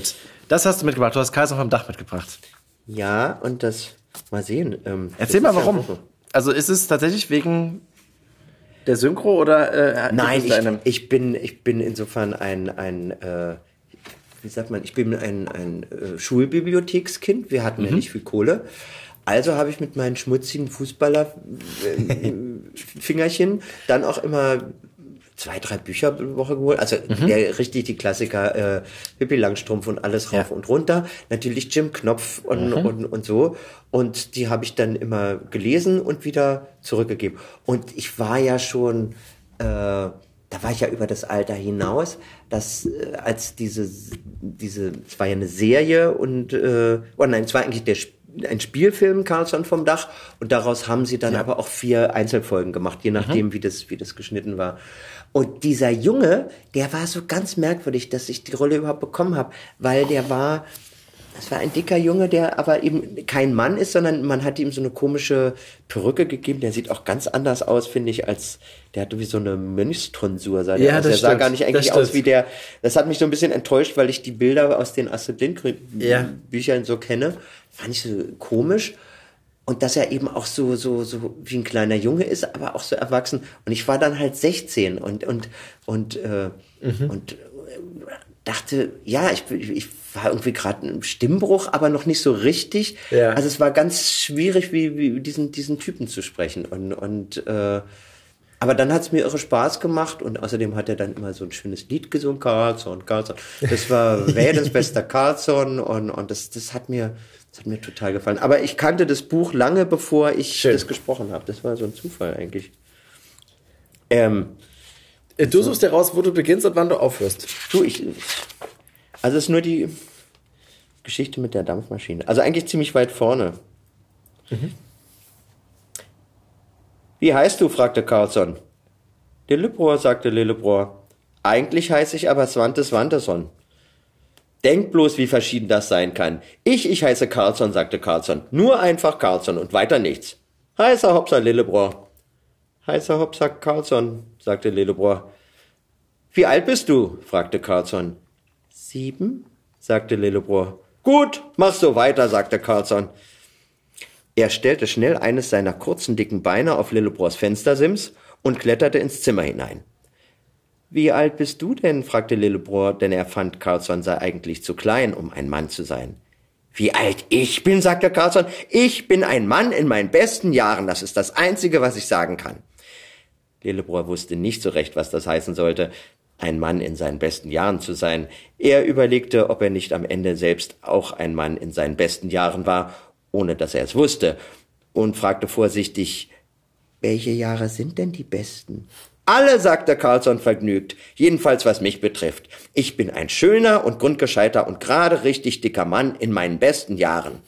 Das hast du mitgebracht. Du hast Carlson vom Dach mitgebracht. Ja, und das, mal sehen. Erzähl mal, warum. Also ist es tatsächlich wegen der Synchro oder? Nein, ich bin insofern wie sagt man, ich bin ein Schulbibliothekskind. Wir hatten ja nicht viel Kohle. Also habe ich mit meinen schmutzigen Fußballerfingerchen dann auch immer 2, 3 Bücher pro Woche geholt. Also richtig die Klassiker, Pippi Langstrumpf und alles rauf und runter. Natürlich Jim Knopf und so. Und die habe ich dann immer gelesen und wieder zurückgegeben. Und ich war ja schon, da war ich ja über das Alter hinaus, dass als es war ja eine Serie und, es war eigentlich ein Spielfilm, Carlson vom Dach, und daraus haben sie dann aber auch 4 Einzelfolgen gemacht, je nachdem, wie das geschnitten war. Und dieser Junge, der war so ganz merkwürdig, dass ich die Rolle überhaupt bekommen habe, weil das war ein dicker Junge, der aber eben kein Mann ist, sondern man hat ihm so eine komische Perücke gegeben. Der sieht auch ganz anders aus, finde ich, der hatte wie so eine Mönchstonsur. Der sah gar nicht eigentlich aus wie der. Das hat mich so ein bisschen enttäuscht, weil ich die Bilder aus den Astrid Lindgren Büchern so kenne. Fand ich so komisch. Und dass er eben auch so wie ein kleiner Junge ist, aber auch so erwachsen. Und ich war dann halt 16 und dachte, ja, ich war irgendwie gerade im Stimmbruch, aber noch nicht so richtig. Ja. Also es war ganz schwierig, wie diesen Typen zu sprechen. Aber dann hat es mir irre Spaß gemacht und außerdem hat er dann immer so ein schönes Lied gesungen, Carlson. Das war Wählens bester Carlson und das hat mir total gefallen. Aber ich kannte das Buch lange, bevor ich das gesprochen habe. Das war so ein Zufall eigentlich. Du suchst dir raus, wo du beginnst und wann du aufhörst. Also es ist nur die Geschichte mit der Dampfmaschine. Also eigentlich ziemlich weit vorne. Wie heißt du? Fragte Carlson. Lillebror, sagte Lillebror. Eigentlich heiße ich aber Svante Svanteson. Denk bloß, wie verschieden das sein kann. Ich heiße Carlson, sagte Carlson. Nur einfach Carlson und weiter nichts. Heißer Hopser Lillebror. Heißer Hopser Carlson, sagte Lillebror. Wie alt bist du? Fragte Carlson. 7, sagte Lillebror. Gut, mach so weiter, sagte Carlson. Er stellte schnell eines seiner kurzen, dicken Beine auf Lillebrors Fenstersims und kletterte ins Zimmer hinein. Wie alt bist du denn? Fragte Lillebror, denn er fand, Carlson sei eigentlich zu klein, um ein Mann zu sein. Wie alt ich bin, sagte Carlson. Ich bin ein Mann in meinen besten Jahren. Das ist das Einzige, was ich sagen kann. Lillebror wusste nicht so recht, was das heißen sollte, ein Mann in seinen besten Jahren zu sein. Er überlegte, ob er nicht am Ende selbst auch ein Mann in seinen besten Jahren war, ohne dass er es wusste, und fragte vorsichtig, welche Jahre sind denn die besten? Alle, sagte Carlson vergnügt, jedenfalls was mich betrifft. Ich bin ein schöner und grundgescheiter und gerade richtig dicker Mann in meinen besten Jahren.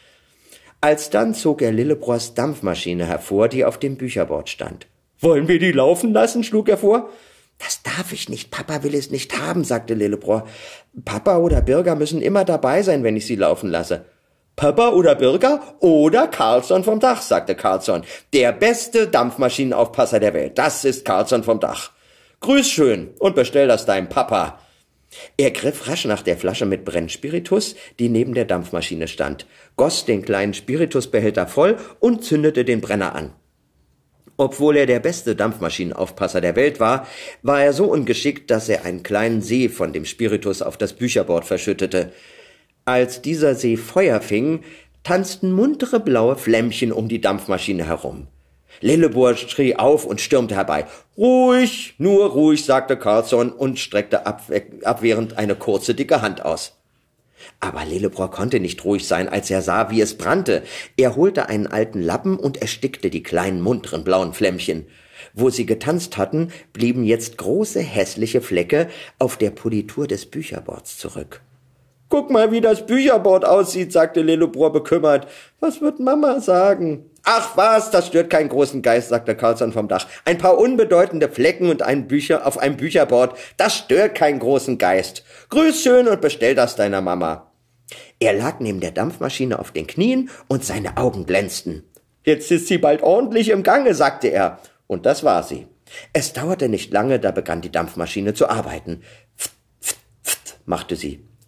Alsdann zog er Lillebrors Dampfmaschine hervor, die auf dem Bücherbord stand. Wollen wir die laufen lassen? Schlug er vor. Das darf ich nicht, Papa will es nicht haben, sagte Lillebror. Papa oder Birger müssen immer dabei sein, wenn ich sie laufen lasse. Papa oder Birger oder Carlson vom Dach, sagte Carlson. Der beste Dampfmaschinenaufpasser der Welt, das ist Carlson vom Dach. Grüß schön und bestell das deinem Papa. Er griff rasch nach der Flasche mit Brennspiritus, die neben der Dampfmaschine stand, goss den kleinen Spiritusbehälter voll und zündete den Brenner an. Obwohl er der beste Dampfmaschinenaufpasser der Welt war, war er so ungeschickt, dass er einen kleinen See von dem Spiritus auf das Bücherbord verschüttete. Als dieser See Feuer fing, tanzten muntere blaue Flämmchen um die Dampfmaschine herum. Lillebror schrie auf und stürmte herbei. Ruhig, nur ruhig, sagte Carlson und streckte abwehrend eine kurze, dicke Hand aus. Aber Lillebror konnte nicht ruhig sein, als er sah, wie es brannte. Er holte einen alten Lappen und erstickte die kleinen, munteren blauen Flämmchen. Wo sie getanzt hatten, blieben jetzt große, hässliche Flecke auf der Politur des Bücherbords zurück. »Guck mal, wie das Bücherbord aussieht«, sagte Lillebror bekümmert. »Was wird Mama sagen?« »Ach was, das stört keinen großen Geist«, sagte Carlson vom Dach. »Ein paar unbedeutende Flecken und auf einem Bücherbord, das stört keinen großen Geist. Grüß schön und bestell das deiner Mama.« Er lag neben der Dampfmaschine auf den Knien und seine Augen glänzten. »Jetzt ist sie bald ordentlich im Gange«, sagte er. Und das war sie. Es dauerte nicht lange, da begann die Dampfmaschine zu arbeiten. Pft, pft, pft, machte sie.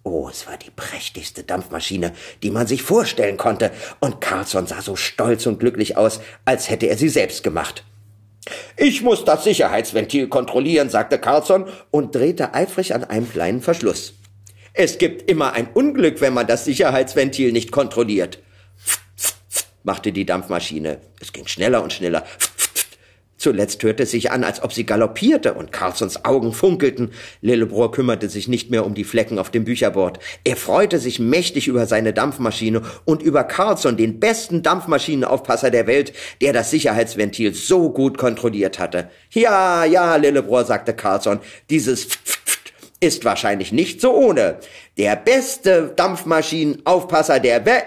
Oh, es war die prächtigste Dampfmaschine, die man sich vorstellen konnte. Und Carlsson sah so stolz und glücklich aus, als hätte er sie selbst gemacht. »Ich muss das Sicherheitsventil kontrollieren«, sagte Carlsson und drehte eifrig an einem kleinen Verschluss. »Es gibt immer ein Unglück, wenn man das Sicherheitsventil nicht kontrolliert.« machte die Dampfmaschine. Es ging schneller und schneller. Zuletzt hörte es sich an, als ob sie galoppierte, und Carlssons Augen funkelten. Lillebror kümmerte sich nicht mehr um die Flecken auf dem Bücherbord. Er freute sich mächtig über seine Dampfmaschine und über Carlsson, den besten Dampfmaschinenaufpasser der Welt, der das Sicherheitsventil so gut kontrolliert hatte. »Ja, ja, Lillebror«, sagte Carlsson, »dieses ist wahrscheinlich nicht so ohne. Der beste Dampfmaschinenaufpasser der Welt...«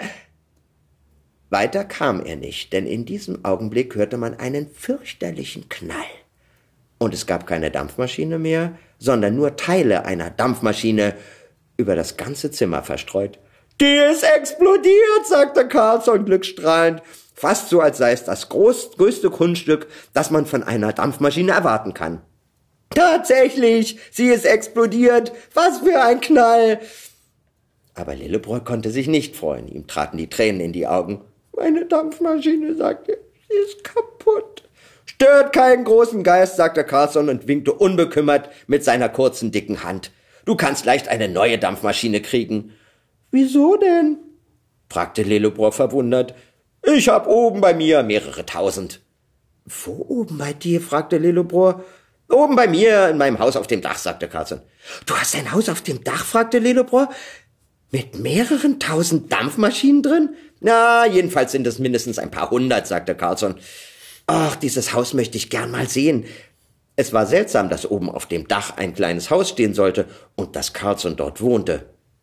Weiter kam er nicht, denn in diesem Augenblick hörte man einen fürchterlichen Knall. Und es gab keine Dampfmaschine mehr, sondern nur Teile einer Dampfmaschine über das ganze Zimmer verstreut. »Die ist explodiert«, sagte Carlsson glückstrahlend, fast so, als sei es das größte Kunststück, das man von einer Dampfmaschine erwarten kann. »Tatsächlich, sie ist explodiert, was für ein Knall!« Aber Lillebror konnte sich nicht freuen, ihm traten die Tränen in die Augen. »Meine Dampfmaschine«, sagte er, »sie ist kaputt.« »Stört keinen großen Geist«, sagte Carlsson und winkte unbekümmert mit seiner kurzen, dicken Hand. »Du kannst leicht eine neue Dampfmaschine kriegen.« »Wieso denn?« fragte Lillebror verwundert. »Ich hab oben bei mir mehrere tausend.« »Wo oben bei dir?« fragte Lillebror. »Oben bei mir, in meinem Haus auf dem Dach«, sagte Carlsson. »Du hast ein Haus auf dem Dach?« fragte Lillebror. »Mit mehreren tausend Dampfmaschinen drin?« »Na, jedenfalls sind es mindestens ein paar hundert«, sagte Carlsson. »Ach, dieses Haus möchte ich gern mal sehen.« Es war seltsam, dass oben auf dem Dach ein kleines Haus stehen sollte und dass Carlsson dort wohnte.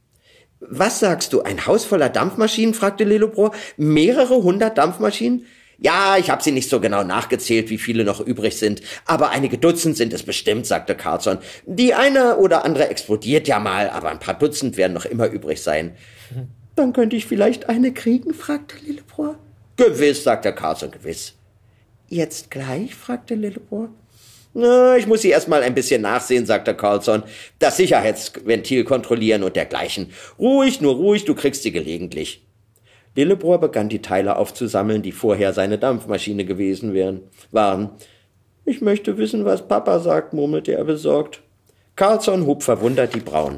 »Was sagst du, ein Haus voller Dampfmaschinen?« fragte Lillebror. »Mehrere hundert Dampfmaschinen?« »Ja, ich habe sie nicht so genau nachgezählt, wie viele noch übrig sind, aber einige Dutzend sind es bestimmt«, sagte Carlsson. »Die eine oder andere explodiert ja mal, aber ein paar Dutzend werden noch immer übrig sein.« »Dann könnte ich vielleicht eine kriegen?« fragte Lillebror. »Gewiss«, sagte Carlsson, »gewiss.« »Jetzt gleich?« fragte Lillebror. »Na, ich muss sie erst mal ein bisschen nachsehen«, sagte Carlsson. »Das Sicherheitsventil kontrollieren und dergleichen. Ruhig, nur ruhig, du kriegst sie gelegentlich.« Lillebror begann die Teile aufzusammeln, die vorher seine Dampfmaschine gewesen waren. »Ich möchte wissen, was Papa sagt«, murmelte er besorgt. Carlsson hob verwundert die Brauen.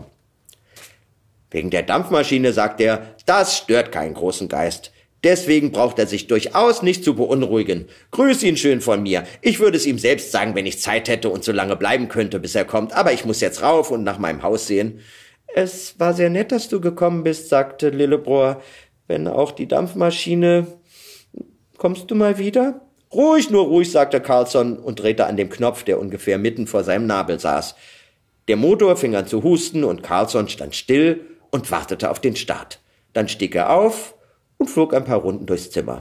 »Wegen der Dampfmaschine«, sagte er, »das stört keinen großen Geist. Deswegen braucht er sich durchaus nicht zu beunruhigen. Grüß ihn schön von mir. Ich würde es ihm selbst sagen, wenn ich Zeit hätte und so lange bleiben könnte, bis er kommt. Aber ich muss jetzt rauf und nach meinem Haus sehen.« »Es war sehr nett, dass du gekommen bist«, sagte Lillebror. »Wenn auch die Dampfmaschine... Kommst du mal wieder?« »Ruhig, nur ruhig«, sagte Carlsson und drehte an dem Knopf, der ungefähr mitten vor seinem Nabel saß. Der Motor fing an zu husten und Carlsson stand still und wartete auf den Start. Dann stieg er auf und flog ein paar Runden durchs Zimmer.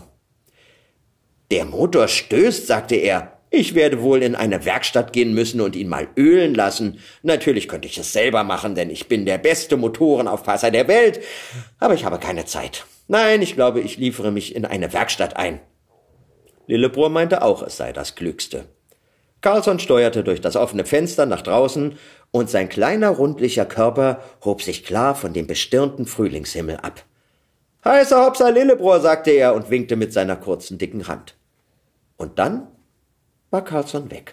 »Der Motor stößt«, sagte er. »Ich werde wohl in eine Werkstatt gehen müssen und ihn mal ölen lassen. Natürlich könnte ich es selber machen, denn ich bin der beste Motorenaufpasser der Welt. Aber ich habe keine Zeit. Nein, ich glaube, ich liefere mich in eine Werkstatt ein.« Lillebror meinte auch, es sei das Klügste. Carlsson steuerte durch das offene Fenster nach draußen und sein kleiner, rundlicher Körper hob sich klar von dem bestirnten Frühlingshimmel ab. »Heißer Hopser Lillebror«, sagte er und winkte mit seiner kurzen, dicken Hand. Und dann war Carlsson weg.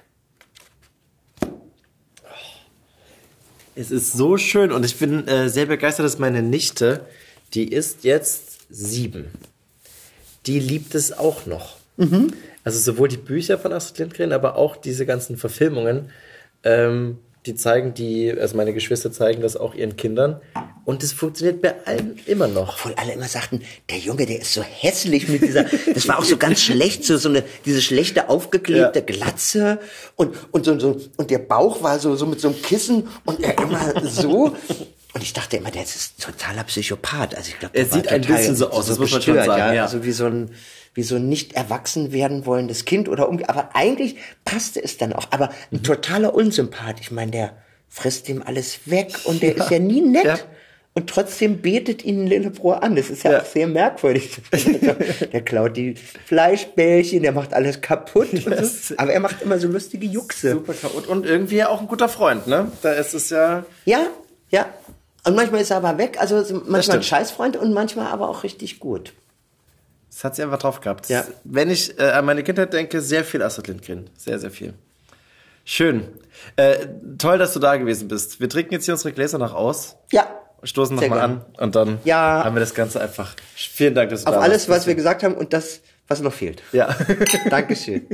Es ist so schön und ich bin sehr begeistert, dass meine Nichte, die ist jetzt 7, die liebt es auch noch. Mhm. Also sowohl die Bücher von Astrid Lindgren, aber auch diese ganzen Verfilmungen, die zeigen also meine Geschwister zeigen das auch ihren Kindern und es funktioniert bei allen immer noch. Obwohl alle immer sagten, der Junge, der ist so hässlich mit dieser, das war auch so ganz schlecht, diese schlechte aufgeklebte Glatze und der Bauch war so mit so einem Kissen und er immer so. Und ich dachte immer, der ist totaler Psychopath. Also ich glaube, er sieht ein bisschen so aus, das muss man schon sagen. Ja. Also wie so ein nicht erwachsen werden wollendes Kind oder aber eigentlich passte es dann auch. Aber ein totaler Unsympath. Ich meine, der frisst ihm alles weg und der ist ja nie nett. Ja. Und trotzdem betet ihn Lillebror an. Das ist ja auch sehr merkwürdig. Der klaut die Fleischbällchen, der macht alles kaputt. Und so. Aber er macht immer so lustige Juxe. Super kaputt. Und irgendwie auch ein guter Freund, ne? Da ist es ja... Ja. Und manchmal ist er aber weg, also manchmal ein Scheißfreund und manchmal aber auch richtig gut. Das hat sie einfach drauf gehabt. Ja. Wenn ich an meine Kindheit denke, sehr viel Astrid Lindgren. Sehr, sehr viel. Schön. Toll, dass du da gewesen bist. Wir trinken jetzt hier unsere Gläser noch aus. Ja. Stoßen nochmal an und dann haben wir das Ganze einfach. Vielen Dank, dass du da warst. Auf alles, was wir gesagt haben und das, was noch fehlt. Ja. Dankeschön.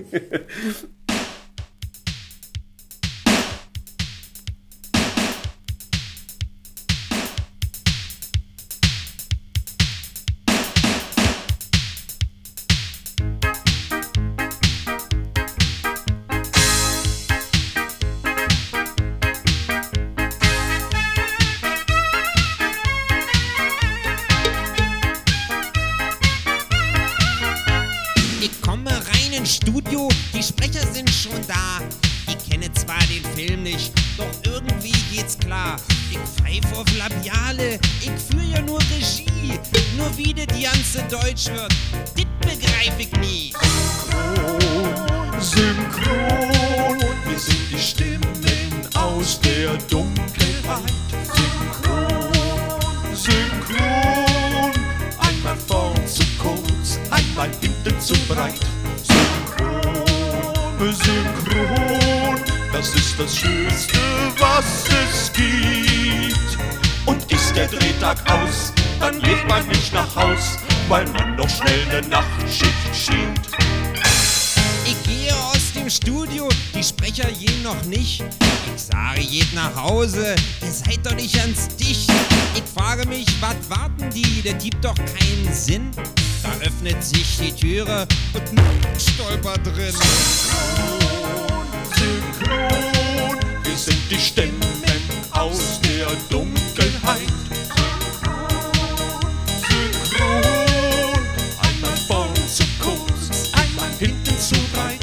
Studio, die Sprecher sind schon da. Ich kenne zwar den Film nicht, doch irgendwie geht's klar. Ich pfeif auf Labiale, ich führ ja nur Regie. Nur wie das ganze Deutsch wird, dit begreif ich nie. Synchron, wir sind die Stimmen aus der Dunkelheit. Synchron, einmal vorn zu kurz, einmal hinten zu breit. Synchron, das ist das Schönste, was es gibt. Und ist der Drehtag aus, dann geht man nicht nach Haus, weil man noch schnell eine Nachtschicht schiebt. Ich gehe aus dem Studio, die Sprecher gehen noch nicht. Ich sage, geht nach Hause, ihr seid doch nicht ganz dicht. Ich frage mich, was warten die, das gibt doch keinen Sinn. Da öffnet sich die Türe und stolpert drin. Synchron, wir sind die Stimmen aus der Dunkelheit. Synchron, einmal vorn zu kurz, einmal hinten zu breit.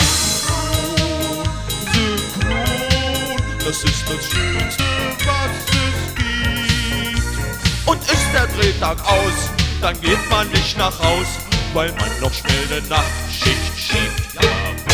Synchron, das ist das Schönste, was es gibt. Und ist der Drehtag aus, dann geht man nicht nach Haus, weil man noch schnell eine Nachtschicht schiebt. Jawohl.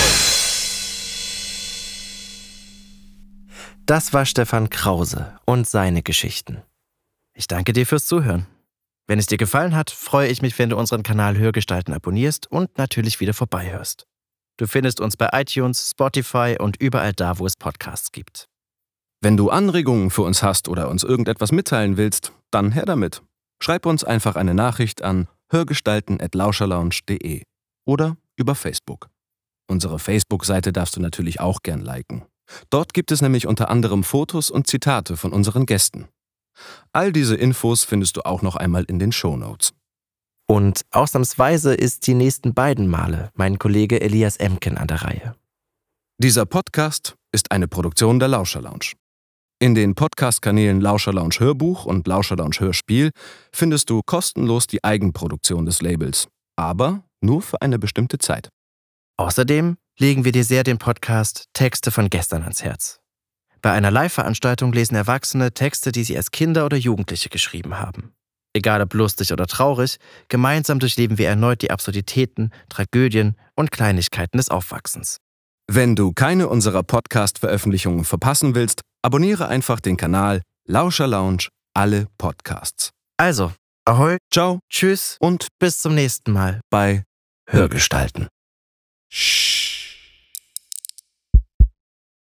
Das war Stefan Krause und seine Geschichten. Ich danke dir fürs Zuhören. Wenn es dir gefallen hat, freue ich mich, wenn du unseren Kanal Hörgestalten abonnierst und natürlich wieder vorbeihörst. Du findest uns bei iTunes, Spotify und überall da, wo es Podcasts gibt. Wenn du Anregungen für uns hast oder uns irgendetwas mitteilen willst, dann her damit. Schreib uns einfach eine Nachricht an hörgestalten@lauscherlounge.de oder über Facebook. Unsere Facebook-Seite darfst du natürlich auch gern liken. Dort gibt es nämlich unter anderem Fotos und Zitate von unseren Gästen. All diese Infos findest du auch noch einmal in den Shownotes. Und ausnahmsweise ist die nächsten beiden Male mein Kollege Elias Emken an der Reihe. Dieser Podcast ist eine Produktion der Lauscher Lounge. In den Podcast-Kanälen Lauscher Lounge Hörbuch und Lauscher Lounge Hörspiel findest du kostenlos die Eigenproduktion des Labels, aber nur für eine bestimmte Zeit. Außerdem legen wir dir sehr den Podcast Texte von gestern ans Herz. Bei einer Live-Veranstaltung lesen Erwachsene Texte, die sie als Kinder oder Jugendliche geschrieben haben. Egal ob lustig oder traurig, gemeinsam durchleben wir erneut die Absurditäten, Tragödien und Kleinigkeiten des Aufwachsens. Wenn du keine unserer Podcast-Veröffentlichungen verpassen willst, abonniere einfach den Kanal Lauscher Lounge alle Podcasts. Also, ahoi, Ciao, tschüss und bis zum nächsten Mal bei Hörgestalten. Shh.